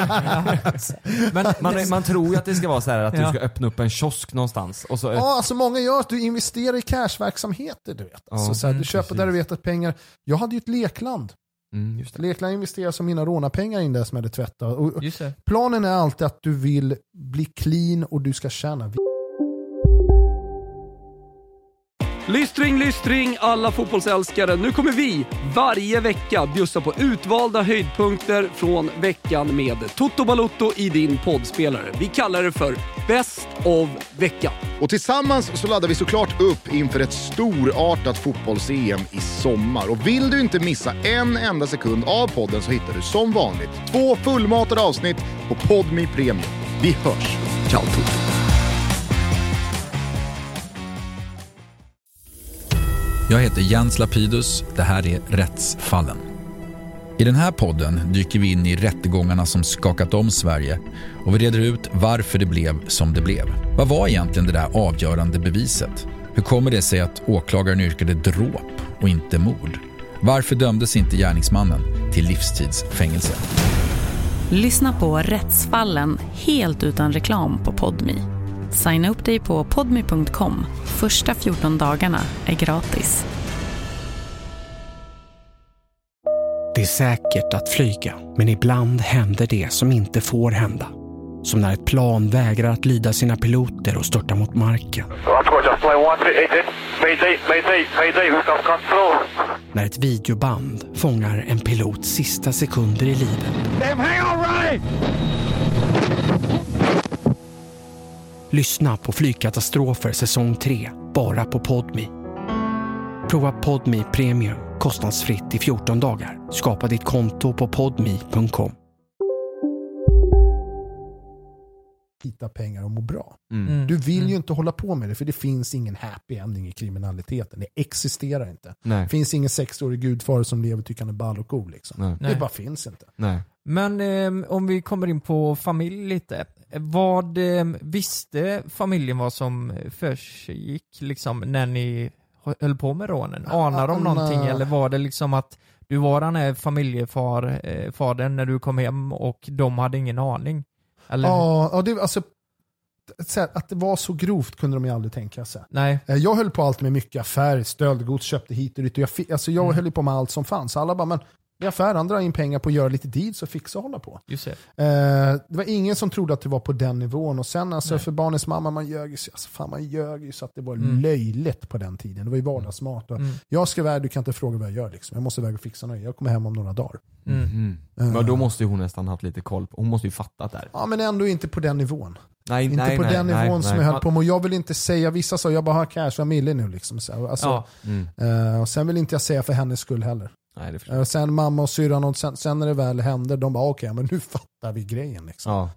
F: Men,
G: Man, man tror ju att det ska vara så här att
F: Ja.
G: du ska öppna upp en kiosk någonstans och så...
H: ja, alltså många gör att du investerar i cashverksamheter, du vet. Alltså,
G: Ja,
H: så här, du
F: mm,
H: köper
G: precis.
H: där du vet att pengar, jag hade ju ett lekland.
G: Mm, just det.
H: Lekland investerar som mina rånarpengar in där som jag hade tvättat. Och
F: just det.
H: planen är alltid att du vill bli clean och du ska tjäna.
J: Lystring, lystring alla fotbollsälskare. Nu kommer vi varje vecka bjussa på utvalda höjdpunkter från veckan med Toto Balotto i din poddspelare. Vi kallar det för Best of veckan.
K: Och tillsammans så laddar vi såklart upp inför ett storartat fotbolls-E M i sommar. Och vill du inte missa en enda sekund av podden så hittar du som vanligt två fullmatade avsnitt på Podme Premium. Vi hörs. Ciao Toto.
L: Jag heter Jens Lapidus, det här är Rättsfallen. I den här podden dyker vi in i rättegångarna som skakat om Sverige och vi reder ut varför det blev som det blev. Vad var egentligen det där avgörande beviset? Hur kommer det sig att åklagaren yrkade dråp och inte mord? Varför dömdes inte gärningsmannen till livstidsfängelse?
M: Lyssna på Rättsfallen helt utan reklam på Podmi. Signa upp dig på podmi punkt com. Första fjorton dagarna är gratis.
N: Det är säkert att flyga, men ibland händer det som inte får hända. Som när ett plan vägrar att lyda sina piloter och störtar mot marken. När ett videoband fångar en pilots sista sekunder i livet. Lyssna på Flygkatastrofer säsong tre, bara på Podmi. Prova Podmi Premium kostnadsfritt i fjorton dagar. Skapa ditt konto på podmi punkt com.
H: Hitta pengar och må bra.
G: Mm.
H: Du vill
G: mm.
H: ju inte hålla på med det, för det finns ingen happy ending i kriminaliteten. Det existerar inte.
G: Nej.
H: Det finns ingen sexårig gudfar som lever tycker han är ball och cool. Liksom.
G: Nej.
H: Det
F: Nej.
H: bara finns inte.
G: Nej.
F: Men eh, om vi kommer in på familj lite. Vad eh, visste familjen vad som försiggick liksom, när ni höll på med rånen? Anar de
H: Ja,
F: någonting
H: nej.
F: eller var det liksom att du var den här familjefar eh, fadern när du kom hem och de hade ingen aning? Eller?
H: Ja, ja det, alltså, att det var så grovt kunde de ju aldrig tänka sig.
F: Nej.
H: Jag höll på allt med mycket affärer, stöldgods, köpte hit och dit. Och jag, fi- alltså jag
F: Mm.
H: höll på med allt som fanns. Alla bara, men det är affär, andra in pengar på att göra lite deals och fixa och hålla på.
F: Just det.
H: Eh, det var ingen som trodde att det var på den nivån. Och sen alltså,
F: Nej.
H: för barnens mamma, man ljög ju så, alltså, fan, man ljög ju så att det var
F: Mm.
H: löjligt på den tiden. Det var ju vardagsmat. Och
F: Mm.
H: jag ska iväg, du kan inte fråga vad jag gör. Liksom. Jag måste iväg och fixa något. Jag kommer hem om några dagar.
F: Mm.
G: Mm.
H: Eh.
G: Men då måste ju hon nästan haft lite koll på. Hon måste ju fatta det här.
H: Ja, men ändå inte på den nivån.
G: Nej,
H: Inte
G: nej,
H: på
G: nej,
H: den
G: nej,
H: nivån som
G: nej.
H: jag höll på med. Och jag vill inte säga, vissa sa jag bara har cash, jag mille nu liksom. Så, alltså,
F: Ja.
G: Mm.
H: eh, och sen vill inte jag säga för hennes skull heller.
G: Nej, det förstår
H: Eh,
G: jag.
H: sen mamma och syrran, och sen, sen när det väl händer, de bara okej, men nu fattar vi grejen liksom.
G: Ja.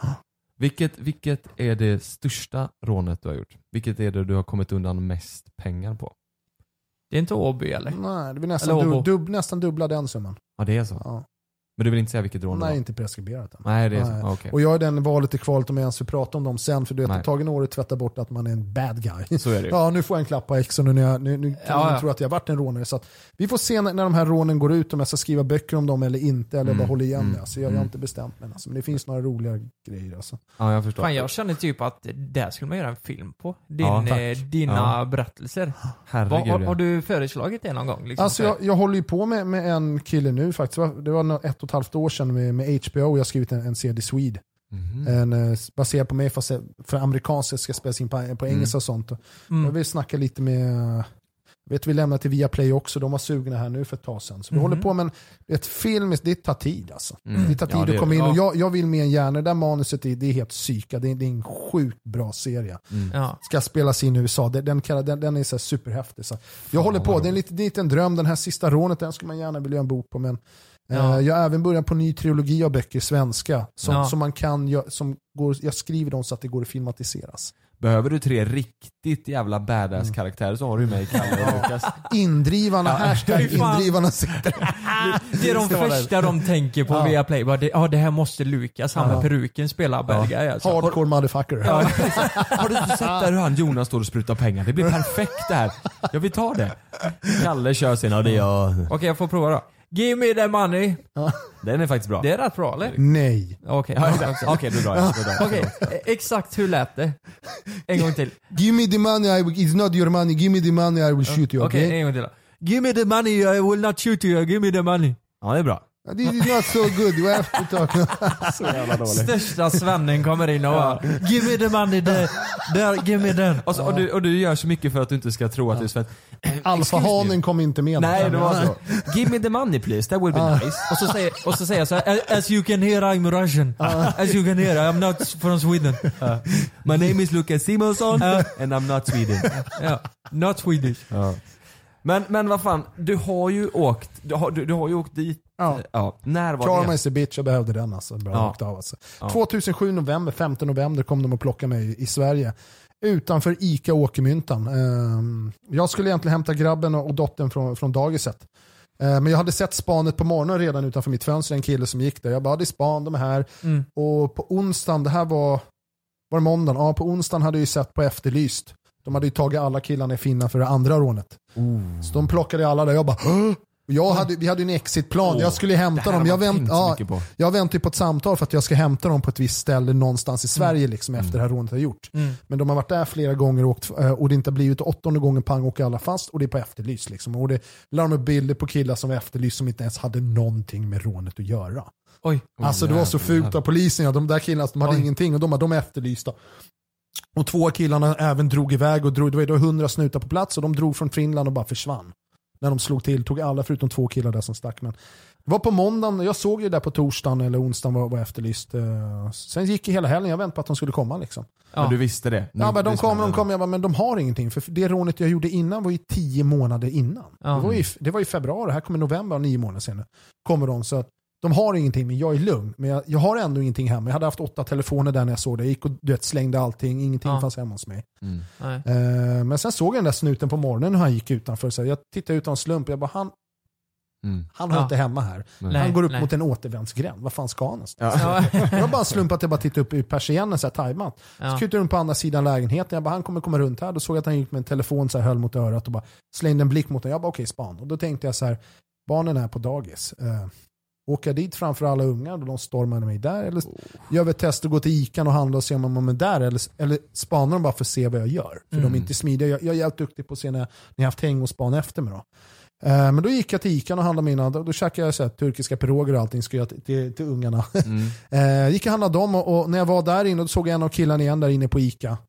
G: Vilket, vilket är det största rånet du har gjort? Vilket är det du har kommit undan mest pengar på?
F: Det är inte Åby eller?
H: Nej, det blir nästan,
F: Eller
H: du,
F: Åbo.
H: dub, nästan dubbla den summan.
G: Ja, det är så.
H: Ja.
G: Men du vill inte säga vilket rån det
H: Nej,
G: var?
H: inte preskriberat än.
G: Nej, det är
H: Nej.
G: så. Ah, okej.
H: Och jag är den valet i kvalet om jag ens vill prata om dem sen, för du vet,
G: Nej.
H: det tar en år att tvätta bort att man är en bad guy.
G: Så är det ju.
H: Ja, nu får jag en klapp på exen och nu, jag, nu, nu kan
F: Ja,
H: man
F: ja.
H: tro att jag har varit en rånare. Så att vi får se när, när de här rånen går ut, om jag ska skriva böcker om dem eller inte, eller
G: Mm.
H: bara hålla igen
G: Mm.
H: det. Alltså, jag, jag har
G: Mm.
H: inte bestämt mig. Alltså. Men det finns några roliga grejer. Alltså.
G: Ja, jag förstår.
F: Fan, jag känner typ att där skulle man göra en film på. Din,
G: Ja, tack.
F: eh, dina
G: Ja.
F: berättelser.
G: Herregud,
F: Vad, har,
G: ja.
F: har du föreslagit det någon gång? Liksom,
H: Alltså jag, jag håller ju på med, med en kille nu faktiskt. Det var, det var nog ett och ett halvt år sedan med, med H B O. Jag har skrivit en, en C D Swede.
G: Mhm.
H: En, eh, baserad på mig, fast för amerikanska ska spelas in på, på engelska och sånt.
F: Mm.
H: Jag vill snacka lite med, jag vet vi lämnar till Viaplay också, de var sugna här nu för ett tag sedan. Så vi
F: Mhm.
H: håller på, men ett film, det tar tid alltså.
G: Mm.
H: Det tar tid
G: Ja, det
H: att
G: är
H: komma
G: det.
H: in, och
F: Ja.
H: jag, jag vill mer än gärna, det där manuset är, det är helt psyka, det är, det är en sjukt bra serie.
G: Mm.
F: Ja.
H: Ska spelas in i U S A, den, den, kallar- den, den är så här superhäftig. Så jag håller på,
G: vad
H: det är en liten, liten dröm, den här sista rånet, den skulle man gärna vilja göra en bok på, men
F: Ja.
H: eh, jag har även börjat på en ny trilogi av böcker, svenska, som,
F: Ja.
H: som man kan, gö- som går, jag skriver dem så att det går att filmatiseras.
G: Behöver du tre riktigt jävla badass karaktärer så har du mig, Kalle och Lukas.
H: Indrivarna, hashtag
F: Fy fan.
H: indrivarna sitter.
F: Det är de första de tänker på
H: Ja.
F: via Play. Bara, det, ja, det här måste Lukas, han med
H: Ja.
F: peruken spela bad guy. Alltså.
H: Hardcore motherfucker.
F: Ja.
G: Har du inte sett där hur han Jonas står och sprutar pengar? Det blir perfekt det här. Jag vill ta det. Kalle kör sin, ja det är jag.
F: Okej, jag får prova då. Give me the money.
G: Den är faktiskt bra.
F: Det är rätt bra, eller?
H: Nej.
F: Okej,
G: Ja,
F: ja,
G: exakt.
F: okej.
G: Okej, då drar jag. Då drar jag.
F: Okej, eh, exakt hur lät det? En gång till.
H: Give me the money, I will, it's not your money, give me the money, I will shoot you,
F: Okej,
H: okay?
F: en gång till då. Give me the money, I will not shoot you, give me the money.
G: Ja, det är bra.
H: This is not so good, you have to talk.
G: Så jävla dåligt.
F: Största svennen kommer in och bara, give me the money, there, there, give me den.
G: Och, så, och, du, och du gör så mycket för att du inte ska tro att du är svensk.
H: Alfahanen kom inte med.
G: Nej, det var så. Give me the money please, that would be nice.
F: Och så säger, och så säger jag så här, as you can hear I'm Russian. As you can hear I'm not from Sweden.
G: My name is Lukas Simonsson
F: Uh.
G: and I'm not Sweden.
F: Ja, not Swedish.
G: Ja. Men, men vad fan, du har ju åkt, du har, du, du har ju åkt dit.
H: Ja.
G: Ja. När var
H: Karma
G: det?
H: is a bitch, jag behövde den alltså. Bra
G: Ja.
H: åkt av, alltså.
G: Ja.
H: tjugohundrasju november, femtonde november kom de och plockade mig i Sverige. utanför Ica Åkermyntan. Eh, jag skulle egentligen hämta grabben och, och dottern från, från dagiset. Eh, men jag hade sett spanet på morgonen redan utanför mitt fönster, en kille som gick där. Jag bara, det är span, de är här.
F: Mm.
H: Och på onsdagen, det här var, var det måndagen? Ja, på onsdagen hade jag ju sett på Efterlyst. De hade ju tagit alla killarna i Finland för det andra rånet. Oh. Så de plockade alla där. Jag bara, Hå? Och jag hade, vi hade en exitplan. Oh, jag skulle hämta dem. Jag, vänt, ja, jag väntade på ett samtal för att jag ska hämta dem på ett visst ställe någonstans i Sverige mm. liksom, efter det här rånet har gjort. Mm. Men de har varit där flera gånger och, åkt, och det inte har blivit åttonde gången pang och alla fast och det är på Efterlyst. Liksom. Och det la de bilder på killar som var Efterlyst som inte ens hade någonting med rånet att göra.
F: Oj.
H: Alltså det var så fult av polisen. Ja, de där killarna de hade Oj. ingenting och de, de är efterlysta. Och två killarna även drog iväg och drog, det var då hundra snutar på plats och de drog från Finland och bara försvann. När de slog till, tog alla förutom två killar där som stack. Men det var på måndagen, jag såg ju där på torsdagen eller onsdagen var, var efterlyst. Sen gick hela helgen, jag väntade på att de skulle komma liksom.
G: Ja. Men du visste det?
H: Ja, men de kom, de kom, jag bara, men de har ingenting. För det rånet jag gjorde innan var ju tio månader innan. Ja. Det, var ju, det var i februari, här kommer november, nio månader senare. Kommer de, så att de har ingenting, men jag är lugn. Men jag, jag har ändå ingenting hemma. Jag hade haft åtta telefoner där när jag såg det. Jag gick och du vet, slängde allting. Ingenting ja. fanns hemma hos mig. Mm. Uh, men sen såg jag den där snuten på morgonen när han gick utanför. Så jag tittade ut av en slump och jag bara, han, mm. han har ja. inte hemma här. Nej. Han går upp nej. mot en återvändsgränd. Vad fan ska han någonstans? Ja. Jag var bara en slump att jag bara tittade upp i persiennen så här tajmat. Ja. Så kutade runt på andra sidan lägenheten. Jag bara, han kommer komma runt här. Då såg jag att han gick med en telefon så här, höll mot örat och bara slängde en blick mot den. Jag bara, okej, okay, span. Och då tänkte jag så här, barnen är på dagis. Uh, Åka dit framför alla ungar och de stormade mig där. Eller oh. gör vi ett test och gå till Ican och handla och se om man är där. Eller, eller spanar de bara för att se vad jag gör. För mm. de är inte smidiga. Jag, jag är jävligt duktig på att se när, när jag haft häng och span efter mig. Då. Uh, men då gick jag till Ican och handlade mina. Då, då käkade jag så här, turkiska piroger och allting. Skulle jag till, till, till ungarna. Mm. uh, gick och handlade dem. Och, och när jag var där inne då såg jag en av killarna igen där inne på Ica.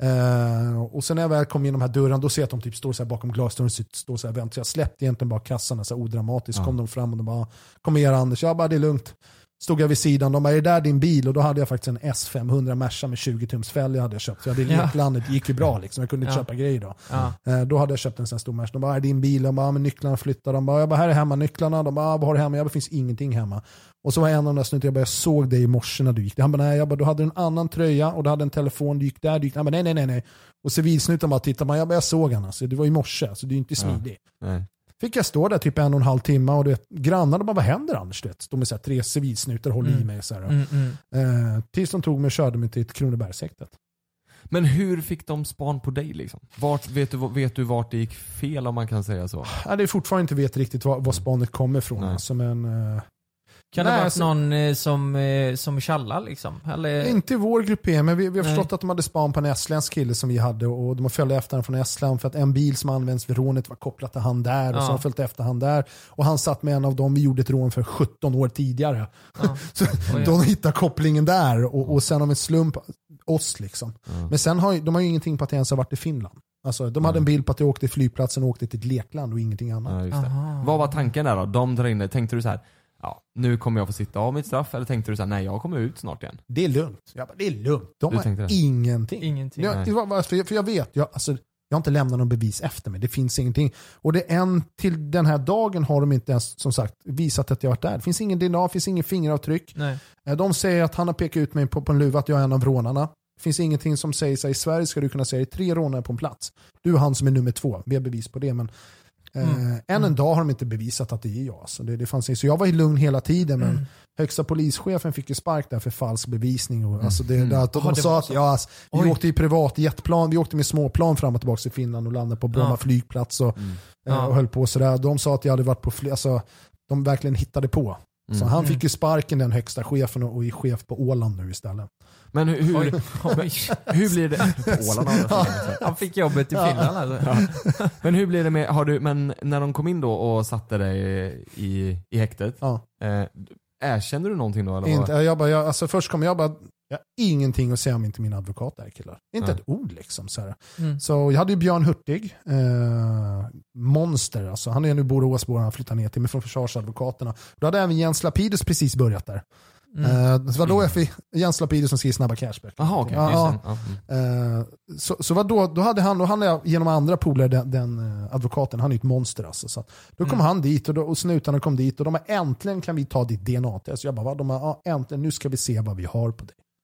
H: Uh, och sen när jag väl kom in de här dörren då ser jag att de typ står så här bakom glasdörren står så här vänt. Så jag släppte egentligen bara kassarna så här odramatiskt. Ja. Kom de fram och de bara, kom igen Anders. Jag bara, det är lugnt. Stod jag vid sidan, de bara, är det där din bil? Och då hade jag faktiskt en S femhundra Merca med tjugo tums fälg jag hade köpt. Så jag hade ja. leklandet, det gick ju bra liksom. Jag kunde inte ja. köpa grejer då. Ja. Uh, då hade jag köpt en sån här stor Merca. De bara, är det din bil? De bara, men nycklarna flyttar. De bara, jag bara, här är hemma nycklarna. De bara, vad har du hemma? Jag bara, finns ingenting hemma. Och så var en av de där snuten, jag bara, jag såg dig i morse när du gick. Han bara, nej, jag bara, du hade en annan tröja och du hade en telefon, du gick där, du gick där. Nej, nej, nej, nej. Och civilsnuten bara tittar man, jag bara, jag såg han alltså. Det var i morse, så det är inte smidig. Ja. Fick jag stå där typ en och en halv timme och det, grannarna bara, vad händer Anders? Du vet? De är så här, tre civilsnutar håller mm. i mig. Så här, mm, mm. Eh, tills de tog mig och körde mig till ett Kronobergshäktet.
G: Men hur fick de span på dig liksom? Vart, vet, du, vet du vart det gick fel om man kan säga så?
H: Ja, det är fortfarande inte vet riktigt var, var spanet kommer ifrån. Alltså, men... Eh,
F: Kan det vara alltså, någon eh, som, eh, som tjallar liksom? Eller?
H: Inte i vår grupp, men vi, vi har förstått att de hade span på en estländsk kille som vi hade och de har följt efter han från Estland för att en bil som används vid rånet var kopplad till han där och ja. så har följt efter han där och han satt med en av dem vi gjorde ett rån för sjutton år tidigare. Ja. Så oh, ja. de hittar kopplingen där och, och sen om en slump oss liksom. Ja. Men sen har de har ju ingenting på att jag ens har varit i Finland. Alltså, de hade mm. en bild på att jag åkte till flygplatsen och åkte till ett lekland och ingenting annat.
G: Ja, just det. Vad var tanken där då? De drar in det. Tänkte du så här, ja, nu kommer jag få sitta av mitt straff, eller tänkte du så här, nej, jag kommer ut snart igen?
H: Det är lugnt. Jag bara, det är lugnt. De har ingenting.
F: Ingenting.
H: Jag, för, jag, för jag vet, jag, alltså, jag har inte lämnat någon bevis efter mig. Det finns ingenting. Och det är en till den här dagen har de inte ens, som sagt, visat att jag har varit där. Det finns ingen D N A, det finns ingen fingeravtryck. Nej. De säger att han har pekat ut mig på, på en luva att jag är en av rånarna. Det finns ingenting som säger sig i Sverige ska du kunna säga tre rånare på en plats. Du är han som är nummer två. Vi har bevis på det, men Mm. Uh, än en mm. dag har de inte bevisat att det är jag. Så, det, det fanns, så jag var i lugn hela tiden, men mm. högsta polischefen fick ju spark där för falsk bevisning. Och, mm. alltså det, det, att de oh, sa att ja, alltså, vi Oj. åkte i privat jetplan, vi åkte med småplan fram och tillbaka till Finland och landade på Bromma ja. flygplats och, mm. uh, och höll på sådär. De sa att jag hade varit på fler, alltså, de verkligen hittade på. Mm. Så han fick ju sparken, den högsta chefen, och är chef på Åland nu istället.
G: Men hur, hur, hur blir det på Åland?
F: Ja. Han fick jobbet i Finland alltså.
G: Ja. Men hur blir det med, har du, men när de kom in då och satte dig i, i häktet, ja. eh, erkände du någonting då? Eller
H: inte, jag bara, jag, alltså först kom jag bara, jag har ingenting att säga om inte min advokat där, killar. Inte ja. ett ord liksom. Så, här. Mm. Så jag hade ju Björn Hurtig, eh, monster alltså. Han är nu Boråsbo, han flyttar ner till mig från försvarsadvokaterna. Då hade även Jens Lapidus precis börjat där. Mm. Uh, så var då jag fick Jens Lapidus som skriver Snabba Cashback.
G: Aha, okay.
H: ja, ja. Mm. uh, så, så var då, då hade han, då hade jag genom andra polare den, den uh, advokaten, han är ett monster alltså. Så då kom mm. han dit och, då, och snutarna kom dit och de har äntligen kan vi ta ditt D N A-test. Jag bara, va? De har, ja, äntligen, nu ska vi se vad vi har på dig.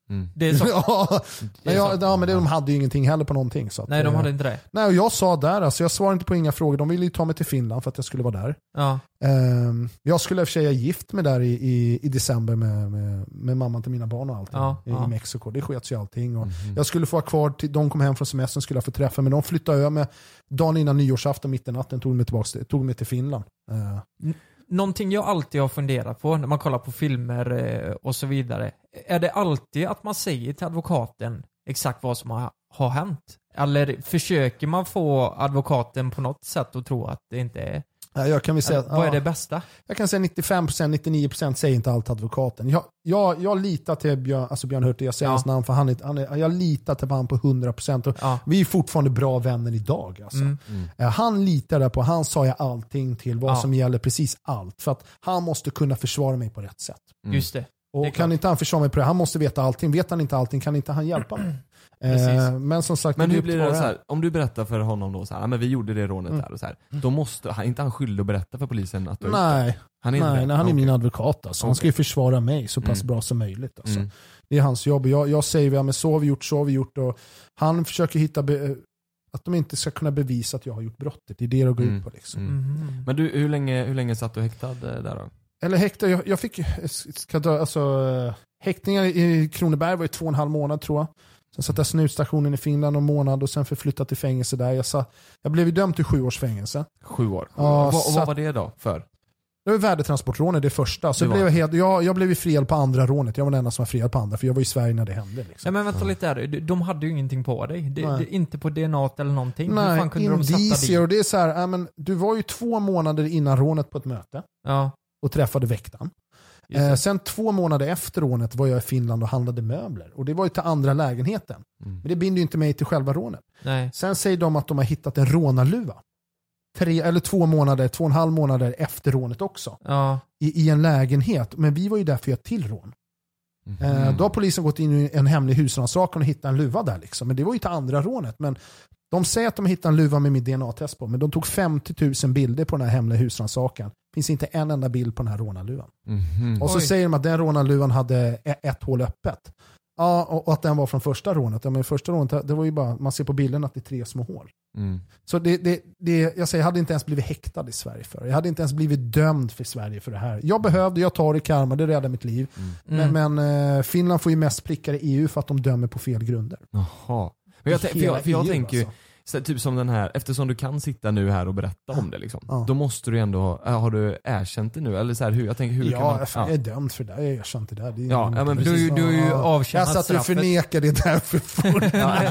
G: Mm.
F: Det är så.
H: ja,
F: det är
H: ja,
F: så.
H: ja, men det, de hade ju ingenting heller på någonting. Så att,
F: Nej, de
H: eh,
F: hade inte det.
H: Nej, och jag sa där, alltså, jag svarade inte på inga frågor. De ville ju ta mig till Finland för att jag skulle vara där.
F: Ja.
H: Um, jag skulle i och för sig ha gift mig där i, i, i december med, med, med mamman till mina barn och allting
F: Ja,
H: i,
F: ja.
H: i Mexiko. Det skets ju allting. Och
G: Mhm.
H: jag skulle få vara kvar till de kom hem från semestern, skulle jag få träffa, men de flyttade över med dagen innan nyårsafton, mitt i natten, tog mig, tillbaka, till- tog mig till Finland. Uh,
F: N- Någonting jag alltid har funderat på när man kollar på filmer eh, och så vidare. Är det alltid att man säger till advokaten exakt vad som har, har hänt? Eller försöker man få advokaten på något sätt att tro att det inte är...
H: jag kan väl säga,
F: Eller, vad är
H: ja.
F: det bästa?
H: Jag kan säga nittiofem procent, nittionio procent säger inte allt advokaten. Jag, jag, jag litar till Björn, alltså Björn Hurtig, jag säger
F: Ja.
H: hans namn för han är, han är, jag litar till han på hundra procent. Och
F: Ja.
H: vi är fortfarande bra vänner idag. Alltså.
F: Mm.
H: Eh, Han litar där på, han sa jag allting till, vad
F: Ja.
H: som gäller, precis allt. För att han måste kunna försvara mig på rätt sätt.
G: Mm.
F: Just det. Det är
H: Och
F: klart.
H: kan inte han försvara mig på det, han måste veta allting. Vet han inte allting kan inte han hjälpa mig.
F: Precis.
H: Eh, men som sagt,
G: Men
H: det
G: hur
H: upp
G: blir
H: till
G: det
H: var och
G: så
H: en.
G: här, om du berättar för honom då så här, ja, men vi gjorde det rånet
H: Mm.
G: där och så här. Då måste han, inte han skyldig att berätta för polisen att du har gjort det?
H: Nej,
G: Han är inte
H: nej,
G: det?
H: nej, han är
G: Okej.
H: min advokat. Alltså. Han
G: Okej.
H: ska ju försvara mig så pass
G: Mm.
H: bra som möjligt. Alltså.
G: Mm.
H: Det är hans jobb. Jag, jag säger ja, men så har vi gjort, så har vi gjort. Och han försöker hitta be- att de inte ska kunna bevisa att jag har gjort brottet. Det är det det går
G: Mm.
H: ut på. Liksom.
G: Mm.
F: Mhm.
G: Men du, hur länge, hur länge satt du häktad eh, där då?
H: Eller häkta, jag, jag fick ska dra, alltså, eh, häktningar i Kronoberg var ju två och en halv månad tror jag. Sen satt jag snutstationen i Finland en månad och sen förflyttat till fängelse där. Jag, sa, jag blev ju dömd till sju års fängelse.
G: Sju år?
H: Ja,
G: och, vad, och
H: satt-
G: vad var det då för?
H: Det var värdetransportrånet, det första. Så
G: Det var
H: blev jag,
G: det.
H: helt, jag, jag blev ju friad på andra rånet. Jag var den enda som var friad på andra, för jag var i Sverige när det hände. Liksom.
F: Nej men vänta lite här, de hade ju ingenting på dig. Det,
H: Nej.
F: det, inte på D N A eller någonting. Hur
H: Nej,
F: fan kunde de sätta
H: indicier.
F: dig?
H: Och det är så här, ja, men, du var ju två månader innan rånet på ett möte
F: Ja,
H: och träffade väktaren.
F: just det.
H: Eh, sen två månader efter rånet var jag i Finland och handlade möbler. Och det var ju till andra lägenheten.
G: Mm.
H: Men det binder ju inte mig till själva rånet.
F: Nej.
H: Sen säger de att de har hittat en rånarluva. Tre eller två månader, två och en halv månader efter rånet också.
F: Ja.
H: I, i en lägenhet. Men vi var ju där för ett till rån.
G: Mhm.
H: Eh, då har polisen gått in i en hemlig husrannsakan och hittat en luva där. Liksom. Men det var ju till andra rånet. Men de säger att de hittat en luva med mitt D N A-test på. Men de tog femtio tusen bilder på den här hemliga husrannsakan. Det finns inte en enda bild på den här rånarluvan.
G: Mhm.
H: Och så
F: Oj.
H: säger de att den rånarluvan hade e- ett hål öppet. Ja, och, och att den var från första rånet. Ja, men första rånet, det var ju bara, man ser på bilden att det är tre små hål.
G: Mm.
H: Så det, det, det, jag säger, jag hade inte ens blivit häktad i Sverige för det. Jag hade inte ens blivit dömd för Sverige för det här. Jag behövde, jag tar det i karma, det räddar mitt liv.
G: Mm.
H: Men, men eh, Finland får ju mest prickar i E U för att de dömer på fel grunder.
G: Jaha. Men jag,
H: I
G: tän- för jag,
H: hela
G: för jag
H: E U,
G: tänker ju,
H: alltså.
G: så, typ som den här, eftersom du kan sitta nu här och berätta om det liksom,
H: Ja.
G: då måste du ändå, ha- har du erkänt det nu? Eller så här, hur, jag tänker hur kan
H: Ja,
G: man,
H: fan, jag är dömd för det. Jag har erkänt det där. Det är
G: Ja,
H: inget-
G: ja, men
F: Du, har ju- du har ju
H: Ja.
F: avtjänat
H: Jag satt och
F: straffet.
H: förnekade det där för fort.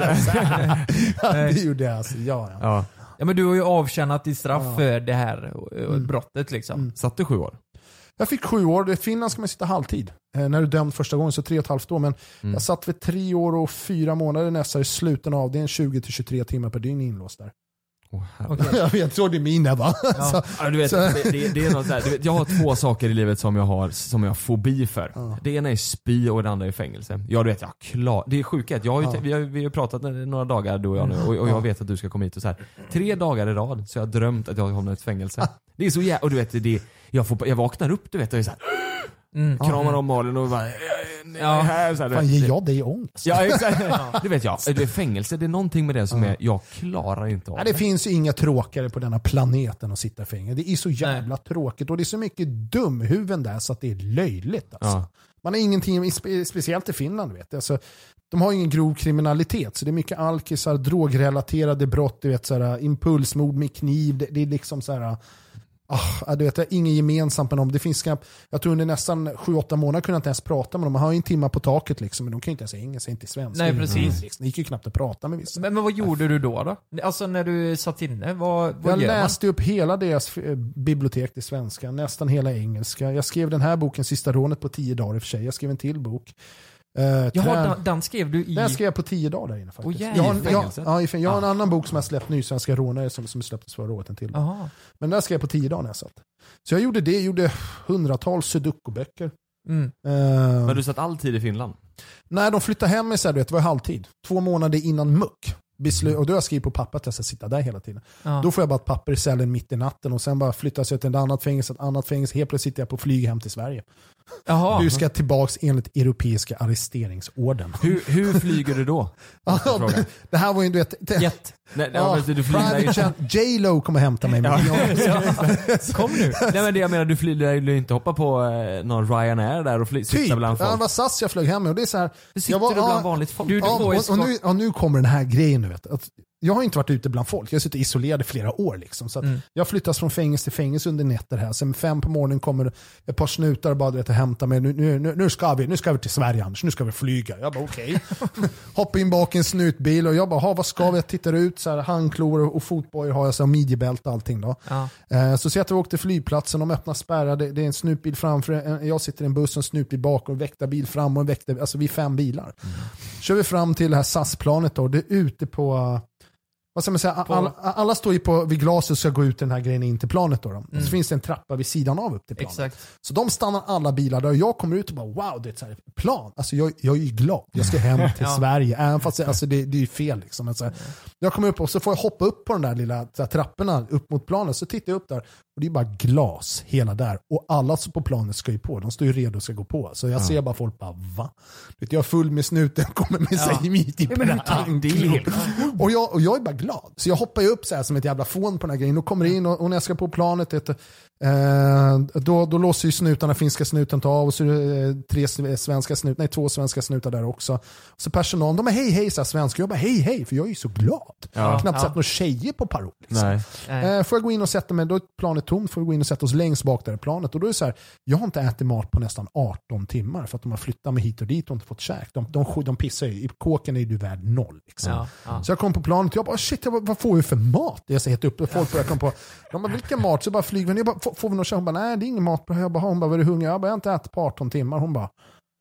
H: Ja, det gjorde jag alltså. Ja, ja.
G: ja.
F: Ja men du har ju avtjänat ditt straff
H: Ja.
F: för det här eh,
H: Mm.
F: brottet liksom.
H: Mm.
G: Satt du sju år?
H: Jag fick sju år. I Finland ska man sitta halvtid. Eh, när du är dömd första gången så tre och ett halvt år. Men
G: Mm.
H: jag satt för tre år och fyra månader nästan i sluten av. Det är en tjugo till tjugotre timmar per dygn inlåst där.
G: Åh, herregud.
F: Okej.
H: Jag vet, så det är mina va? Så,
G: Ja, du vet,
H: så-
G: det, det, det är något så här, du vet, jag har två saker i livet som jag har som jag har fobi för.
H: Ja.
G: Det ena är spy och det andra är fängelse. Ja du vet, jag klar, det är sjukt. Jag har ju,
H: Ja.
G: vi, har, vi har pratat några dagar du och jag nu och, och jag vet att du ska komma hit och så här. Tre dagar i rad så jag har drömt att jag hamnar i ett fängelse. Det är så jävla, och du vet, det, jag, får, jag vaknar upp du vet och är så här,
F: Mm.
G: kramar om Malin och bara,
F: Ja.
G: här, så här,
H: fan, ger jag dig ångest?
G: Ja exakt. Det vet jag. Det är fängelse, det är någonting med det som är, jag klarar inte av
H: Nej, det finns ju inga tråkigare på denna planeten att sitta i fängelse. Det är så jävla tråkigt och det är så mycket dumhuvuden där så att det är löjligt. Alltså.
G: Ja.
H: Man har ingenting, spe- speciellt i Finland vet jag. Alltså, de har ingen grov kriminalitet så det är mycket alkisar, drogrelaterade brott, du vet, såhär, impulsmord med kniv. Det, det är liksom så här. Ah, du vet, det är inget gemensamt med dem. Det finns knappt, jag tror under nästan sju åtta månader kunde jag inte ens prata med dem. Man har ju en timme på taket liksom, men de kan ju inte ens engelska, inte svenska.
F: Nej, precis.
H: Liksom. Det gick ju knappt att prata med vissa.
F: Men, men vad gjorde du då då? Alltså när du satt inne, vad, vad
H: Jag
F: gör
H: läste upp hela deras eh, bibliotek till svenska, nästan hela engelska. Jag skrev den här boken, Sista rånet, på tio dagar i och för sig. Jag skrev en till bok. Uh,
F: man? Jaha, den, den skrev du i...
H: Den skrev jag på tio dagar där inne faktiskt.
F: Åh, jävlar.
H: jag har,
G: I
H: en- jag,
G: fängelset?
H: ja, i fäng- jag har en annan bok som jag släppt ny, Svenska rånare, som, som släpptes förra året, en till.
F: Jaha.
H: Men där skrev jag på tio dagar när jag satt. Så jag gjorde det, gjorde hundratals sudoku-böcker.
F: Mm.
H: Uh,
G: Men du satt all tid i Finland?
H: när de flyttade hem mig så här, du vet, det var halvtid. Två månader innan muck. Beslut, och då har jag skrivit på papper att jag ska sitta där hela tiden.
F: Ja.
H: Då får jag bara ett papper i cellen mitt i natten och sen bara flyttas jag till ett annat fängelse, ett annat fängelse. Helt plötsligt sitter jag på flyg hem till Sverige.
F: Jaha.
H: Du ska tillbaks enligt europeiska arresteringsorden.
G: Hur, hur flyger du då?
H: Det här var ju, du vet...
F: Jet.
G: Nej,
H: ja,
G: ja, du flyger
H: J-Lo kommer hämta mig.
G: Ja.
F: Kom nu.
G: Nej men det jag menar, du flyger ju inte hoppa på eh, någon Ryanair där och fly, sitta
H: typ.
G: bland folk.
H: Ja, det var S A S jag flög hem med och det är så här.
G: Du sitter
H: jag var,
G: du bland
H: ja,
G: vanligt folk.
F: Du, du
H: ja,
F: får
H: och, och, nu, och nu kommer den här grejen nu vet att jag har inte varit ute bland folk. Jag har suttit isolerad i flera år. Liksom. Så att
F: Mm.
H: jag flyttas från fängelse till fängelse under nätter här. Sen fem på morgonen kommer ett par snutar och bara vet, att hämta mig. Nu, nu, nu, ska vi, nu ska vi till Sverige Anders. Nu ska vi flyga. Jag bara okej. Okay. Hoppar in bak i en snutbil och jag bara, ha, vad ska vi? Jag tittar ut. Så här, handklor och, och fotbojor har jag. Så här, midjebälte och allting. Då.
F: Ja.
H: Eh, så ser jag att vi åkte till flygplatsen. De öppnar spärrar. Det, det är en snutbil framför. En, jag sitter i en buss och en snutbil bakom. En väktarbil fram och en väktarbil. Alltså vi är fem bilar. Mm. Kör vi fram till det här S A S-planet då. Det är ute på... Vad ska man säga? Alla, alla står ju på, vid glaset och ska gå ut den här grejen in till planet. Då, då. Mm. Och så finns det en trappa vid sidan av upp till planet.
F: Exakt.
H: Så de stannar alla bilar där och jag kommer ut och bara wow, det är ett så här plan. Alltså jag, jag är ju glad. Jag ska hem till
F: ja.
H: Sverige. Även fast det, alltså det, det är ju fel. Liksom. Alltså, jag kommer upp och så får jag hoppa upp på den där lilla så här, trapporna upp mot planet. Så tittar jag upp där och det är bara glas hela där. Och alla som på planet ska ju på. De står ju redo och ska gå på. Så jag ja. ser bara folk bara va? Vet, jag är full med snuten kommer med sig ja. mitt i ja, och, jag, och jag är bara glad. Så jag hoppar ju upp så här som ett jävla fån på den här grejen och kommer in och, och när jag ska på planet ett, eh, då, då låser ju snutarna, finska snuten tar av och så är det tre svenska snutar, nej två svenska snutar där också. Så personalen, de är hej hej så här svenska. Jag bara hej hej för jag är ju så glad.
G: Ja.
H: Knappt
F: Ja.
H: sett några tjejer på parol. Liksom.
G: Nej.
H: Eh, får jag gå in och sätta mig, då är planet tomt, får jag gå in och sätta oss längst bak där i planet och då är det så här, jag har inte ätit mat på nästan arton timmar för att de har flyttat mig hit och dit och inte fått käk. De, de, de, de pissar ju, i kåken är du värd noll. Liksom.
F: Ja. Ja.
H: Så jag kom på planet och jag bara shit, jag bara, vad får vi för mat? Jag säger upp och folk börjar komma på, de bara vilken mat? Så jag bara flyger, jag bara, får, får vi något? Hon bara nej det är ingen mat. Jag bara, hon bara var du hungrig? Jag bara jag har inte ätit på arton timmar. Hon bara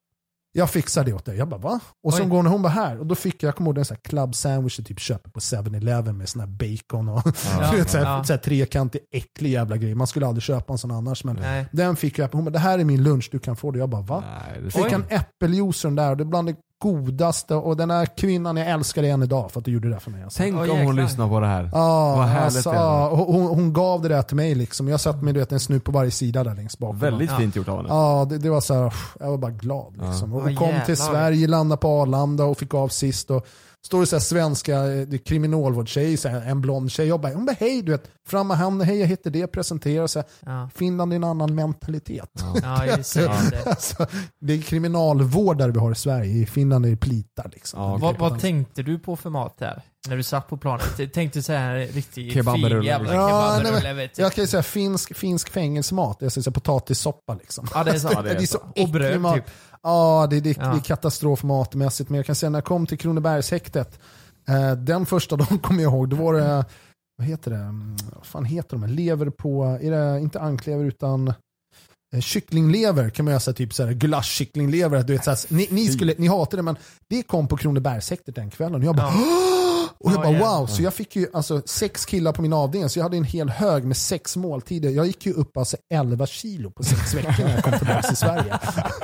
H: jag fixar det åt dig. Jag bara va? Och så går hon bara här och då fick jag, jag kommer ihåg en sån här club sandwich typ köper på seven eleven med sån här bacon och
F: Ja,
H: du vet, så här,
F: ja.
H: så här trekantig äcklig jävla grej. Man skulle aldrig köpa en sån annars men
F: Nej.
H: den fick jag. Hon bara det här är min lunch, du kan få det. Jag bara va?
G: Nej, det
H: Fick
F: Oj.
H: en äppeljuice den där och det är bland det godaste och den här kvinnan, jag älskar det än idag för att du gjorde det för mig. Alltså.
G: Tänk
F: Åh,
G: om hon
F: jäklar.
G: lyssnar på det här.
H: Ja,
G: Vad härligt
H: alltså,
G: det är.
H: ja, hon, hon gav det där till mig liksom. Jag satt med du vet, en snup på varje sida där längst bak.
G: Väldigt
F: Ja.
G: fint gjort av henne.
H: Ja, det, det var så här, jag var bara glad liksom. Och
F: Åh,
H: kom
F: jävlar.
H: till Sverige, landade på Arlanda och fick av sist och står det så här svenska eh, det är kriminalvårdstjej, så här, en blond tjej. Jag bara, hon bara hej du vet, fram med handen, hej jag heter det, presenterar sig.
F: Ja.
H: Finland är en annan mentalitet.
F: Ja, just det. Just det.
H: Alltså, det är kriminalvårdare vi har i Sverige, i Finland är det plitar liksom.
G: Ja,
F: Vad, vad tänkte du på för mat där? När du satt på planet? Tänkte du så här riktig
G: Kebaberulle,
F: fin jävla
H: Ja,
F: kebaberulle,
H: nej, men,
F: vet du?
H: jag kan ju säga finsk, finsk fängelsemat, jag säger så här, potatissoppa liksom.
F: Ja, det är så.
G: Ja, det är
H: det är
G: så.
H: så
F: Och bröd,
H: äcklig mat.
F: typ.
H: Ja, det, det,
F: Ja.
H: det är katastrof matmässigt. Men jag kan säga när jag kom till Kronobergshäktet, eh, den första dagen kommer jag ihåg, då var det, vad heter det, Mm, vad fan heter de? Lever på, är det inte anklever utan eh, kycklinglever kan man göra så här, typ så här gulaschkycklinglever. Du vet, så här, ni, ni, skulle, ni hatar det men det kom på Kronobergshäktet den kvällen och jag bara och jag
F: Ja,
H: bara
F: jävlar.
H: wow, så jag fick ju alltså sex killar på min avdelning så jag hade en hel hög med sex måltider. Jag gick ju upp alltså elva kilo på sex veckor när jag kom tillbaka till Sverige.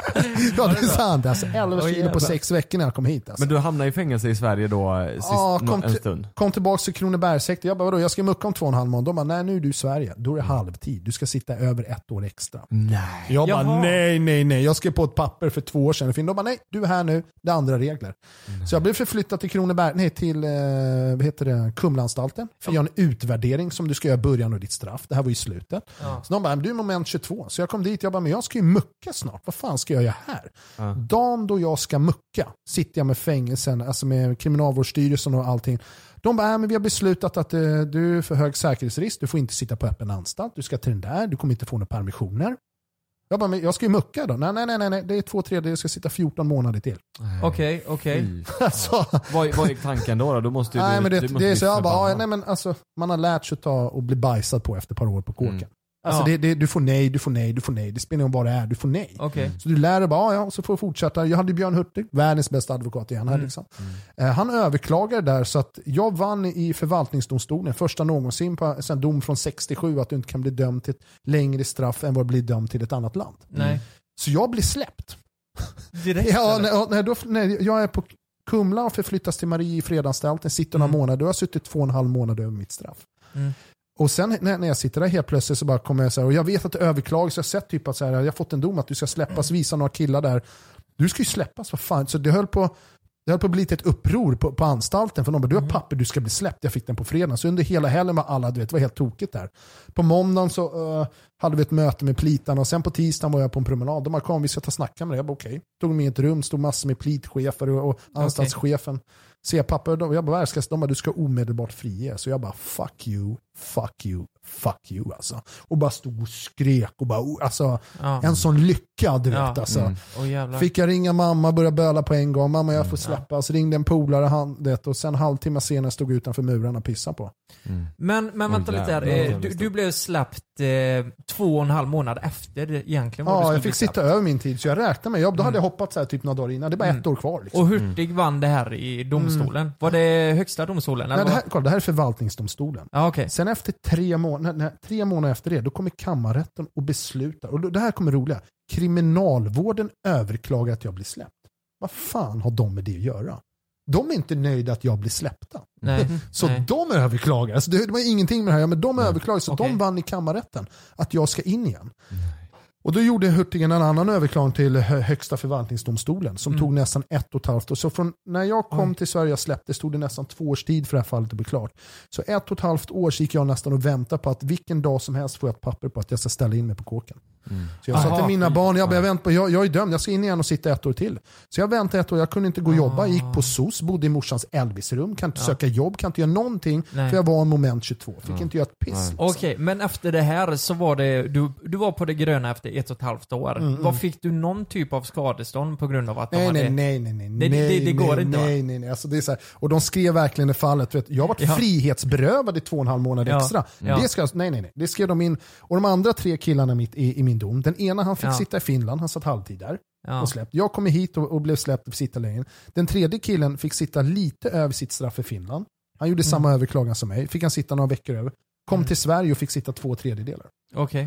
H: Ja, det är sant. Alltså elva
F: Oj,
H: kilo på
F: jävlar.
H: sex veckor när jag kom hit. Alltså.
G: Men du hamnade i fängelse i Sverige då eh, sist,
H: Ja,
G: nå-
H: kom
G: en
H: till-
G: stund?
H: Kom tillbaka till Kronobergshäktet. Jag bara vadå, jag ska mucka om två och en halv månad. De bara nej nu är du i Sverige. Då är det halvtid. Du ska sitta över ett år extra.
G: Nej.
H: Jag bara
F: Jaha.
H: nej, nej, nej. Jag skrev på ett papper för två år sedan. De bara nej, du är här nu. Det är andra regler. Så jag blev förflyttad till Kronoberg, nej till eh, vad heter det, Kumlaanstalten. För jag har en utvärdering som du ska göra i början av ditt straff. Det här var ju slutet.
F: Ja.
H: Så de bara, du är moment tjugotvå. Så jag kom dit, jag bara, men jag ska ju mucka snart. Vad fan ska jag göra här?
G: Ja.
H: Dagen då jag ska mucka sitter jag med fängelsen, alltså med kriminalvårdsstyrelsen och allting. De bara, äh, men vi har beslutat att eh, du är för hög säkerhetsrisk. Du får inte sitta på öppen anstalt. Du ska till den där. Du kommer inte få några permissioner. Jag bara, men jag ska ju mucka då. Nej, nej, nej, nej. Det är två tredjedelar. Jag ska sitta fjorton månader till.
F: Okej, okej.
G: Fy.
H: Alltså,
G: Vad, vad är tanken då? då? Då måste ju
H: nej,
G: du,
H: men det,
G: du måste
H: det är
G: bli
H: så jag bara,
G: förbannad.
H: ja, nej, men alltså, man har lärt sig att ta och bli bajsad på efter ett par år på kåken.
G: Mm.
H: Alltså,
F: Ja.
H: det, det, du får nej, du får nej, du får nej. Det spelar ingen roll vad det är, du får nej.
F: Okej.
H: Så du lär dig bara, ja, ja, och så får du fortsätta. Jag hade Björn Hurtig, världens bästa advokat igen här.
F: Mm.
H: Liksom. Eh, han överklagade där så att jag vann i förvaltningsdomstolen, första någonsin på en dom från sextiosju att du inte kan bli dömd till ett längre straff än vad du blir dömd till ett annat land.
F: Nej.
H: Så jag blir släppt.
F: Direkt?
H: Ja,
F: eller?
H: när, när, då, när jag är på Kumla och förflyttas till Marie i Fredanstalten, sitter några
F: Mm.
H: månader, då har jag suttit två och en halv månad över mitt straff.
F: Mm.
H: Och sen när, när jag sitter där helt plötsligt så bara kommer jag så här, och jag vet att det överklagas, så jag har sett typ att så här, jag har fått en dom att du ska släppas, visa några killar där. Du ska ju släppas, vad fan. Så det höll på, det höll på att bli ett uppror på, på anstalten, för de bara, du har papper, du ska bli släppt. Jag fick den på fredag. Så under hela helgen var alla, du vet, var helt tokigt där. På måndagen så uh, hade vi ett möte med plitarna, och sen på tisdagen var jag på en promenad. De bara, kom, vi ska ta snacka med dig. Jag bara, okej. Okay. Tog mig i ett rum, stod massor med plitchefer och, och anstaltschefen. Okay. Ser papper, de, jag bara, ska, de bara, du ska omedelbart frige. Så jag bara, fuck you, fuck you, fuck you alltså. Och bara stod och skrek och bara, oh, alltså ja. En sån lycka, du
F: ja.
H: vet alltså.
F: Mm. Oh,
H: fick jag ringa mamma, börja böla på en gång. Mamma, jag får släppa. Mm. Så ringde en polare, han, det, och sen halvtimme senare stod utanför murarna och pissade på.
F: Mm. Men, men vänta oh, lite här, eh, du, du blev släppt eh, två och en halv månad efter egentligen.
H: Ja, jag fick sitta över min tid, så jag räknade med, jag, då mm. hade jag hoppat så här typ några dagar innan. Det är bara mm. ett år kvar. Liksom.
F: Och Hurtig mm. vann det här i domstolen. Mm. Var det högsta domstolen?
H: Nej, det här, kolla, det här är förvaltningsdomstolen.
F: Ah, okay.
H: Sen efter tre månader, tre månader efter det, då kommer kammarrätten och beslutar. Och det här kommer roliga. Kriminalvården överklagar att jag blir släppt. Vad fan har de med det att göra? De är inte nöjda att jag blir släppta.
F: Nej.
H: Så
F: Nej.
H: de överklagar. Alltså det, det var ingenting med det här, men de överklagar. Så
F: okay.
H: de vann i kammarrätten att jag ska in igen. Och då gjorde Hurtigen en annan överklagan till högsta förvaltningsdomstolen som mm. tog nästan ett och ett halvt år. Så från när jag kom Oj. till Sverige och släppte stod det nästan två års tid för det här fallet att bli klart. Så ett och ett halvt år gick jag nästan och väntade på att vilken dag som helst får jag ett papper på att jag ska ställa in mig på kåken. Mm. Så jag sa till mina barn, jag, jag, vänt på, jag, jag är dömd, jag ska in igen och sitta ett år till. Så jag väntade ett år, jag kunde inte gå och jobba, gick på S O S, bodde i morsans Elvis-rum, kan inte ja. söka jobb, kan inte göra någonting. Nej. För jag var en moment tjugotvå, fick ja. inte göra ett piss. Liksom.
F: Okej, okay, men efter det här så var det, du, du var på det gröna efter ett och ett halvt år. Mm, mm. Vad fick du någon typ av skadestånd på grund av att
H: nej,
F: de hade...
H: Nej, nej, nej, nej,
F: nej. Det, det, det går
H: nej,
F: inte,
H: nej, nej, nej. Alltså det är så här, och de skrev verkligen i fallet, vet, jag har varit ja. frihetsberövad i två och en halv månad
F: ja.
H: extra.
F: Ja.
H: Det ska, nej, nej, nej. Det skrev de in. Och de andra tre killarna mitt i, i min dom, den ena han fick ja. sitta i Finland, han satt halvtid där. Ja. Och släppt. Jag kom hit och, och blev släppt och sitta längre. Den tredje killen fick sitta lite över sitt straff i Finland. Han gjorde mm. samma överklagan som mig. Fick han sitta några veckor över. Kom mm. till Sverige och fick sitta två tredjedelar.
F: Okej. Okay.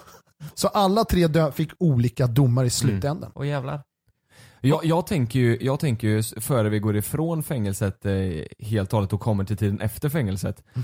H: Så alla tre dö- fick olika domar i slutändan.
F: Mm. Och jävlar.
G: Jag, jag tänker ju, jag tänker ju före vi går ifrån fängelset eh, helt och hållet och kommer till tiden efter fängelset. Mm.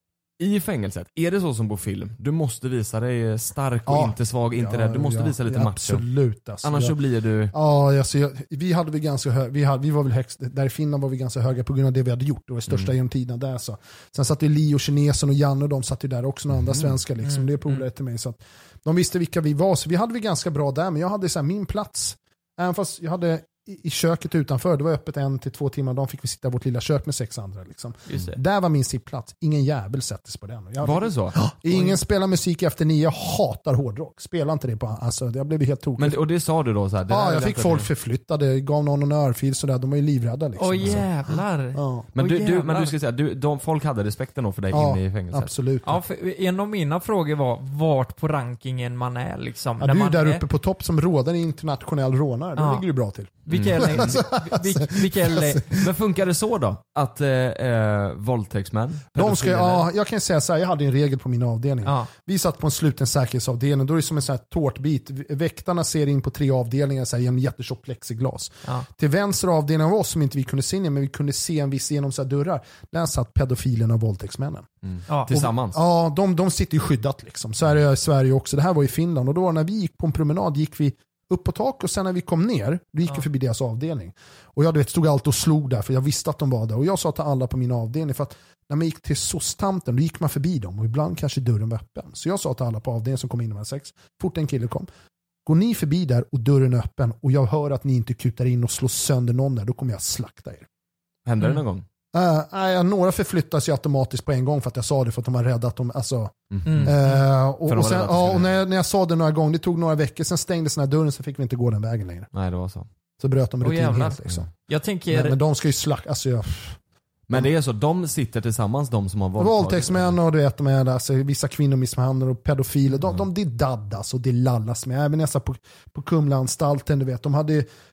G: I fängelset, är det så som på film? Du måste visa dig stark och ja. inte svag, inte ja, rädd. Du måste ja, visa lite
H: ja,
G: macho.
H: Absolut. Alltså,
G: Annars
H: jag,
G: så blir du...
H: Ja, alltså, jag, vi hade väl ganska hög, vi, hade, vi var väl högst, där i Finland var vi ganska höga på grund av det vi hade gjort. Det var det största mm. genom tiden där. Så. Sen satt ju Leo, kinesen och Janne och de satt ju där också, några andra mm. svenskar liksom. Mm. Det är polare till mig. Så att de visste vilka vi var, så vi hade vi ganska bra där. Men jag hade så här, min plats, även fast jag hade i köket utanför, det var öppet en till två timmar, de fick vi sitta i vårt lilla kök med sex andra liksom. Där var min sittplats, ingen jävel sättes på den. Jag,
G: var det så?
H: Ja, ingen spelar musik efter nio, jag hatar hårdrock, spelar inte det på, alltså jag blev helt tokig.
G: Men och det sa du då så här, det
H: ja, jag fick folk förflyttade, gav någon en örfil sådär, de var ju livrädda liksom.
F: Åh jävlar.
H: Ja.
G: Men, du,
F: Åh,
G: du, men du ska säga, du, de, folk hade respekten då för dig ja, inne i fängelset.
H: Absolut.
F: Ja, för en av mina frågor var vart på rankingen man är liksom.
H: Ja,
F: när
H: du är
F: man
H: där
F: är...
H: uppe på topp som rådande internationell rånare, då ja. ligger du bra till.
F: Vilka
G: mm.
F: är vilka, vilka är
G: Men funkar det så då? Att eh, eh, våldtäktsmän?
H: De ska, ja, jag kan säga så här, jag hade en regel på min avdelning.
F: Ja.
H: Vi satt på en sluten säkerhetsavdelning, då är det som en sån här tårtbit. Väktarna ser in på tre avdelningar så här, genom jättetjock plexiglas. Ja. Till vänster avdelning av oss som inte vi kunde se ner, men vi kunde se en viss genom så här dörrar. Där satt pedofilerna och våldtäktsmännen.
G: Mm. Ja. Tillsammans?
H: Och, ja, de, de sitter ju skyddat liksom. Så är det i Sverige också. Det här var i Finland. Och då när vi gick på en promenad gick vi upp på tak och sen när vi kom ner, då gick ja. vi förbi deras avdelning. Och jag vet, stod alltid och slog där för jag visste att de var där. Och jag sa till alla på min avdelning, för att när man gick till S O S-tanten, då gick man förbi dem och ibland kanske dörren var öppen. Så jag sa till alla på avdelningen som kom in de här sex, fort en kille kom, går ni förbi där och dörren är öppen och jag hör att ni inte kutar in och slår sönder någon där, då kommer jag slakta er.
G: Hände
H: mm.
G: det någon gång?
H: Uh, uh, några förflyttas ju automatiskt på en gång för att jag sa det, för att de var rädda att de, alltså,
G: mm.
H: uh, och, och, sen, uh, och när, jag, när jag sa det några gånger, det tog några veckor, sen stängdes den här dörren, så fick vi inte gå den vägen längre.
G: Nej, det var så.
H: Så bröt de rutin
F: oh,
H: helt liksom.
F: Jag tänker...
H: men, men de ska ju slakta, alltså jag...
G: Men det är så, de sitter tillsammans, de som har våldtagit.
H: Våldtäktsmän och du vet, de är där, alltså, vissa kvinnomisshandlare och pedofiler, de, mm. de, det daddas och det lallas med. Även nästan på, på Kumlaanstalten, du vet, de hade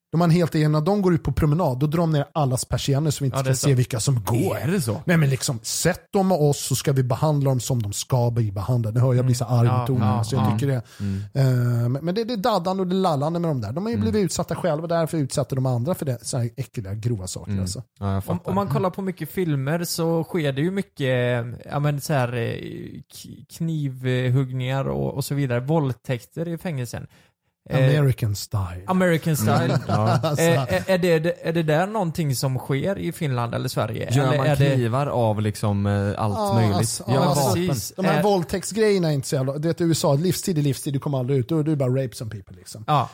H: De är helt ena, de går ut på promenad, då drar de ner allas persienner så vi inte
F: Ja,
H: ska
F: det är
H: se
F: så.
H: vilka som går.
G: Är det så?
H: Nej men liksom, sätt dem med oss så ska vi behandla dem som de ska bli behandlade. Nu hör jag bli så arg
F: Ja,
H: i tonen,
F: ja,
H: så jag
F: ja.
H: tycker det.
G: Mm.
H: Eh, men men det, det är daddande och det lallande med de där. De har ju blivit utsatta själva, därför utsätter de andra för det, så här äckliga, grova saker.
G: Mm.
H: Alltså.
G: Ja, jag
F: Om,
G: fattar.
F: om man kollar på mycket filmer så sker det ju mycket ja, men så här, eh, k- knivhuggningar och, och så vidare. Våldtäkter i fängelsen. Eh,
H: American style.
F: American style.
G: Mm, ja.
H: Alltså.
F: Eh, är, är, det, är det där någonting som sker i Finland eller Sverige?
G: Gör
F: eller
G: man
F: är det...
G: knivar av liksom eh, allt
H: Ja,
G: möjligt?
H: alltså,
G: Gör
H: ja,
G: man
H: alltså,
G: vapen?
F: precis.
H: De här
F: Eh,
H: våldtäktsgrejerna är inte så jävla... Du vet, i U S A, livstid är livstid, du kommer aldrig ut. Då är det bara rape some people. Liksom.
F: Ja.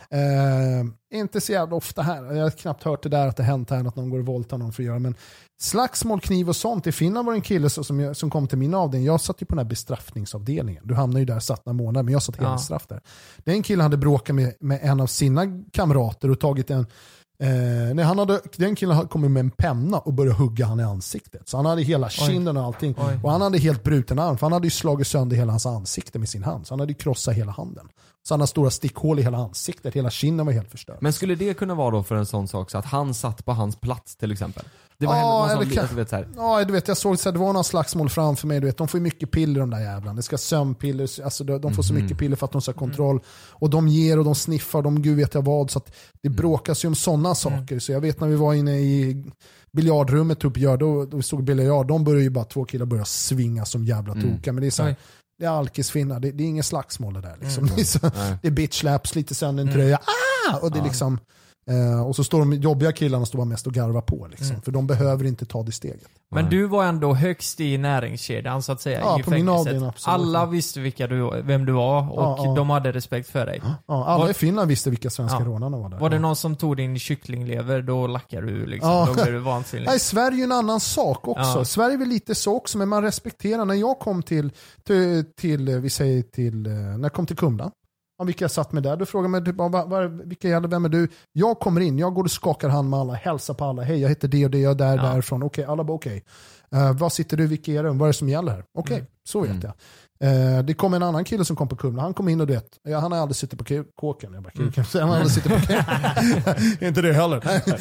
H: Eh, inte så jävla ofta här. Jag har knappt hört det där att det hänt här, att någon går och våldtar någon för att göra. Men slagsmål, kniv och sånt. I Finland var det en kille så- som, jag, som kom till min avdelning. Jag satt ju på den här bestraffningsavdelningen. Du hamnar ju där, satt några månader, men jag satt
F: Ja.
H: helt straff där. Den killen hade bråkat med, med en av sina kamrater och tagit en Eh, nej, han hade, den killen hade kommit med en penna och börjat hugga han i ansiktet. Så han hade hela kinden och allting.
F: Oj.
H: Och han hade helt bruten arm, för han hade ju slagit sönder hela hans ansikte med sin hand. Så han hade ju krossat hela handen. Så han hade stora stickhål i hela ansiktet, hela kinden var helt förstörd.
G: Men skulle det kunna vara då för en sån sak så att han satt på hans plats till exempel? Det var
H: Ja,
G: någon
H: eller
G: sån,
H: kan-
G: alltså, vet, så här.
H: Ja, du vet, jag såg så här, det var någon slagsmål framför mig. Du vet, de får ju mycket piller de där jävlarna. Det ska sömnpiller, alltså de, de får så
G: Mhm.
H: mycket piller för att de ska ha kontroll. Och de ger och de sniffar, de gud vet jag vad. Så att det bråkas ju om sådana saker. Så jag vet när vi var inne i biljardrummet typ, gör, då, då vi stod i biljard, de började ju bara, två killar började svinga som jävla
G: Mm.
H: toka. Men det är så här,
F: Oj.
H: det är alkisfinnar, det, det är ingen slagsmål det där. Liksom.
F: Mm.
H: Det är, så,
G: Nej.
H: det är bitch slaps, lite sönder en
F: Mm.
H: tröja. Ah! Och det är
F: Ja.
H: liksom... Eh, och så står de jobbiga killarna och står bara mest och garvar på. Liksom.
F: Mm.
H: För de behöver inte ta det steget.
F: Men
G: Nej.
F: du var ändå högst i näringskedjan så att säga
H: Ja,
F: i
H: på min
F: fängelset.
H: avdelning, absolut.
F: Alla visste vilka du, vem du var och
H: Ja, ja.
F: de hade respekt för dig.
H: Ja, alla
F: Var-
H: i Finland visste vilka svenska
F: Ja.
H: rånarna var där.
F: Var det
H: Ja.
F: någon som tog din kycklinglever, då lackar du liksom.
H: Ja.
F: Då blir du vansinnig.
H: Nej, Sverige är ju en annan sak också.
F: Ja.
H: Sverige är väl lite så också, men man respekterar. När jag kom till, till, till vi säger till, eh, när jag kom till Kumla, ja, vilka jag satt med där, då frågade man typ, vad, vad, vilka gäller, vem är du? Jag kommer in, jag går och skakar hand med alla, hälsar på alla, hej jag heter det och det, jag är där,
F: Ja.
H: därifrån, okej, alla bara okej. Eh, vad sitter du, vilka är det, vad är det som gäller här? Okej,
F: Mm.
H: så vet
G: Mm.
H: jag. Eh, det kom en annan kille som kom på Kumla, han kom in och du vet, ja, han har aldrig suttit på k- kåken. Jag bara,
F: Mm.
H: han har aldrig suttit på kåken. Inte det heller.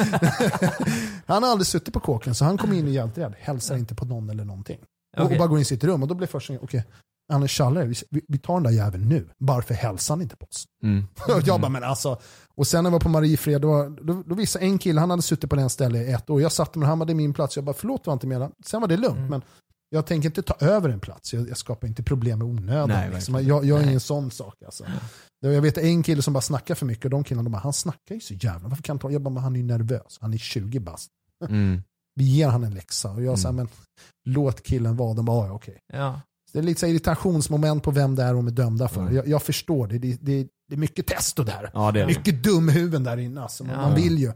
H: Han har aldrig suttit på kåken, så han kom in och hjälpte rädd, hälsar inte på någon eller någonting. Och,
F: Okej.
H: och bara går in i sitt rum och då blev första gången, okej, Anders Schaller, vi, vi, vi tar den där jäveln nu. Varför hälsar han inte på oss?
G: Mm.
H: Och jag bara, men alltså. Och sen när jag var på Mariefred, då, då, då visade en kille, han hade suttit på den stället i ett år. Jag satt med han hade min plats. Jag bara, förlåt var inte med. Sen var det lugnt,
F: Mm.
H: men jag tänker inte ta över en plats. Jag, jag skapar inte problem med onödan.
G: Nej,
H: liksom.
G: verkligen.
H: jag, jag är
F: Nej.
H: ingen sån sak. Alltså. Jag vet en kille som bara snackar för mycket och de killarna, de bara, han snackar ju så jävla. Varför kan han ta? Jag bara, men han är ju nervös. Han är tjugo bast.
G: Mm.
H: Vi ger han en läxa. Och jag sa,
G: Mm.
H: men låt killen vara. De bara, ja, okej.
F: Ja.
H: Det är lite så här irritationsmoment på vem det är de är dömda för.
G: Mm.
H: Jag, jag förstår det. Det, det. det är mycket testo där.
G: Ja, det är det.
H: Mycket dumhuvuden där inne. Alltså. Man,
F: Ja.
H: man vill ju.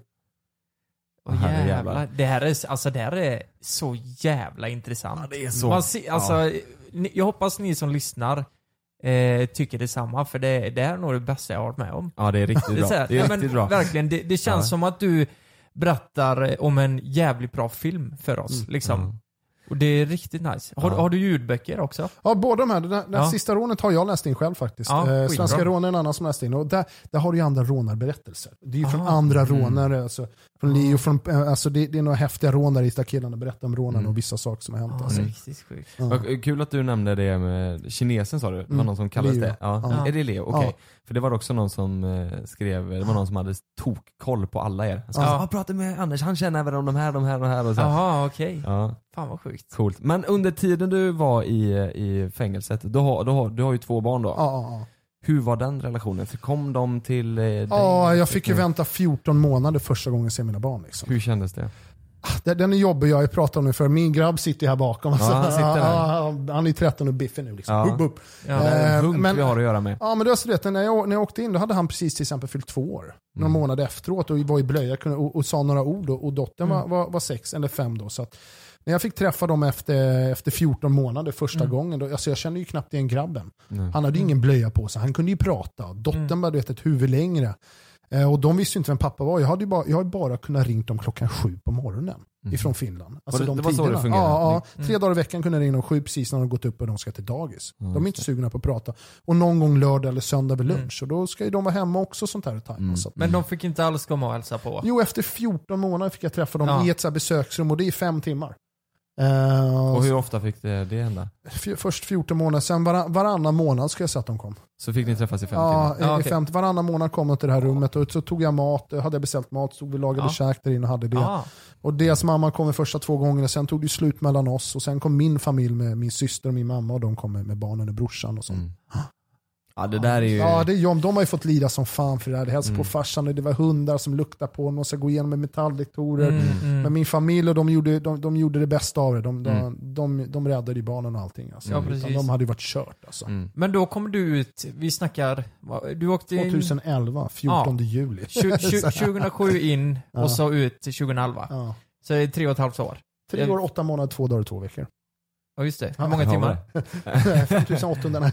F: Åh,
G: Herre
F: jävlar.
G: jävlar.
F: Det här är, alltså det här är så jävla intressant.
G: Ja, det är så.
F: Man ser, alltså, ni, jag hoppas ni som lyssnar eh, tycker detsamma, för det, det här är nog det bästa jag har varit med om.
G: Ja, det är riktigt
F: Det är
G: bra.
F: så här,
G: Det är
F: nej,
G: riktigt
F: men
G: bra.
F: Verkligen, det, det känns
G: Ja.
F: som att du berättar om en jävligt bra film för oss.
H: Mm.
F: Liksom.
G: Ja.
F: Och det är riktigt nice. Har,
G: Ja.
F: har du ljudböcker också?
H: Ja, båda de här. Det, där, det
F: Ja.
H: sista rånet har jag läst in själv faktiskt.
F: Ja,
H: eh,
F: skitbra.
H: Svenska rånare är en annan som läst in. Och där, där har du ju andra rånarberättelser. Det är ju från
F: Aha.
H: andra
G: Mm.
H: rånare. Alltså, från Leo, från, eh, alltså det, det är några häftiga rånare i killarna berättar om rånarna
G: Mm.
H: och vissa saker som har hänt.
F: Ja,
H: Alltså.
G: Mm.
F: riktigt sjukt.
H: Ja.
G: Vad kul att du nämnde det med kinesen, sa du? Det var
H: Mm.
G: någon som kallades
H: Leo.
G: det? Ja.
H: Ja.
G: Är det Leo? Okej.
H: Ja.
G: För det var också någon som eh, skrev, det var någon som hade tokkoll på alla er. Han sa,
F: Ja.
G: ja. prata med Anders, han känner även om de här, de här, de här och så. här.
F: Jaha, okej.
G: Ja,
F: Fan vad sjukt.
G: coolt. Men under tiden du var i, i fängelset, du har, du, har, du har ju två barn då.
H: Ja, ja, ja.
G: Hur var den relationen? För kom de till eh, dig?
H: Ja, jag fick ju vänta fjorton månader första gången jag ser mina barn. Liksom.
G: Hur kändes det?
H: Den den är jobbig, jag har ju pratat om det för min grabb sitter ju här bakom.
G: Ja, han sitter där.
H: Ja, han är tretton och biffig nu. Liksom.
G: Ja.
H: Hup, hup.
F: Ja.
G: Det är en
H: Eh,
G: hunk
H: men-
G: vi har att göra med.
H: Ja, men det var så vet, när, jag, när jag åkte in då hade han precis till exempel fyllt två år. Några
G: Mm.
H: månader efteråt och var i blöja kunde, och, och sa några ord. Och, och dottern
F: Mm.
H: var, var, var sex eller fem då. Så att, när jag fick träffa dem efter, efter fjorton månader första
F: Mm.
H: gången, då, alltså jag kände ju knappt igen grabben.
G: Nej.
H: Han hade ju ingen blöja på sig, han kunde ju prata. Dottern
F: Mm.
H: bara du vet, ett huvud längre. Eh, och de visste ju inte vem pappa var. Jag hade ju bara, jag hade bara kunnat ringt dem klockan sju på morgonen
G: Mm.
H: ifrån Finland. Alltså
G: det,
H: de
G: det var så
H: tiderna.
G: det fungerade?
H: Ja, ja,
G: Mm.
H: tre dagar i veckan kunde jag ringa dem sju precis när de gått upp och de ska till dagis.
G: Mm,
H: de är inte sugna på att prata. Och någon gång lördag eller söndag vid
F: Mm.
H: lunch. Och då ska ju de vara hemma också sånt här tajma.
G: Mm.
H: Så att,
F: Men de fick inte alls komma och hälsa på?
H: Jo, efter fjorton månader fick jag träffa dem
F: Ja.
H: i ett så här besöksrum och det är fem timmar. Uh,
G: Och hur ofta fick det, det hända?
H: f- först fjorton månader, sen var, varannan månad ska jag säga att de kom.
G: Så fick ni träffas i fem
H: Ja,
G: timmar?
H: i,
F: Ja,
H: i
F: okej.
H: fem, varannan månad kom jag till det här rummet och så tog jag mat, hade jag beställt mat, stod vi lagade
F: Ja.
H: käk där inne och hade det.
F: Ah.
H: Och deras mamma kom första två gångerna, sen tog det slut mellan oss och sen kom min familj med min syster och min mamma och de kom med, med barnen och brorsan och sånt.
G: Mm. Ja, det där är ju...
H: Ja, det är ju, de har ju fått lida som fan för det här. Det hälsade
G: Mm.
H: på farsan och det var hundar som luktade på honom och så gå igenom med metalldetektorer.
F: Mm, mm.
H: Men min familj och de gjorde, de, de gjorde det bästa av det. De, de,
G: Mm.
H: de, de räddade ju barnen och allting. Alltså.
F: Ja,
H: Utan
F: precis.
H: de hade ju varit kört. Alltså.
G: Mm.
F: Men då kom du ut, vi snackar, vad- du åkte in
H: tjugoelva, fjortonde juli.
F: tju- tju- tjugohundrasju in
H: Ja.
F: och så ut till tjugoelva.
H: Ja.
F: Så det är tre och ett halvt år.
H: Tre år, åtta månader, två dagar och två veckor.
F: Ja just det. Hur
H: Ja,
F: många
G: jag
F: timmar?
H: femtusen åttahundra.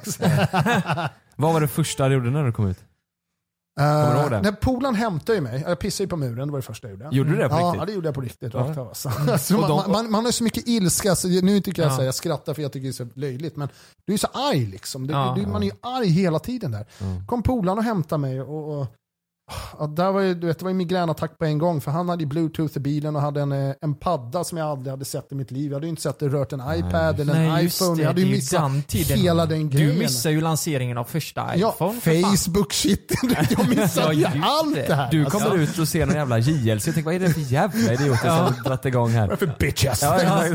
G: Vad var det första du gjorde när du kom ut?
H: Kommer
G: du ihåg det?
H: När polaren hämtade ju mig, jag pissade ju på muren, det var det första jag gjorde.
G: Gjorde du det på
H: Ja,
G: riktigt?
H: ja, det gjorde jag på riktigt.
G: Ja.
H: Rakt av, alltså. Alltså,
G: Och
H: man,
G: de-
H: man, man har så mycket ilska, så nu tycker jag
F: Ja.
H: att jag skrattar för jag tycker det är så löjligt, men du är så arg liksom. Du,
F: Ja.
H: du, man är ju arg hela tiden där.
G: Mm.
H: Kom polaren och hämtade mig och, och ja, där var ju, du vet, det var ju migränattack på en gång, för han hade ju bluetooth i bilen och hade en, eh, en padda som jag aldrig hade sett i mitt liv. Jag hade ju inte sett det rört en iPad eller en
F: Nej just
H: iPhone.
F: det,
H: Jag hade
F: det
H: ju
F: är ju
H: missat
F: den tiden.
H: hela den
F: Du
H: grejen.
F: missar ju lanseringen av första
H: Ja,
F: iPhone. för fan.
H: Facebook shit. Jag missade ju
F: Ja, just
H: allt
F: det.
H: det här.
G: Du
H: Alltså.
G: kommer ut och ser någon jävla J L C och tänker, vad är det för jävla idioter
F: Ja.
G: som dratt igång här?
H: Vad för bitches.
G: Ja, ja.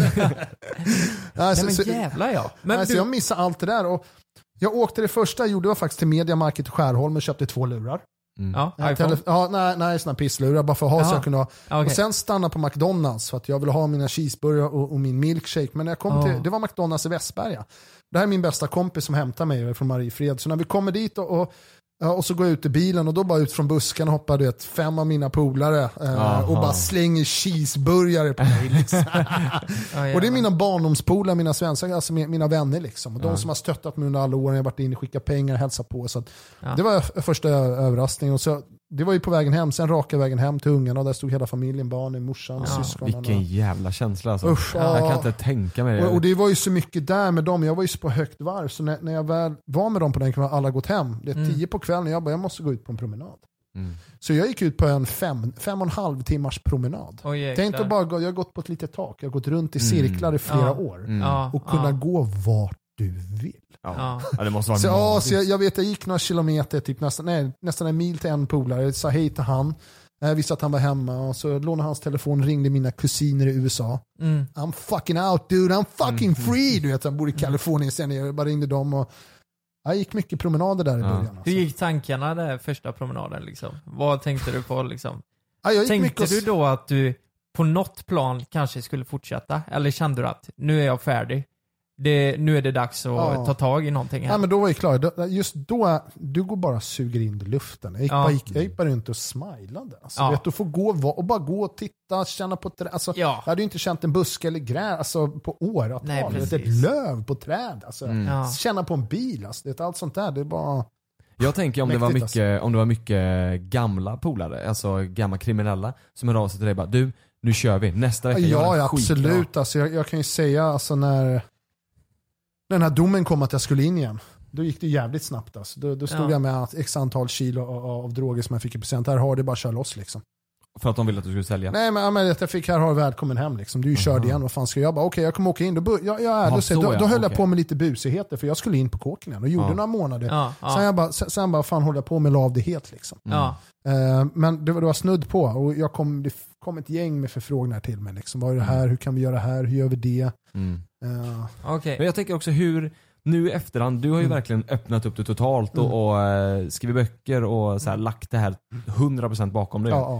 H: Alltså,
F: Nej
H: så-
F: men jävlar ja. Men
H: alltså,
F: du,
H: jag missade allt det där. Och jag åkte det första jag gjorde var faktiskt till Media Market i Skärholm och köpte två lurar.
G: Mm.
F: ja,
H: En
F: iPhone.
H: tele- ja, nej, nej, såna pisslurar bara för att ha så
F: Jaha.
H: jag kunde ha.
F: Ja, okej.
H: Och sen stanna på McDonalds för att jag ville ha mina cheeseburgare och, och min milkshake. Men när jag kom
F: Ja.
H: till, det var McDonalds i Västberga. Det här är min bästa kompis som hämtar mig från Mariefred. Så när vi kommer dit och, och, ja, och så går jag ut i bilen och då bara ut från busken hoppar du vet, fem av mina polare eh,
G: Aha.
H: och bara slänger cheeseburgare på mig. Liksom.
F: Ja,
H: Och det är mina barndomspolare, mina svenskar, alltså mi- mina vänner liksom. Och de
G: Ja.
H: som har stöttat mig under alla åren, jag har varit inne, skickat pengar, hälsat på. Så att
F: Ja.
H: det var f- första överraskningen. Och så, det var ju på vägen hem, sen raka vägen hem till ungarna och där stod hela familjen, barnen, morsan,
F: Ja,
H: syskonen.
G: Vilken jävla känsla alltså.
H: Usch,
G: Jag
H: ja.
G: kan inte tänka mig det.
H: Och, och det var ju så mycket där med dem, jag var ju så på högt varv. Så när, när jag väl var med dem på den kvällen, alla gått hem. Det är
F: Mm.
H: tio på kvällen och jag bara, jag måste gå ut på en promenad.
G: Mm.
H: Så jag gick ut på en fem, fem och en halv timmars promenad.
F: Oj, jäklar.
H: Tänk att bara gå, jag har gått på ett litet tak, jag har gått runt i
G: Mm.
H: cirklar i flera
F: Ja.
H: år.
G: Mm.
F: Ja,
H: Och kunna
F: ja.
H: gå vart du vill.
G: Ja.
F: Ja.
G: Ja, det måste vara
H: Så, ja,
G: magiskt.
H: så jag, jag vet, jag gick några kilometer, typ nästan, nej, nästan en mil till en polare. Jag sa hej till han. Jag visste att han var hemma och så lånade hans telefon, ringde mina kusiner i U S A.
F: Mm.
H: I'm fucking out dude, I'm fucking free. Du vet, han bor i Kalifornien sen. Jag bara ringde dem och jag gick mycket promenader där i
G: Ja.
H: början.
F: Hur
H: Alltså.
F: gick tankarna där första promenaden liksom? Vad tänkte du på liksom?
H: Ja, jag gick
F: Tänkte
H: mycket och-
F: du då att du på något plan kanske skulle fortsätta? Eller kände du att nu är jag färdig? Det, nu är det dags att
H: Ja.
F: ta tag i någonting här?
H: Ja, men då var jag klar. Då- Just då, du går bara och suger in luften. Jag gick,
F: Ja.
H: bara, gick, jag gick bara runt och smilade. Alltså,
F: Ja.
H: vet, du får gå va- och bara gå och titta, känna på träd. Alltså,
F: Ja.
H: Jag hade ju inte känt en buske eller gräs alltså, på åratal.
F: Nej,
H: Du vet, ett
F: precis.
H: löv på träd. Alltså,
G: Mm.
F: Ja.
H: Känna på en bil. Alltså, det är allt sånt där. Det är bara...
G: Jag tänker om det, var
H: Mäktigt,
G: mycket, om det var mycket gamla polare, alltså gamla kriminella som hörde av sig till dig bara, du, nu kör vi, nästa vecka gör
H: Ja,
G: det
H: ja
G: skitbra."
H: absolut. Alltså, jag, jag kan ju säga alltså, när den här domen kom att jag skulle in igen. Då gick det jävligt snabbt. Alltså. Då, då stod
F: Ja.
H: jag med att x antal kilo av, av droger som jag fick i present. Här har det bara kör loss liksom.
G: För att de ville att du skulle sälja?
H: Nej men, men jag fick här har välkommen hem liksom. Du är ju körd igen, vad fan ska jag bara? Okej jag kommer åka in. Då, bör- jag, jag är ärlig
G: Ja,
H: och säger,
G: så
H: då,
G: ja,
H: då höll jag
G: okej.
H: på med lite busigheter för jag skulle in på kåken igen och gjorde
G: Ja.
H: några månader.
F: Ja, ja.
H: Sen, jag bara, sen, sen bara fan håller jag på med la av det helt liksom.
F: Ja.
H: Eh, men det var, det var snudd på och jag kom, det kom ett gäng med förfrågningar till mig. Liksom. Vad är det här? Hur kan vi göra här? Hur gör vi det?
G: Mm.
H: Eh,
F: Okej.
G: Men jag tänker också hur, nu i efterhand, du har ju
H: Mm.
G: verkligen öppnat upp det totalt och,
H: Mm.
G: och eh, skrivit böcker och så här, lagt det här hundra procent bakom dig.
H: ja, ja, ja.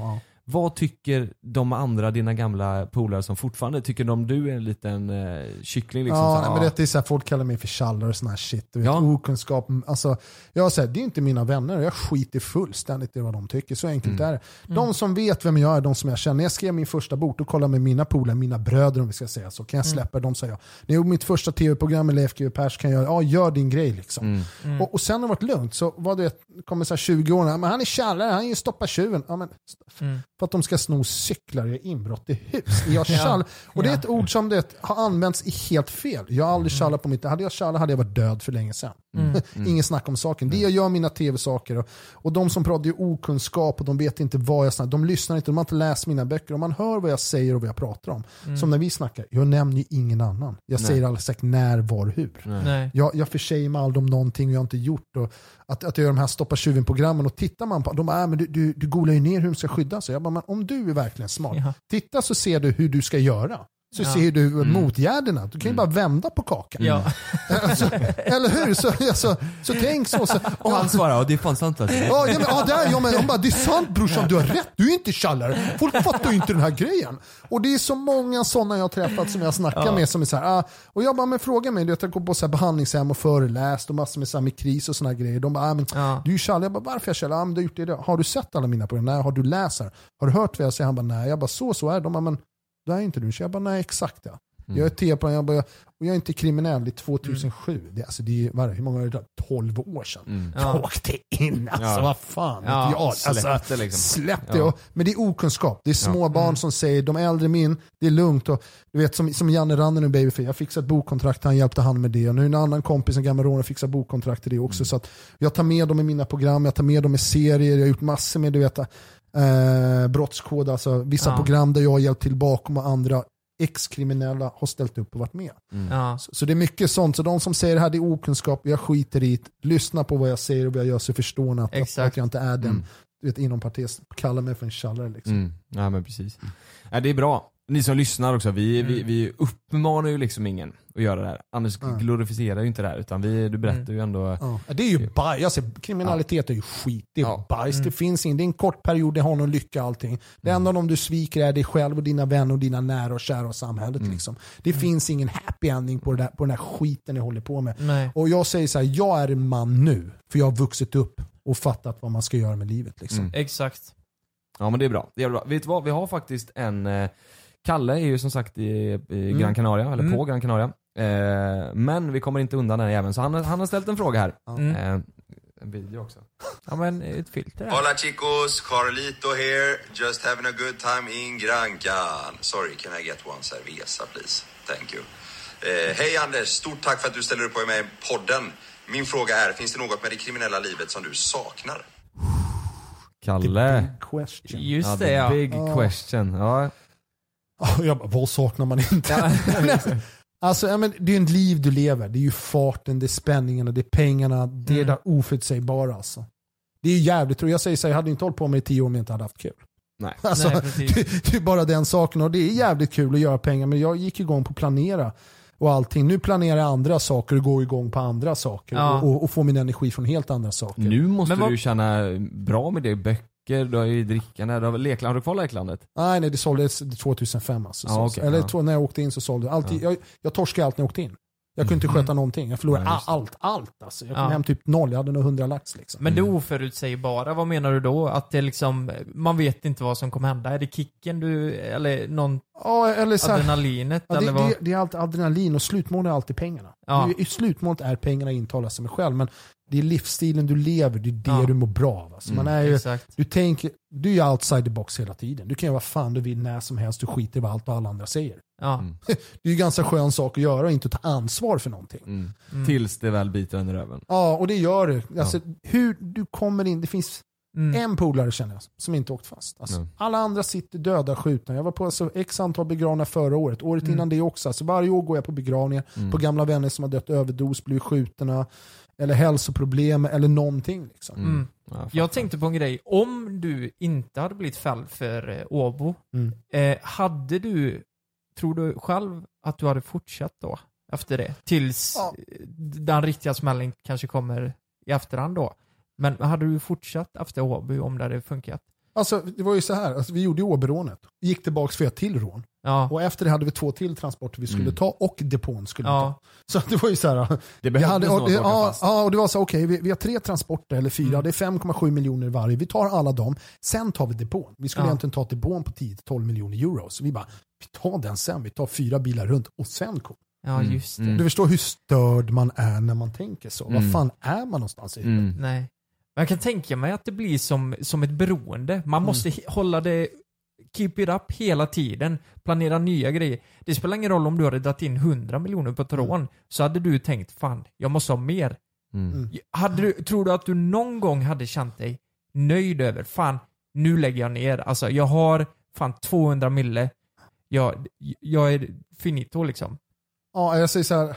G: vad tycker de andra, dina gamla polare som fortfarande, tycker de du är en liten eh, kyckling liksom?
H: Ja,
G: så,
H: nej, men det är så här, folk kallar mig för tjallare och sån här shit. Du vet,
G: Ja.
H: okunskap. Alltså, jag säger, det är inte mina vänner. Jag skiter fullständigt i vad de tycker. Så enkelt
G: Mm.
H: är det. De som vet vem jag är, de som jag känner. När jag skrev min första bok, då kollade jag med mina polare, mina bröder om vi ska säga så. Kan jag släppa mm. dem, säger jag. När jag gjorde mitt första tv-program med Leif G W Persson kan jag göra, ja, gör din grej liksom.
G: Mm.
H: Mm. Och, och sen har det varit lugnt. Så vad du vet, kommer så här tjugo år, men han är tjallare, han är ju stoppa tjuven. Ja, men,
F: Mm.
H: för att de ska sno cyklar i inbrott i hus. Jag tjall. Och det är ett ord som det har använts i helt fel. Jag har aldrig tjallat på mitt. Hade jag tjallat hade jag varit död för länge sedan.
F: Mm.
H: Ingen snack om saken. Det jag gör mina tv-saker och, och de som pratar ju okunskap och de vet inte vad jag snackar. De lyssnar inte, de har inte läst mina böcker och man hör vad jag säger och vad jag pratar om.
F: Mm.
H: Som när vi snackar. Jag nämner ju ingen annan. Jag
G: Nej.
H: säger aldrig sagt när, var, hur.
F: Nej.
H: Jag, jag försäger mig aldrig om någonting jag har inte gjort. Och att, att jag gör de här stoppa tjuven-programmen och tittar man på, de bara, äh, men du, du, du googlar ju ner hur de ska skydda sig. Jag bara, men om du är verkligen smart,
F: Ja.
H: titta så ser du hur du ska göra. Så
F: Ja.
H: ser du
G: Mm.
H: motgärderna. Du kan ju
G: Mm.
H: bara vända på kakan.
F: Ja.
H: Alltså, eller hur? Så, alltså, så tänk så. så
G: Och han svarar, ja, det är fan sant alltså.
H: Ja, ja, men, ja, där, ja, men de bara, det är sant brorsan, du har rätt, du är inte tjallare. Folk fattar ju inte den här grejen. Och det är så många sådana jag har träffat som jag snackar
F: Ja.
H: med som är så här, ah, och jag bara, men fråga mig, du vet, jag går på så här behandlingshem och föreläst och massor med, så här, med kris och såna här grejer. De bara, ah, men
F: Ja.
H: du är ju tjallare. Jag bara, varför är jag tjallare? Ah, men du har gjort det idag. Har du sett alla mina program? Nej. Har du läst här? Har du hört vad jag säger? Han bara, nej. Jag bara, så, så är det. De bara, men det är inte du. Så jag bara, nej, exakt ja.
G: Mm.
H: Jag är tv-program, jag bara, och jag är inte kriminell, det är tvåtusensju. Mm. Det, alltså, det är, vad är det, hur många är det? tolv år sedan.
G: Mm.
H: Jag åkte in, alltså
G: Ja.
H: vad fan.
F: Ja,
H: vet jag, alltså,
G: släpp det liksom.
H: Släpp det.
G: Ja.
H: Och, men det är okunskap. Det är små
G: Ja.
H: barn
F: Mm.
H: som säger, de äldre min, det är lugnt. Och, du vet, som, som Janne Ranne nu, Babyface. Jag fixade ett bokkontrakt, han hjälpte han med det. Och nu är en annan kompis, en gammal rånare, fixar bokkontrakt till det också. Mm. Så att jag tar med dem i mina program, jag tar med dem i serier, jag har gjort massor med, du vet, eh, brottskod, alltså vissa
F: Ja.
H: program där jag har hjälpt till bakom och andra ex-kriminella har ställt upp och varit med.
G: Mm.
F: Ja.
H: Så, så det är mycket sånt. Så de som säger det här, det är okunskap, jag skiter i det. Lyssna på vad jag säger och vad jag gör så förstår ni att, att,
F: Exakt.
H: att jag inte är den,
G: Mm.
H: du vet, inom parentes, kallar mig för en tjallare liksom.
G: Mm. Ja men precis. Ja, det är bra. Ni som lyssnar också, vi,
F: Mm.
G: vi, vi uppmanar ju liksom ingen att göra det här. Anders
H: Ja.
G: glorifierar ju inte det här utan vi, du berättar
F: Mm.
G: ju ändå.
H: Ja. Det är ju bajs. Alltså, kriminalitet är ju skit. Det är
G: Ja.
H: bajs.
F: Mm.
H: Det finns ingen, det är en kort period, det har någon lycka allting. Det enda de du sviker är dig själv och dina vänner och dina nära och kära och samhället.
G: Mm.
H: Liksom. Det finns ingen happy ending på, det där, på den här skiten ni håller på med.
F: Nej.
H: Och jag säger så här, jag är en man nu. För jag har vuxit upp och fattat vad man ska göra med livet. Liksom.
G: Mm.
F: Exakt.
G: Ja men det är bra. Det är bra. Vet du vad, vi har faktiskt en eh, Kalle är ju som sagt i, i Gran Canaria, eller
F: Mm.
G: på Gran Canaria. Eh, men vi kommer inte undan den här även så han, han har ställt en fråga här.
F: Mm.
G: Eh, en video också.
F: Ja men ett filter här.
O: Hola chicos, Carlito here. Just having a good time in Grancan. Sorry, can I get one cerveza please? Thank you. Eh, Hej Anders, stort tack för att du ställer upp på mig i podden. Min fråga är, finns det något med det kriminella livet som du saknar?
G: Kalle.
H: Big question.
F: Just
G: Ja,
F: det
G: the
F: ja.
G: big
H: Ja.
G: question. Ja.
H: Ja, jag bara, vad saknar man inte? Alltså, ja, men det är ju ett liv du lever. Det är ju farten, det är spänningarna, det är pengarna, det är
F: Mm.
H: det oförutsägbara. Alltså. Det är ju jävligt. Och jag säger så här, jag hade inte hållit på med i tio år om jag inte hade haft kul.
G: Nej.
H: Alltså,
F: Nej, precis.
H: det, det är bara den saken. Och det är jävligt kul att göra pengar. Men jag gick igång på att planera och allting. Nu planerar jag andra saker och går igång på andra saker.
F: Ja.
H: Och, och, och får min energi från helt andra saker.
G: Nu måste
F: Men vad-
G: du ju känna bra med det. Böcker, du har ju drickande, du har, lekland, har du kvar leklandet?
H: Nej, nej, det såldes tjugohundrafem. Alltså,
G: Ja,
H: så,
G: okej,
H: eller
G: ja.
H: två, när jag åkte in så sålde jag. Alltid,
G: Ja.
H: jag. Jag torskade allt när jag åkte in. Jag kunde inte
F: Mm.
H: sköta någonting. Jag förlorade
G: Nej, just det.
H: allt, allt. Alltså. Jag kom
F: Ja.
H: hem typ noll. Jag hade nog hundra lax. Liksom.
F: Men det
G: Mm.
F: oförutsägbara, vad menar du då? Att det liksom, man vet inte vad som kommer hända. Är det kicken du, eller någon
H: Ja, eller så här,
F: adrenalinet?
H: ja, det,
F: eller vad?
H: det, det är allt adrenalin och slutmålet är alltid pengarna.
F: Ja.
H: Det är- I slutmålet är pengarna intalas sig själv. Men det är livsstilen du lever, det är det
F: Ja.
H: du mår bra av. Alltså. Man
G: Mm,
H: är ju,
F: Exakt.
H: du tänker, du är ju outside the box hela tiden. Du kan göra vad fan du vill när som helst. Du skiter i vad allt och alla andra säger.
F: Ja.
G: Mm.
H: Det är ju ganska skön sak att göra och inte ta ansvar för någonting.
G: Mm.
F: Mm.
G: Tills det väl biter under röven.
H: Ja, och det gör det. Alltså, hur du kommer in, det finns
F: Mm.
H: en polare känner jag som inte åkt fast. Alltså,
G: Mm.
H: alla andra sitter döda skjutna. Jag var på alltså, x antal begravningar förra året. Året
F: Mm.
H: innan det också. Alltså, varje år går jag på begravningar
G: Mm.
H: på gamla vänner som har dött överdos, blivit skjutna eller hälsoproblem eller någonting. Liksom.
F: Mm.
G: Ja, fan.
F: Jag tänkte på en grej. Om du inte hade blivit fälld för eh, Åbo,
H: Mm.
F: eh, hade du, tror du själv att du hade fortsatt då? Efter det? Tills
H: Ja.
F: eh, den riktiga smällen kanske kommer i efterhand då. Men hade du fortsatt efter Åbo om det hade funkat?
H: Alltså det var ju så här, alltså, vi gjorde ju Åbyrånet. Gick tillbaka för ett till rån.
F: Ja.
H: Och efter det hade vi två till transporter vi skulle
G: Mm.
H: ta och depån skulle
F: Ja.
H: ta. Så det var ju så här.
G: Det
H: vi
G: behövdes
H: hade,
G: något
H: och,
G: att åka
H: ja,
G: fast.
H: ja, och det var så okej, okay, vi, vi har tre transporter eller fyra,
F: Mm.
H: det är fem komma sju miljoner varje. Vi tar alla dem, sen tar vi depån. Vi skulle
F: Ja.
H: egentligen ta depån på tio till tolv miljoner euro. Så vi bara, vi tar den sen, vi tar fyra bilar runt och sen kom.
F: Ja, just det.
G: Mm.
H: Du förstår hur störd man är när man tänker så.
G: Mm.
H: Vad fan är man någonstans i?
G: Mm.
F: Nej. Men jag kan tänka mig att det blir som, som ett beroende. Man måste
H: Mm.
F: he- hålla det, keep it up hela tiden. Planera nya grejer. Det spelar ingen roll om du hade dragit in hundra miljoner på ett rån. Så hade du tänkt, fan, jag måste ha mer.
G: Mm.
H: Mm.
F: Hade du, tror du att du någon gång hade känt dig nöjd över, fan, nu lägger jag ner. Alltså, jag har fan tvåhundra mille. Jag, jag är finito liksom.
H: Ja, jag säger så här.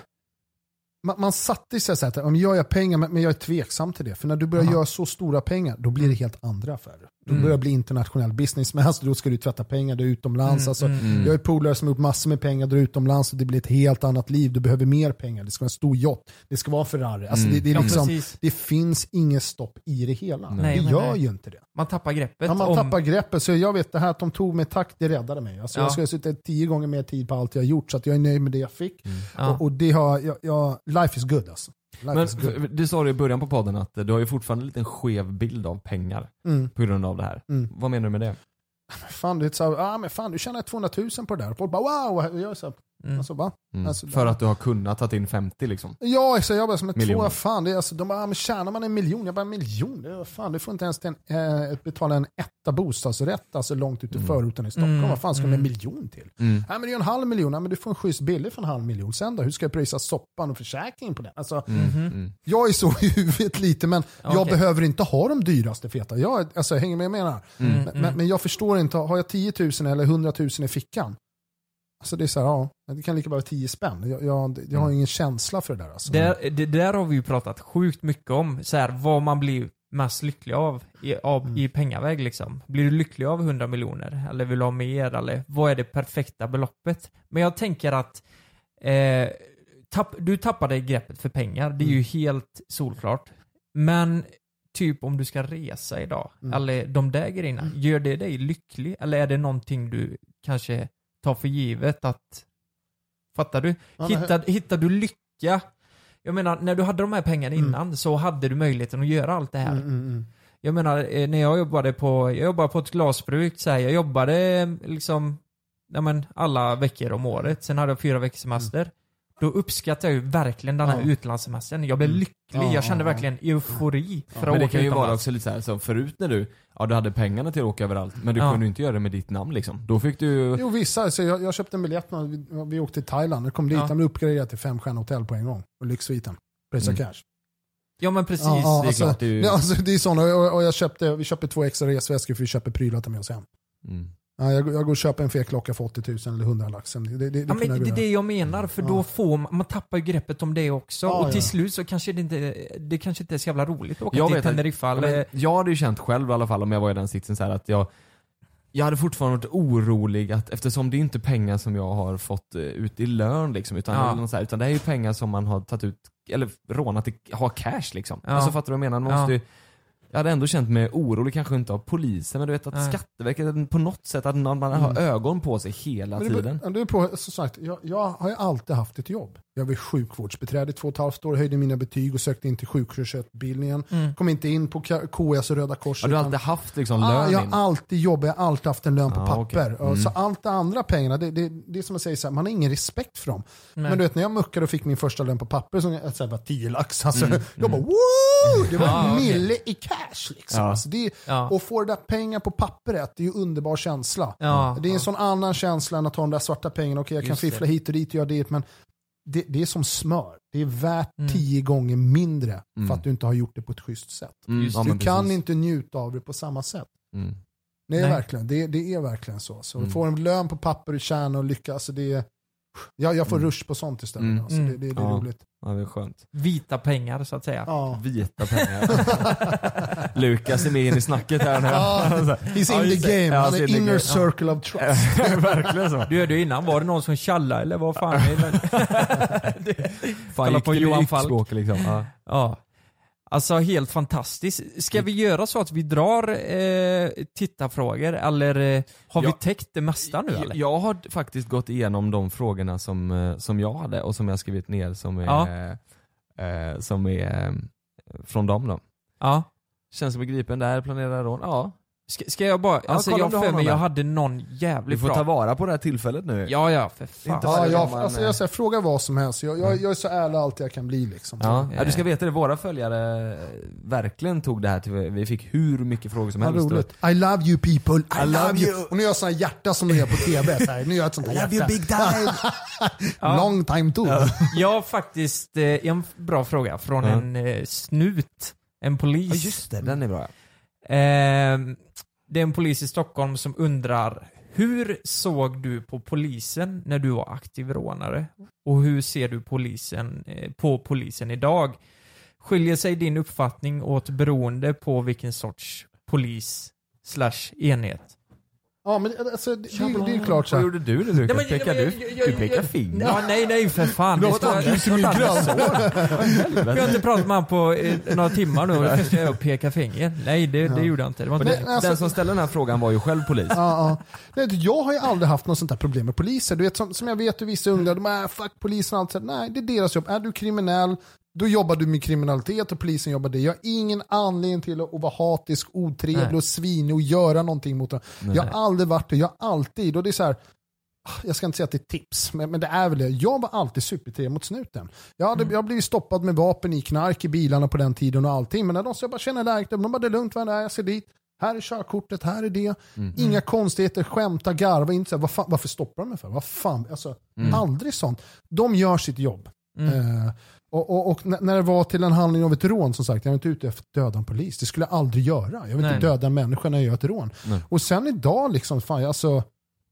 H: Man, man satte sig så här, att om jag gör pengar, men men jag är tveksam till det. För när du börjar
F: Aha.
H: göra så stora pengar, då blir det helt andra affärer. Då
F: Mm.
H: börjar det bli internationell business. Men alltså, då ska du tvätta pengar, du är utomlands.
F: Mm,
H: Alltså,
F: mm,
H: Jag är polare som har gjort massor med pengar, du är utomlands och det blir ett helt annat liv. Du behöver mer pengar, det ska vara en stor yacht, det ska vara Ferrari. Alltså,
G: Mm.
H: det, det, är
F: Ja,
H: liksom,
F: precis.
H: det finns inget stopp i det hela.
F: Nej,
H: det
F: men
H: gör
F: nej.
H: ju inte det.
F: Man tappar greppet.
H: Ja, man
F: om,
H: tappar greppet. Så jag vet det här att de tog mig tack, det räddade mig. Alltså,
F: Ja.
H: Jag skulle ha suttit tio gånger mer tid på allt jag har gjort, så att jag är nöjd med det jag fick.
F: Ja.
H: Och, och det har, jag, jag, life is good alltså. Life
G: Men
H: is good.
G: f- du sa det i början på podden att du har ju fortfarande en liten skev bild av pengar
H: Mm.
G: på grund av det här.
H: Mm.
G: Vad menar du med det?
H: Fan, det är så här, ah, men fan, du tjänar tvåhundratusen på det där. Och folk bara wow, och jag är så här,
F: Mm.
H: alltså, va?
G: Mm.
H: Alltså,
G: För att du har kunnat ta in femtio liksom.
H: Ja, så jag bara som ett
G: Miljoner.
H: två, fan, det är alltså, de bara, ah, men tjänar man en miljon? Jag bara, en miljon? Det är, fan, du får inte ens en, eh, betala en etta bostadsrätt, alltså långt ut i
G: Mm.
H: förorten i Stockholm.
F: Mm.
H: Vad fan ska du med en
F: Mm.
H: miljon till?
G: Mm.
H: Nej, men det är ju en halv miljon, nej, men du får en schysst billig för en halv miljon. Sen då, hur ska jag prisa soppan och försäkringen på den? Alltså,
G: Mm.
F: Mhm.
G: Mm.
H: jag är så i huvudet lite, men jag
F: Okej.
H: behöver inte ha de dyraste feta. Jag, alltså, hänger med, jag menar.
F: Mm,
H: Men,
F: mm.
H: men, men jag förstår inte, har jag tio tusen eller hundra tusen i fickan? Alltså det är så här, ja, det kan lika bara vara tio spänn. Jag, jag, jag har ingen känsla för det där. Alltså.
F: Där, det där har vi ju pratat sjukt mycket om. Så här, vad man blir mest lycklig av i, av,
H: Mm.
F: i pengaväg liksom. Blir du lycklig av hundra miljoner? Eller vill du ha mer? Eller vad är det perfekta beloppet? Men jag tänker att eh, tapp, du tappade greppet för pengar. Det är ju
H: Mm.
F: helt solklart. Men typ om du ska resa idag,
H: Mm.
F: eller de där grejerna, gör det dig lycklig? Eller är det någonting du kanske tar för givet att... Fattar du?
H: Ja, men-
F: Hittar, hittar du lycka? Jag menar, när du hade de här pengarna
H: Mm.
F: innan så hade du möjligheten att göra allt det här.
H: Mm, mm, mm.
F: Jag menar, eh, när jag jobbade på, jag jobbade på ett glasbruk, så här, jag jobbade eh, liksom ja, men, alla veckor om året. Sen hade jag fyra veckors semester. Då uppskattar jag ju verkligen den här
H: Ja.
F: utlandssemestern. Jag blev
H: Mm.
F: lycklig.
H: Ja,
F: jag kände
H: ja, ja.
F: verkligen eufori för att
G: Men det
F: åka
G: kan ju vara
F: utomlands.
G: också lite så här, som förut när du, ja du hade pengarna till att åka överallt, men du
F: Ja.
G: kunde ju inte göra det med ditt namn liksom. Då fick du...
H: Jo, vissa. Så jag, jag köpte en biljett när vi, vi åkte till Thailand. Jag kom dit,
F: Ja.
H: han blev uppgraderad till fem hotell på en gång. Och lyxsviten. Prisa
G: Mm.
H: cash.
F: Ja men precis.
H: Ja, ja,
G: det är
H: alltså,
G: klart, det är ju-
H: det, alltså, det är sånt. Och, och jag köpte, vi köpte två extra resväskor för vi köper prylar till med oss hem.
G: Mm.
H: Ja, jag, jag går och köper en fet klocka för åttio tusen eller hundra lax. Det, det, det, det,
F: Ja,
H: kunde
F: men
H: jag
F: det är
H: göra.
F: det jag menar, för
H: Ja.
F: då får man, man tappar ju greppet om det också.
H: Ja,
F: och till
H: ja.
F: slut så kanske det inte, det kanske inte är så jävla roligt att åka
G: Jag
F: till
G: vet att-
F: Teneriffa.
G: Ja,
F: eller-
G: men jag hade ju känt själv i alla fall om jag var i den sitsen så här att jag jag hade fortfarande varit orolig att eftersom det är inte pengar som jag har fått eh, ut i lön liksom, utan,
F: Ja.
G: eller något så här, utan det är ju pengar som man har tagit ut eller rånat i, har cash liksom.
F: Ja.
G: Alltså fattar du vad jag menar? Man
F: Ja.
G: måste ju, jag hade ändå känt mig orolig, kanske inte av polisen, men du vet att
F: Nej.
G: Skatteverket på något sätt att man, man har
H: Mm.
G: ögon på sig hela
H: Men det,
G: tiden.
H: beror- det är på, som sagt, jag, jag har ju alltid haft ett jobb. Jag var sjukvårdsbiträde i två och ett halvt år, höjde mina betyg och sökte in till sjuksköterskeutbildningen.
F: Mm.
H: Kom inte in på K- K S och Röda Korset.
G: Har du
H: utan-
G: alltid haft liksom
H: Ah,
G: lön
H: jag
G: in?
H: har alltid jobbat, jag har alltid haft en lön på
G: Ah,
H: papper.
G: okej. Mm.
H: Så allt det andra pengarna, det, det, det är som jag säger, så här, man har ingen respekt för dem.
F: Nej.
H: Men du vet, när jag muckade och fick min första lön på papper, så jag, så här, bara tio lax. Alltså,
G: Mm,
H: jag bara
G: mm.
H: woo! Det var
F: Ja,
H: en
F: okej.
H: mille i cash. Liksom.
G: Ja.
H: Alltså, det,
F: Ja.
H: och få det där pengar på pappret, det är ju en underbar känsla.
F: Ja,
H: Det är en
F: ja.
H: sån annan känsla än att ha de där svarta pengarna. Okej, jag kan
F: Just
H: fiffla
F: det.
H: hit och dit och göra det, men det, det är som smör. Det är värt
F: Mm.
H: tio gånger mindre
G: Mm.
H: för att du inte har gjort det på ett schysst sätt.
G: Mm,
F: Just
G: ja,
H: Du
G: men
H: kan
G: precis.
H: inte njuta av det på samma sätt.
G: Mm.
H: Det är
F: Nej.
H: verkligen, det, det är verkligen så. Så
G: Mm.
H: får en lön på papper och tjäna och lyckas. Alltså det är, jag, jag får
G: Mm.
H: rush på sånt istället.
G: Mm.
H: Alltså det, det, det är
G: Ja.
H: roligt.
G: Ja, det är skönt.
F: Vita pengar så att säga.
H: Ja.
G: Vita pengar. Lukas är med in i snacket här nu.
H: Ja, he's
G: Ja,
H: in
G: just
H: the
G: det.
H: game.
G: Ja,
H: Han
G: he's
H: är
G: in the
H: inner
G: game.
H: circle of trust.
G: Verkligen så.
F: Du hörde ju innan, var det någon som tjallade eller vad fan är det?
G: Fan,
F: Kolla
G: gick
F: på
G: det med
F: Johan Falk.
G: yxbråk, liksom. Ja.
F: Ja. Alltså helt fantastiskt. Ska vi göra så att vi drar eh, tittarfrågor eller eh, har
G: Ja.
F: vi täckt det mesta nu eller?
G: Jag har faktiskt gått igenom de frågorna som, eh, som jag hade och som jag skrivit ner som är,
F: Ja.
G: eh, som är eh, från dem då.
F: Ja.
G: Känns som en gripen där, planerar rån. Ja.
F: Ska, ska jag bara,
G: Ja,
F: alltså
G: kolla om
F: jag
G: du har
F: för
G: någon
F: mig jag
G: där.
F: hade någon
G: Vi
F: jävligt
G: får
F: bra.
G: ta vara på det här tillfället nu.
F: Ja, ja, för fan.
G: Inte
H: Ja,
G: varje
H: jag,
G: gång man,
H: alltså,
G: eh,
H: jag säger, fråga vad som helst. Jag, jag, jag är så ärlig alltid jag kan bli liksom.
G: Ja. Ja, du ska veta det, våra följare verkligen tog det här till, vi fick hur mycket frågor som
H: Vad
G: helst.
H: roligt. I love you people, I,
G: I
H: love,
G: love
H: you.
G: you.
H: Och nu gör jag sådana hjärta som de gör på tv. Så här. Nu gör jag ett sånt här
G: I love
H: hjärta.
G: you big time.
F: Ja.
H: Long time too.
F: Ja. Jag har faktiskt eh, en bra fråga från
G: Ja.
F: en eh, snut, en polis.
G: Ja just det, den är bra.
F: Eh, det är en polis i Stockholm som undrar: hur såg du på polisen när du var aktiv rånare? Och hur ser du polisen, eh, på polisen idag? Skiljer sig din uppfattning åt beroende på vilken sorts polis slash enhet?
H: Ja men alltså, det, det, det är ju klart så
G: Vad
H: här.
G: gjorde du nu Lukas?
F: Nej, men-
G: Pekar
F: men-
G: du?
F: jag- jag-
G: Du pekar
F: jag-
G: finger.
F: Ja, nej, nej för fan.
H: Det
F: Det
H: låter
F: står-
H: aldrig som min grann.
F: Vi har inte pratat med honom på eh, några timmar nu och det första jag gör att peka finger. Nej, det, det gjorde jag inte. Det var
G: Men
F: inte
G: det, den som ställde den här frågan var ju själv polis.
H: Ja, ja. Nej, jag har ju aldrig haft något sånt här problem med poliser. Du vet, som, som jag vet hur vissa ungdomar, de är fuck polisen och allt sånt. Nej, det är deras jobb. Är du kriminell, då jobbar du med kriminalitet och polisen jobbar det. Jag har ingen anledning till att, att vara hatisk, otrevlig
F: Nej.
H: och svinig och göra någonting mot dem.
G: Nej.
H: Jag har aldrig varit det. Jag har alltid, och det är så här, jag ska inte säga att det är tips, men, men det är väl det. Jag var alltid supertrevlig mot snuten. Jag hade, jag blivit stoppad med vapen i knark i bilarna på den tiden och allting. Men när de så jag bara känner läget, de bara det är lugnt, vad är det? Jag ser dit. Här är körkortet, här är det.
G: Mm.
H: Inga konstigheter, skämta, garva, inte så här, vad fan, varför stoppar de mig för? Vad fan? Alltså,
G: Mm.
H: aldrig sånt. De gör sitt jobb.
F: Mm.
H: Eh, och och, och n- när det var till en handling av ett rån, som sagt, jag var inte ute efter att döda en polis. Det skulle jag aldrig göra. Jag vill
F: Nej.
H: inte döda en människa när jag gör ett rån.
G: Nej.
H: Och sen idag, liksom, fan, alltså,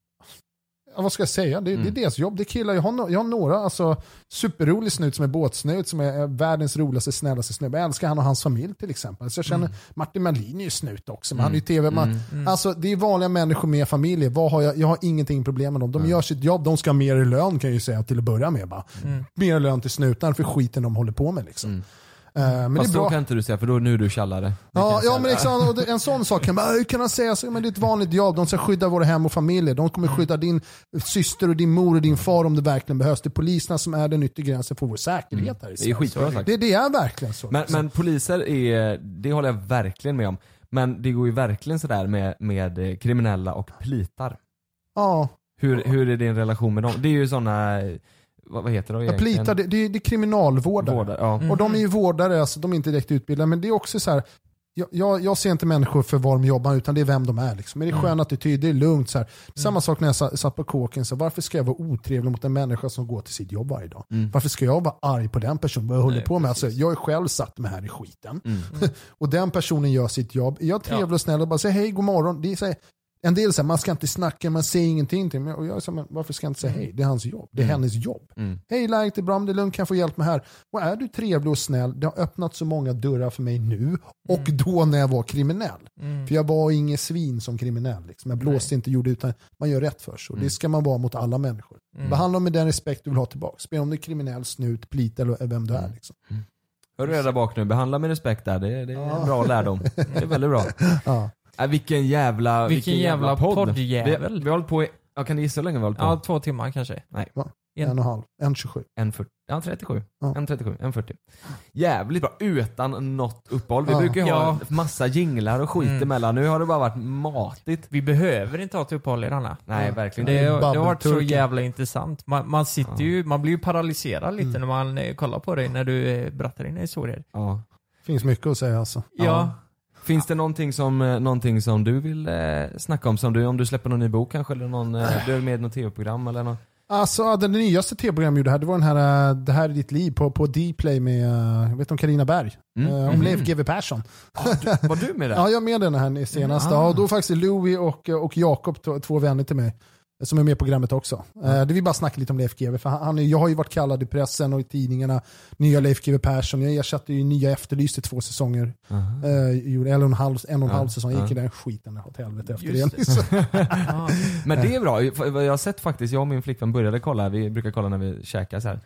H: ja, vad ska jag säga? Det,
G: Mm.
H: det är deras jobb. Det är killar. Jag har, no, jag har några alltså, superrolig snut som är båtsnut, som är världens roligaste, snällaste snubbe. Jag älskar han och hans familj till exempel. Så jag känner,
G: Mm.
H: Martin Melin är ju snut också, men han är ju tv. Man,
G: Mm.
F: Mm.
H: Alltså, det är vanliga människor med familjer. Vad har jag, jag har ingenting problem med dem. De gör sitt jobb, de ska ha mer i lön kan jag ju säga till att börja med. Bara.
F: Mm.
H: Mer lön till snutarna för skiten de håller på med. Liksom.
G: Mm.
H: Eh, men
G: Fast
H: det är
G: så
H: bra.
G: kan inte du säga, för då nu är du tjallare. Det kan
H: Ja,
G: jag
H: ja
G: säga.
H: men liksom, och det- en sån sak kan man, hur kan han säga så? Men det är ett vanligt jobb, de ska skydda våra hem och familjer. De kommer skydda din syster och din mor och din far om det verkligen behövs. Det är poliserna som är den yttre gränsen för vår säkerhet här i
G: Det är
H: Sverige.
G: skitbra sagt.
H: Det, det är verkligen så.
G: Men, men poliser är, det håller jag verkligen med om. Men det går ju verkligen sådär med, med kriminella och plitar.
H: ja,
G: Hur, hur är din relation med dem? Det är ju sådana, vad, vad heter det
H: jag
G: egentligen?
H: plitar, det, det, det är kriminalvårdare.
G: Vårdare, ja.
F: Mm.
H: Och de är ju vårdare, alltså, de är inte direkt utbildade. Men det är också så här. Jag, jag, jag ser inte människor för var de jobbar, utan det är vem de är. Liksom. Men det är skön attityd, det är lugnt. Så här. Samma sak när jag sa- satt på kåken. Så varför ska jag vara otrevlig mot en människa som går till sitt jobb varje dag?
G: Mm.
H: Varför ska jag vara arg på den personen? Vad jag håller
F: Nej,
H: på med? Alltså,
F: precis.
H: jag är själv satt med här i skiten.
G: Mm.
H: Och den personen gör sitt jobb. Jag är trevlig
F: Ja.
H: och snäll och bara säger hej, god morgon. Det är så här, en del säger man ska inte snacka, man säger ingenting till mig. Och jag säger, men varför ska jag inte säga hej? Det är hans jobb. Det är
G: Mm.
H: hennes jobb.
G: Mm.
H: Hej, läget är bra, men det är lugnt, kan jag få hjälp med här? Och är du trevlig och snäll, det har öppnat så många dörrar för mig nu och då när jag var kriminell.
F: Mm.
H: För jag var ingen svin som kriminell. Liksom. Jag blåste
F: Nej.
H: inte, gjorde utan man gör rätt för sig. Och det
G: Mm.
H: ska man vara mot alla människor.
F: Mm.
H: Behandla dem med den respekt du vill ha tillbaka. Spela om du är kriminell, snut, plit eller vem du är.
G: Mm.
H: Liksom.
G: Hör du det där bak nu? Behandla med respekt där, det, det är
H: Ja.
G: en bra lärdom. Det är väldigt bra.
H: Ja.
G: Äh, vilken jävla,
F: Vilken jävla poddjävel.
G: Vi, vi har hållit på i, ja, kan du gissa hur länge vi har hållit på?
F: Ja, två timmar kanske.
G: Nej.
H: Va?
F: En.
H: En och en halv, en tjugosju.
G: En fyrtio, ja trettiosju.
H: Ja.
G: En trettiosju, en fyrtio. Jävligt bra, utan något uppehåll. Vi
H: Ja.
G: brukar ju ha
F: Ja.
G: massa jinglar och skit
F: Mm.
G: emellan. Nu har det bara varit matigt.
F: Vi behöver inte ha ett uppehåll i denna.
G: Nej,
H: Ja.
G: verkligen
F: Det,
G: inte.
F: det har varit så
H: Babbelturken.
F: jävla intressant. Man, man sitter
G: Ja.
F: ju, man blir ju paralyserad lite
H: Mm.
F: när man eh, kollar på dig när du eh, berättar dina historier.
G: Ja.
H: Finns mycket att säga alltså.
F: Ja.
G: Ja. Finns det någonting som, eh, någonting som du vill eh, snacka om? Som du, om du släpper någon ny bok kanske? Eller någon, eh, du är med i något tv-program eller något?
H: Alltså det nyaste tv-program jag gjorde här, det var den här äh, Det här är ditt liv på, på Dplay med, äh, jag vet om Carina Berg.
G: Mm.
H: Äh, om
G: Mhm.
H: Leif G W Persson.
G: Var du med där?
H: Ja, jag är med den här senaste.
G: Ah.
H: Och då faktiskt Louis och, och Jakob, to- två vänner till mig, som är med på programmet också. Mm. Det vill bara snacka lite om Leif G W. För han, han är, jag har ju varit kallad i pressen och i tidningarna, nya Leif G W Persson. Jag ersatte ju nya Efterlyst i två säsonger.
G: Aha.
H: Uh, gjorde en och en halv, en och en
G: Ja,
H: halv säsong. Jag gick
G: ja.
H: i den skiten åt helvete efter
F: Just
H: det.
F: Ja.
G: Men det är bra, jag har sett faktiskt, jag och min flickvän började kolla, vi brukar kolla när vi käkar så här.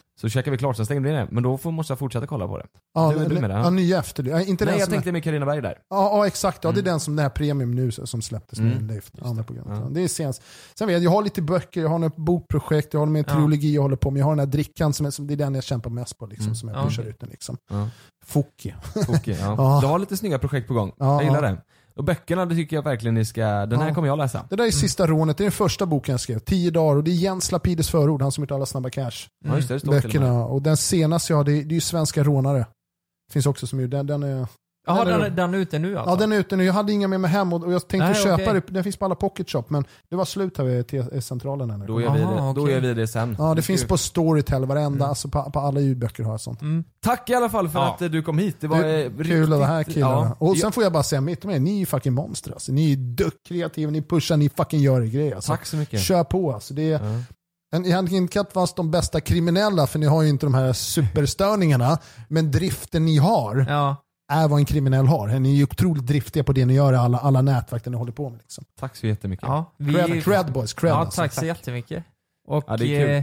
G: Så käkar vi klart, sen stänger vi ner. Men då får, måste jag fortsätta kolla på det.
H: Ja,
G: du, du med det,
H: ja, nya efter det. Inte
G: Nej,
H: den
G: jag
H: som
G: tänkte
H: är...
G: med Carina Berg där.
H: Ja, ja exakt. Ja,
G: Mm.
H: det är den som den här premium nu som släpptes med
G: Mm.
H: Leif, andra programmet.
G: Ja.
H: Ja. Det är senast. Sen vet jag, jag har lite böcker, jag har ett bokprojekt, jag håller med en
F: Ja.
H: trilogi jag håller på med. Jag har den här drickan som, är, som det är den jag kämpar mest på liksom,
G: Mm.
H: som jag
F: Ja.
H: pushar ut den liksom.
G: Ja.
H: Focke.
G: Okej, ja.
H: Ja.
G: Du har lite snygga projekt på gång.
H: Ja,
G: jag gillar
H: ja.
G: det. Och böckerna, det tycker jag verkligen ni ska, den här
H: Ja.
G: kommer jag läsa.
H: Det där är sista rånet, det är den första boken jag skrev. Tio dagar och det är Jens Lapides förord, han som gjort alla Snabba Cash.
G: Ja, just det, det står till och med.
H: Böckerna. Och den senaste jag har, det är, det är ju Svenska rånare. Finns också som ju, den, den är...
F: Jaha,
H: den är-
F: den, den är ute nu alltså?
H: Ja, den är ute nu. Jag hade inga med mig hem och och jag tänkte
F: Nej,
H: köpa
F: okej.
H: det. Den finns på alla pocket shop, men det var slut här vid T-centralen. här nu.
G: Då gör, vi
F: Aha,
G: det, då
F: okej.
G: gör vi det sen.
H: Ja, det
G: Nu
H: finns
G: ska
H: på Storytel, varenda,
G: Mm.
H: alltså på, på alla ljudböcker har jag sånt.
F: Mm.
G: vi- Tack i alla fall för
F: Ja.
G: att eh, du kom hit. Det var
H: Det-
G: eh,
H: Kul att vara här
G: riktigt-
H: killarna.
G: ja.
H: Och sen får jag bara säga mitt med, ni är ju fucking monster alltså. Ni är duktkreativa, ni pushar, ni fucking gör er grej alltså.
G: Tack så mycket.
H: Kör på alltså. Det är,
G: Ja.
H: en, egentligen kan inte vara de bästa kriminella, för ni har ju inte de här superstörningarna, men driften ni har
F: Ja.
H: är vad en kriminell har. Ni är ju otroligt driftiga på det ni gör i alla, alla nätverk där ni håller på med. Liksom.
G: Tack så jättemycket.
F: Ja, vi...
H: Cred, cred boys, cred
F: Ja,
H: alltså.
F: tack så jättemycket. Och
G: Ja, det är kul.
F: eh,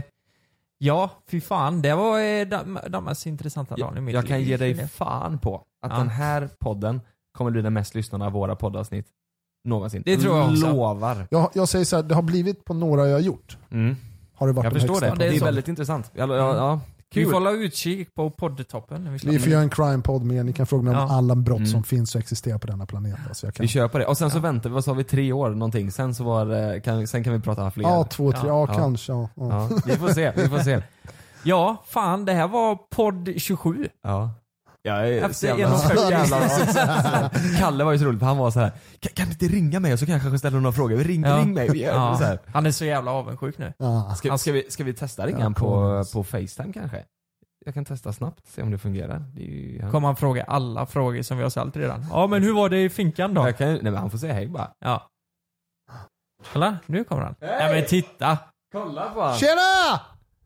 F: ja, fy fan, det var eh, de, de mest intressanta dagen i mitt
G: Jag kan
F: liv.
G: ge dig fan på att
F: Ja.
G: den här podden kommer bli den mest lyssnade av våra poddavsnitt någonsin.
F: Det tror jag också.
G: Lovar.
H: Jag, jag säger så här, det har blivit på några jag har gjort.
G: Mm.
H: Har det varit
G: Jag
H: de
G: förstår
H: högsta.
G: det.
F: Ja, det är
G: Det är
F: så.
G: väldigt intressant. Ja, ja, ja.
F: Vi
G: Kul.
F: får hålla utkik på poddtoppen när vi
H: Vi
F: släpper.
H: får göra en crime-podd med er. Ni kan fråga mig om
F: Ja.
H: alla brott
G: Mm.
H: som finns och existerar på denna planet. Alltså jag kan...
G: Vi kör på det. Och sen så väntar vi, vad sa vi, tre år någonting. Sen så var det, kan, sen kan vi prata fler.
H: Ja, två, tre, ja,
G: Ja.
H: kanske. Ja. Ja.
G: Ja, vi får se, vi får se.
F: Ja, fan, det här var podd tjugosju.
G: Ja. Jag är så
F: Efter
G: jävla,
F: en och fyrtio.
G: jävla Kalle var ju så roligt, för han var så här: kan, kan du inte ringa mig och så kan jag kanske ställa några frågor? Ring,
F: Ja.
G: ring mig. Vi gör
F: Ja.
G: så här.
F: Han är så jävla avundsjuk nu.
H: Ja.
G: Ska, ska, vi, ska vi testa ringa
H: Ja,
G: han
H: cool.
G: på, på FaceTime kanske? Jag kan testa snabbt, se om det fungerar. Det är ju, han,
F: Kommer han fråga alla frågor som vi har ställt redan. Ja, men hur var det i finkan då?
G: jag kan, nej men han får säga hej bara.
F: Ja. Kolla, nu kommer han. Nej men titta.
G: Kolla på han.
H: Tjena!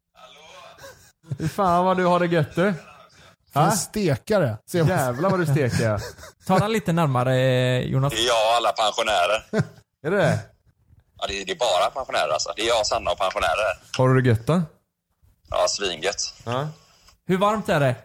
G: Hur fan vad du har det gött du.
H: En stekare. Se vad-
G: Jävlar vad du steker.
F: Ta den lite närmare eh, Jonas.
O: Det är jag och alla pensionärer.
G: Är det det?
O: Ja, det är, det är bara pensionärer alltså. Det är jag, Sanna och pensionärer.
G: Har du det gött då?
O: Ja, svingött.
G: Ja.
F: Hur varmt är det?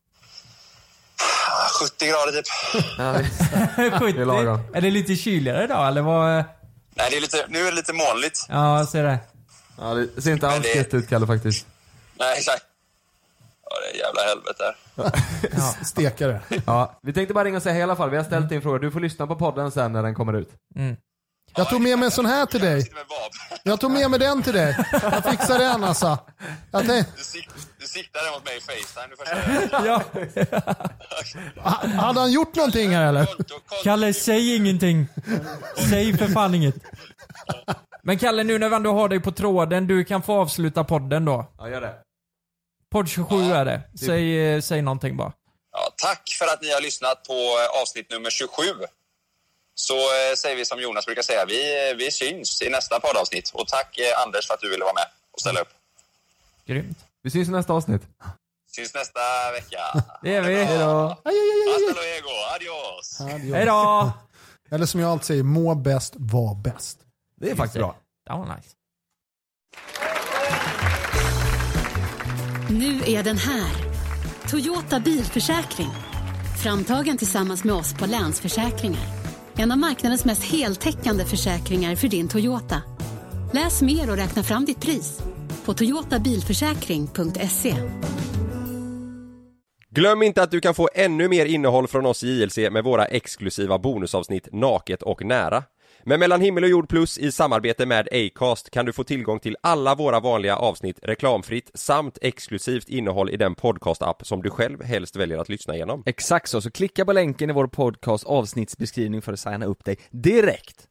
O: sjuttio grader typ.
G: Ja, det-
F: sjuttio?
G: är lagom.
F: Är det lite kyligare idag eller vad?
O: Nej, det är lite, nu är det lite molnigt.
F: Ja, jag ser det.
G: ja, det ser inte alls
O: det-
G: gött ut Kalle faktiskt.
O: Nej, exakt. Ja, det är jävla helvete där.
H: Stekare.
G: Ja, vi tänkte bara ringa och säga hej i alla fall. Vi har ställt din fråga. Du får lyssna på podden sen när den kommer ut.
F: Mm.
H: Jag tog med mig en sån här till dig.
O: Sitter med vapen.
H: Jag tog med mig den till dig. Jag fixar den alltså. Jag tänkte,
O: Du, sik, du siktar mot mig i FaceTime. Du får säga.
F: Ja.
H: ha- hade han gjort någonting här eller?
O: Konto, konto.
F: Kalle, säg ingenting. Säg för fan inget. Men Kalle, nu när vi ändå har dig på tråden, du kan få avsluta podden då.
G: Ja, gör det.
F: Podd tjugosju är det. Säg, eh, säg någonting bara.
O: Ja, tack för att ni har lyssnat på eh, avsnitt nummer tjugosju. Så eh, säger vi som Jonas brukar säga, vi, eh, vi syns i nästa poddavsnitt. Och tack eh, Anders för att du ville vara med och ställa upp.
F: Grymt.
G: Vi syns i nästa avsnitt.
O: Syns nästa vecka.
F: Det är vi.
G: Hejdå.
O: Hasta luego, adios.
H: Adios.
F: Hej då!
H: Eller som jag alltid säger, må bäst, var bäst.
G: Det är faktiskt bra.
F: Det var nice.
D: Nu är den här. Toyota bilförsäkring. Framtagen tillsammans med oss på Länsförsäkringar. En av marknadens mest heltäckande försäkringar för din Toyota. Läs mer och räkna fram ditt pris på toyota bilförsäkring punkt se.
P: Glöm inte att du kan få ännu mer innehåll från oss i J L C med våra exklusiva bonusavsnitt Naket och nära. Med Mellan himmel och jord plus i samarbete med Acast kan du få tillgång till alla våra vanliga avsnitt reklamfritt samt exklusivt innehåll i den podcast-app som du själv helst väljer att lyssna igenom.
Q: Exakt så, så klicka på länken i vår podcast avsnittsbeskrivning för att signa upp dig direkt.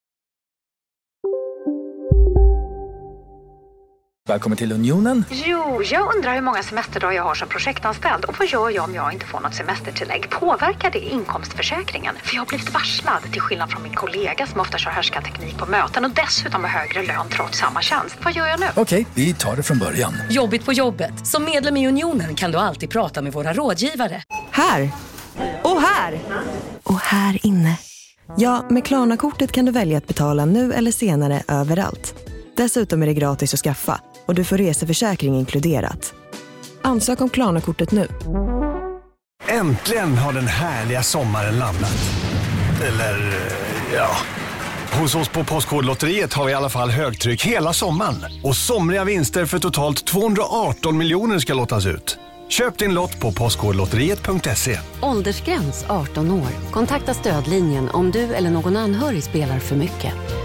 Q: Välkommen till Unionen.
R: Jo, jag undrar hur många semesterdagar jag har som projektanställd och vad gör jag om jag inte får något semestertillägg? Påverkar det inkomstförsäkringen? För jag har blivit varslad, till skillnad från min kollega som ofta kör härskarteknik på möten och dessutom har högre lön trots samma tjänst. Vad gör jag nu?
Q: Okej, vi tar det från början.
E: Jobbigt på jobbet. Som medlem i Unionen kan du alltid prata med våra rådgivare.
B: Här! Och här! Och här inne. Ja, med Klarna-kortet kan du välja att betala nu eller senare överallt. Dessutom är det gratis att skaffa och du får reseförsäkring inkluderat. Ansök om Klarna-kortet nu.
S: Äntligen har den härliga sommaren landat. Eller, ja... Hos oss på Postkodlotteriet har vi i alla fall högtryck hela sommaren. Och somriga vinster för totalt tvåhundraarton miljoner ska lottas ut. Köp din lott på postkodlotteriet punkt se.
T: Åldersgräns arton år. Kontakta stödlinjen om du eller någon anhörig spelar för mycket.